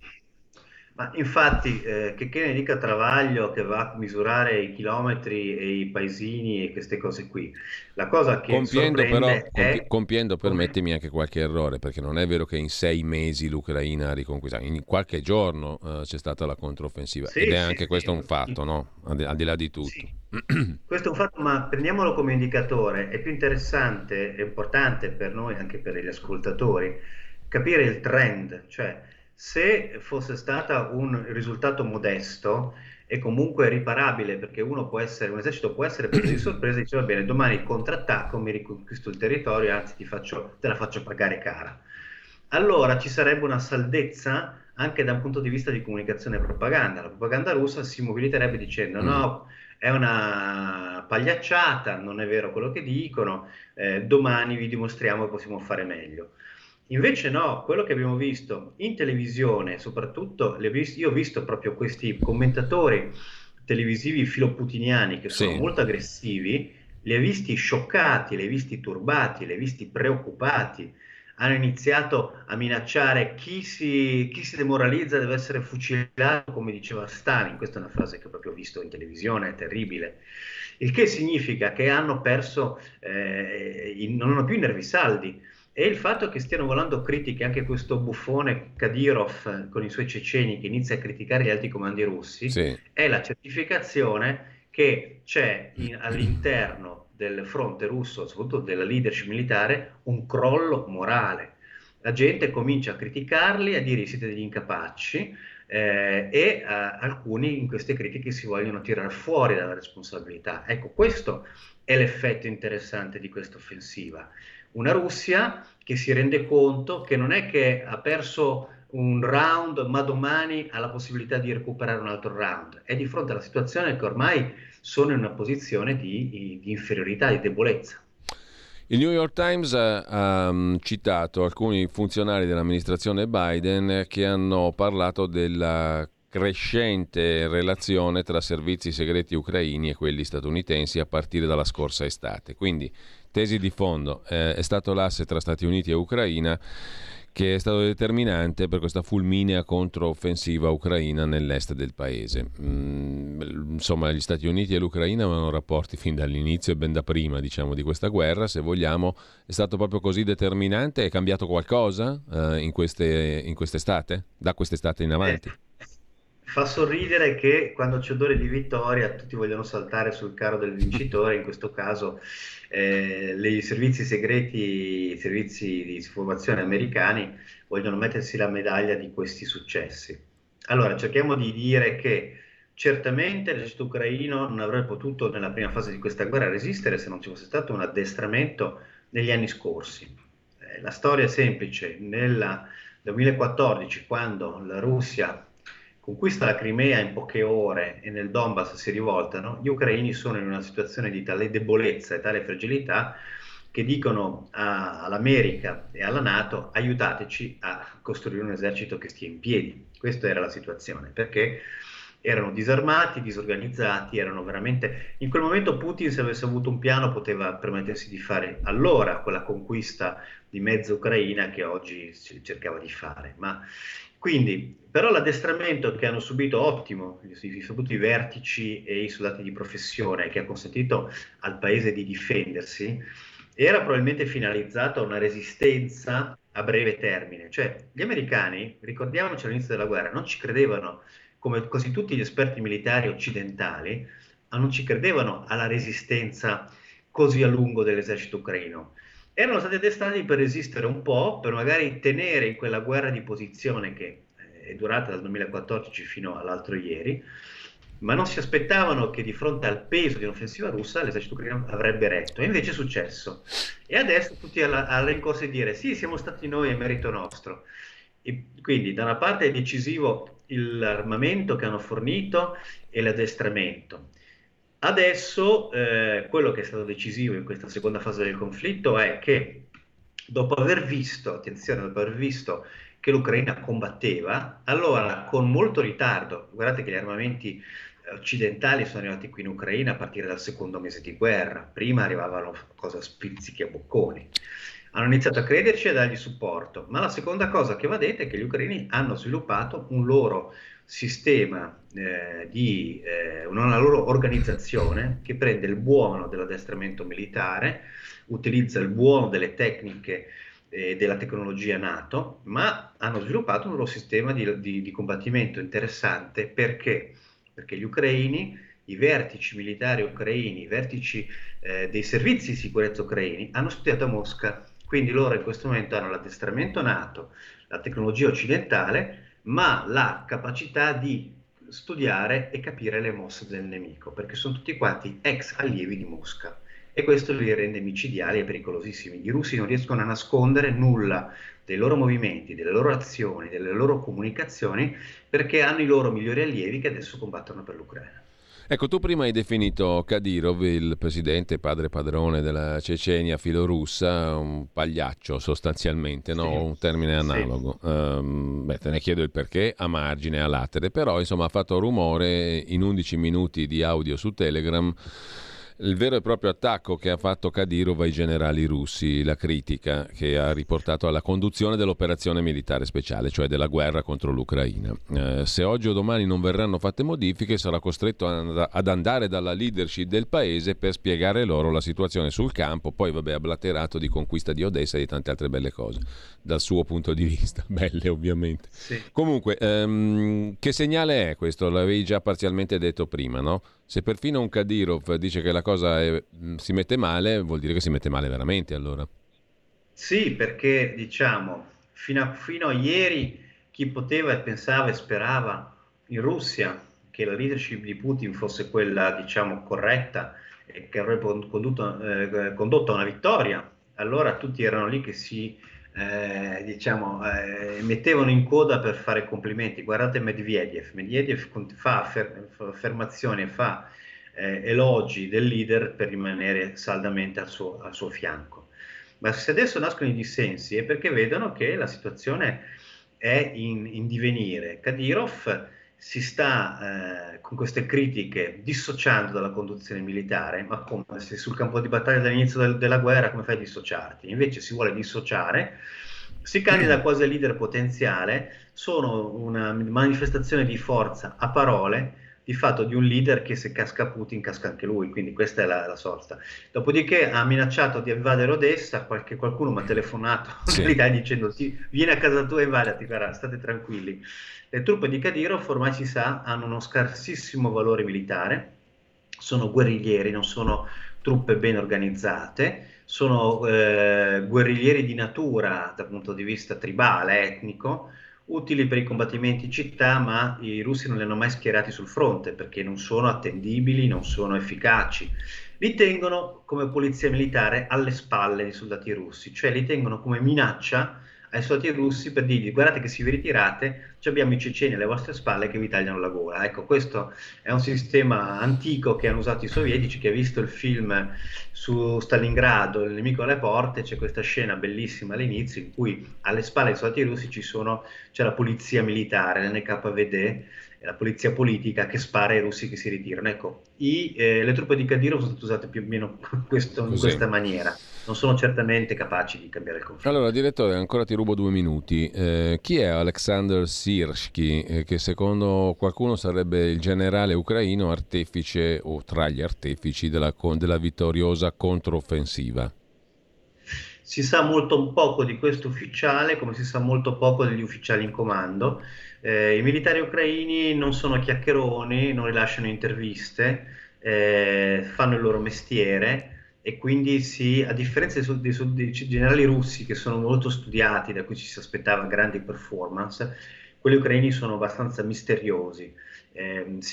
Ma infatti, che ne dica Travaglio che va a misurare i chilometri e i paesini e queste cose qui, la cosa che compiendo, permettimi, anche qualche errore, perché non è vero che in 6 mesi l'Ucraina ha riconquistato, in qualche giorno c'è stata la controffensiva, ed è anche questo un fatto, no? Al di là di tutto. Sì. Questo è un fatto, ma prendiamolo come indicatore. È più interessante e importante per noi, anche per gli ascoltatori, capire il trend, cioè se fosse stato un risultato modesto e comunque riparabile, perché un esercito può essere preso di sorpresa e diceva: bene, domani contrattacco, mi riconquisto il territorio, anzi te la faccio pagare cara. Allora ci sarebbe una saldezza anche da un punto di vista di comunicazione e propaganda. La propaganda russa si mobiliterebbe dicendo: no, è una pagliacciata, non è vero quello che dicono, domani vi dimostriamo che possiamo fare meglio. Invece no, quello che abbiamo visto in televisione, soprattutto io ho visto proprio questi commentatori televisivi filoputiniani che sono molto aggressivi, li hai visti scioccati, li hai visti turbati, li hai visti preoccupati, hanno iniziato a minacciare chi si demoralizza deve essere fucilato, come diceva Stalin. Questa è una frase che ho proprio visto in televisione, è terribile. Il che significa che hanno perso, non hanno più i nervi saldi. E il fatto che stiano volando critiche, anche questo buffone Kadyrov con i suoi ceceni che inizia a criticare gli alti comandi russi, è la certificazione che c'è all'interno del fronte russo, soprattutto della leadership militare, un crollo morale. La gente comincia a criticarli, a dire: siete degli incapaci, e alcuni in queste critiche si vogliono tirare fuori dalla responsabilità. Ecco, questo è l'effetto interessante di questa offensiva. Una Russia che si rende conto che non è che ha perso un round, ma domani ha la possibilità di recuperare un altro round. È di fronte alla situazione che ormai sono in una posizione di inferiorità, di debolezza. Il New York Times ha citato alcuni funzionari dell'amministrazione Biden che hanno parlato della crescente relazione tra servizi segreti ucraini e quelli statunitensi a partire dalla scorsa estate. Quindi, tesi di fondo, è stato l'asse tra Stati Uniti e Ucraina che è stato determinante per questa fulminea controffensiva ucraina nell'est del paese. Insomma, gli Stati Uniti e l'Ucraina avevano rapporti fin dall'inizio e ben da prima, diciamo, di questa guerra. Se vogliamo, è stato proprio così determinante? È cambiato qualcosa in quest'estate? Da quest'estate in avanti? Fa sorridere che quando c'è odore di vittoria tutti vogliono saltare sul carro del vincitore, in questo caso i servizi segreti, i servizi di informazione americani vogliono mettersi la medaglia di questi successi. Allora, cerchiamo di dire che certamente l'esercito ucraino non avrebbe potuto nella prima fase di questa guerra resistere se non ci fosse stato un addestramento negli anni scorsi. La storia è semplice: nel 2014, quando la Russia conquista la Crimea in poche ore e nel Donbass si rivoltano, gli ucraini sono in una situazione di tale debolezza e tale fragilità che dicono all'America e alla NATO: aiutateci a costruire un esercito che stia in piedi. Questa era la situazione, perché erano disarmati, disorganizzati, erano veramente... In quel momento Putin, se avesse avuto un piano, poteva permettersi di fare allora quella conquista di mezza Ucraina che oggi cercava di fare. Quindi, però l'addestramento che hanno subito ottimo, soprattutto i vertici e i soldati di professione, che ha consentito al paese di difendersi, era probabilmente finalizzato a una resistenza a breve termine. Cioè, gli americani, ricordiamoci all'inizio della guerra, non ci credevano, come quasi tutti gli esperti militari occidentali, non ci credevano alla resistenza così a lungo dell'esercito ucraino. Erano stati addestrati per resistere un po', per magari tenere in quella guerra di posizione che è durata dal 2014 fino all'altro ieri, ma non si aspettavano che di fronte al peso di un'offensiva russa l'esercito ucraino avrebbe retto. E invece è successo. E adesso tutti alla rincorsa di dire: sì, siamo stati noi, è merito nostro. E quindi da una parte è decisivo l'armamento che hanno fornito e l'addestramento. Adesso quello che è stato decisivo in questa seconda fase del conflitto è che dopo aver visto che l'Ucraina combatteva, allora con molto ritardo, guardate che gli armamenti occidentali sono arrivati qui in Ucraina a partire dal secondo mese di guerra, prima arrivavano a spizzichi e bocconi. Hanno iniziato a crederci e a dargli supporto, ma la seconda cosa che va detta è che gli ucraini hanno sviluppato un loro sistema una loro organizzazione che prende il buono dell'addestramento militare, utilizza il buono delle tecniche della tecnologia NATO, ma hanno sviluppato un loro sistema di combattimento interessante. Perché gli ucraini, i vertici militari ucraini, i vertici dei servizi di sicurezza ucraini hanno studiato a Mosca. Quindi loro in questo momento hanno l'addestramento NATO, la tecnologia occidentale, ma la capacità di studiare e capire le mosse del nemico, perché sono tutti quanti ex allievi di Mosca, e questo li rende micidiali e pericolosissimi. I russi non riescono a nascondere nulla dei loro movimenti, delle loro azioni, delle loro comunicazioni, perché hanno i loro migliori allievi che adesso combattono per l'Ucraina. Ecco, tu prima hai definito Kadyrov, il presidente padrone della Cecenia filorussa, un pagliaccio sostanzialmente, no? Sì. Un termine analogo. Sì. Te ne chiedo il perché, a margine, a latere, però insomma ha fatto rumore in 11 minuti di audio su Telegram il vero e proprio attacco che ha fatto Kadyrov ai generali russi, la critica che ha riportato alla conduzione dell'operazione militare speciale, cioè della guerra contro l'Ucraina. Se oggi o domani non verranno fatte modifiche, sarà costretto ad andare dalla leadership del paese per spiegare loro la situazione sul campo. Poi ha blatterato di conquista di Odessa e di tante altre belle cose, dal suo punto di vista, belle ovviamente. Sì. Comunque, che segnale è questo? L'avevi già parzialmente detto prima, no? Se perfino un Kadyrov dice che la cosa si mette male, vuol dire che si mette male veramente, allora. Sì, perché diciamo fino a ieri chi poteva e pensava e sperava in Russia che la leadership di Putin fosse quella, diciamo, corretta e che avrebbe condotto a una vittoria, allora tutti erano lì che si mettevano in coda per fare complimenti. Guardate Medvedev fa affermazioni, fa elogi del leader per rimanere saldamente al suo fianco. Ma se adesso nascono i dissensi è perché vedono che la situazione è in divenire. Kadyrov si sta con queste critiche dissociando dalla conduzione militare, ma come se sul campo di battaglia dall'inizio della guerra come fai a dissociarti? Invece si vuole dissociare si candida quasi leader potenziale, sono una manifestazione di forza a parole, di fatto di un leader che se casca Putin casca anche lui, quindi questa è la sorta. Dopodiché ha minacciato di invadere Odessa, qualcuno mi ha telefonato dall'Italia dicendo vieni a casa tua e invadati, guarda, state tranquilli. Le truppe di Kadyrov ormai si sa hanno uno scarsissimo valore militare, sono guerriglieri, non sono truppe ben organizzate, sono guerriglieri di natura dal punto di vista tribale, etnico, utili per i combattimenti in città, ma i russi non li hanno mai schierati sul fronte perché non sono attendibili, non sono efficaci. Li tengono come polizia militare alle spalle dei soldati russi, cioè li tengono come minaccia ai soldati russi per dirgli guardate che se vi ritirate abbiamo i ceceni alle vostre spalle che vi tagliano la gola. Ecco, questo è un sistema antico che hanno usato i sovietici. Chi ha visto il film su Stalingrado, il nemico alle porte, c'è questa scena bellissima all'inizio in cui alle spalle dei soldati russi c'è la polizia militare, l'NKVD, e la polizia politica che spara ai russi che si ritirano. Ecco, le truppe di Kadyrov sono state usate più o meno in questa maniera. Non sono certamente capaci di cambiare il conflitto. Allora, direttore, ancora ti rubo 2 minuti. Chi è Alexander Sirski, che secondo qualcuno sarebbe il generale ucraino artefice o tra gli artefici della vittoriosa controffensiva? Si sa molto poco di questo ufficiale, come si sa molto poco degli ufficiali in comando. I militari ucraini non sono chiacchieroni, non rilasciano interviste, fanno il loro mestiere. E quindi a differenza dei generali russi che sono molto studiati, da cui ci si aspettava grandi performance, quelli ucraini sono abbastanza misteriosi. Si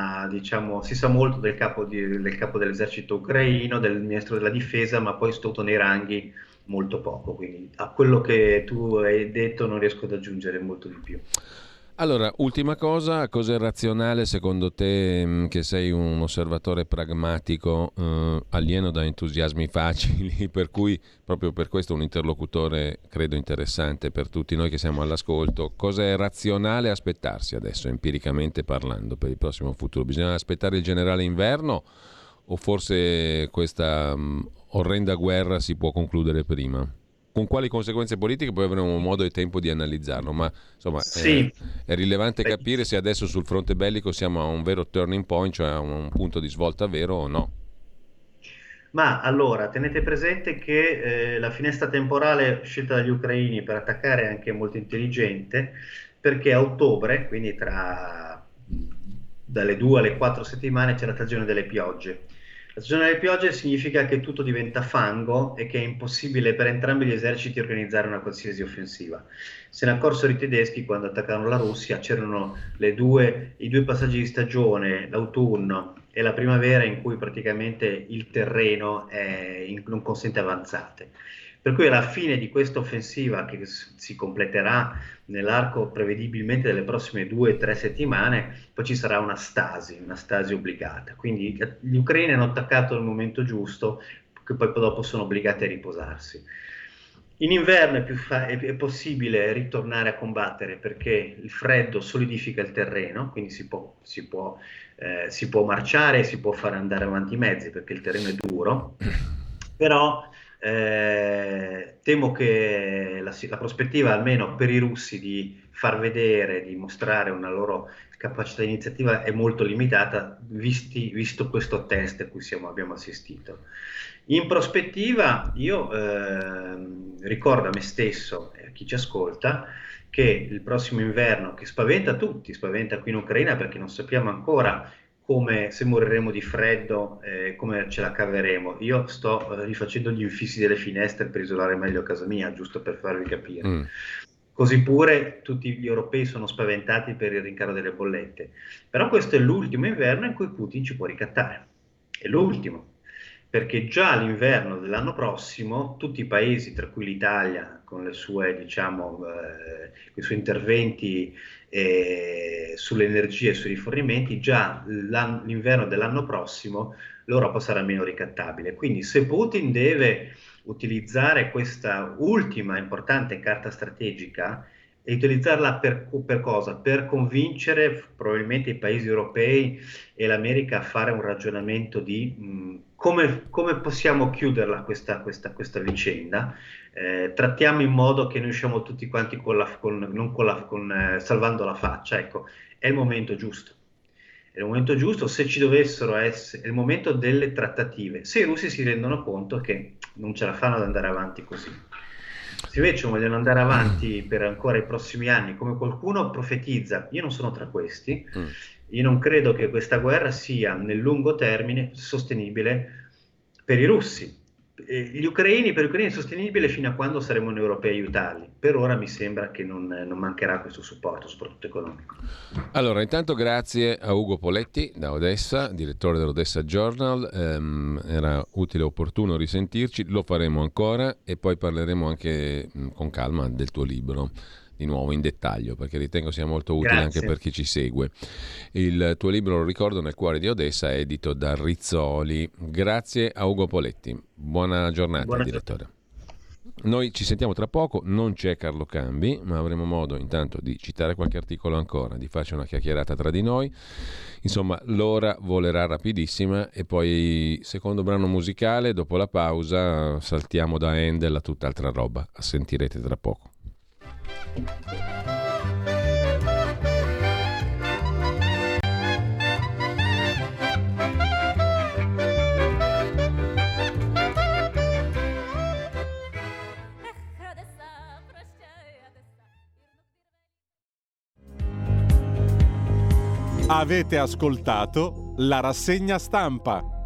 sa molto del capo dell'esercito ucraino, del ministro della difesa, ma poi sotto nei ranghi molto poco, quindi a quello che tu hai detto non riesco ad aggiungere molto di più. Allora, ultima cosa, cos'è razionale secondo te, che sei un osservatore pragmatico, alieno da entusiasmi facili, per cui proprio per questo un interlocutore credo interessante per tutti noi che siamo all'ascolto, cos'è razionale aspettarsi adesso, empiricamente parlando, per il prossimo futuro? Bisogna aspettare il generale inverno o forse questa orrenda guerra si può concludere prima? Con quali conseguenze politiche poi avremo modo e tempo di analizzarlo, ma insomma è rilevante capire se adesso sul fronte bellico siamo a un vero turning point, cioè a un punto di svolta vero o no. Ma allora, tenete presente che la finestra temporale scelta dagli ucraini per attaccare è anche molto intelligente, perché a ottobre, quindi dalle 2 alle 4 settimane, c'è la stagione delle piogge. La stagione delle piogge significa che tutto diventa fango e che è impossibile per entrambi gli eserciti organizzare una qualsiasi offensiva. Se ne accorsero i tedeschi quando attaccarono la Russia, c'erano i due passaggi di stagione, l'autunno e la primavera, in cui praticamente il terreno non consente avanzate. Per cui alla fine di questa offensiva, che si completerà nell'arco prevedibilmente delle prossime 2 o 3 settimane, poi ci sarà una stasi obbligata. Quindi gli ucraini hanno attaccato al momento giusto, che poi dopo sono obbligati a riposarsi. In inverno è possibile ritornare a combattere perché il freddo solidifica il terreno, quindi si può marciare, si può fare andare avanti i mezzi perché il terreno è duro, però temo che la prospettiva, almeno per i russi, di far vedere, di mostrare una loro capacità di iniziativa è molto limitata, visto questo test a cui abbiamo assistito. In prospettiva, io ricordo a me stesso e a chi ci ascolta che il prossimo inverno, che spaventa tutti, spaventa qui in Ucraina perché non sappiamo ancora se moriremo di freddo, come ce la caveremo. Io sto rifacendo gli infissi delle finestre per isolare meglio casa mia, giusto per farvi capire. Così pure tutti gli europei sono spaventati per il rincaro delle bollette. Però questo è l'ultimo inverno in cui Putin ci può ricattare. È l'ultimo. Perché già l'inverno dell'anno prossimo tutti i paesi, tra cui l'Italia, con i suoi interventi sull'energia e sui rifornimenti, già l'inverno dell'anno prossimo l'Europa sarà meno ricattabile. Quindi se Putin deve utilizzare questa ultima importante carta strategica, e utilizzarla per cosa? Per convincere probabilmente i paesi europei e l'America a fare un ragionamento di come possiamo chiuderla questa vicenda? Trattiamo in modo che noi usciamo tutti quanti salvando la faccia. Ecco, è il momento giusto. È il momento giusto, se ci dovessero essere, è il momento delle trattative. Se i russi si rendono conto che non ce la fanno ad andare avanti così, se invece vogliono andare avanti per ancora i prossimi anni, come qualcuno profetizza, io non sono tra questi, io non credo che questa guerra sia nel lungo termine sostenibile per i russi. Per gli ucraini è sostenibile fino a quando saremo noi europei a aiutarli. Per ora mi sembra che non mancherà questo supporto, soprattutto economico. Allora, intanto grazie a Ugo Poletti da Odessa, direttore dell'Odessa Journal. Era utile e opportuno risentirci, lo faremo ancora e poi parleremo anche con calma del tuo libro, di nuovo in dettaglio, perché ritengo sia molto utile anche per chi ci segue. Il tuo libro, lo ricordo, Nel cuore di Odessa, è edito da Rizzoli. Grazie a Ugo Poletti. Buona giornata, direttore. Noi ci sentiamo tra poco, non c'è Carlo Cambi, ma avremo modo intanto di citare qualche articolo ancora, di farci una chiacchierata tra di noi. Insomma, l'ora volerà rapidissima e poi, secondo brano musicale, dopo la pausa, saltiamo da Handel a tutt'altra roba. Sentirete tra poco. Avete ascoltato la rassegna stampa.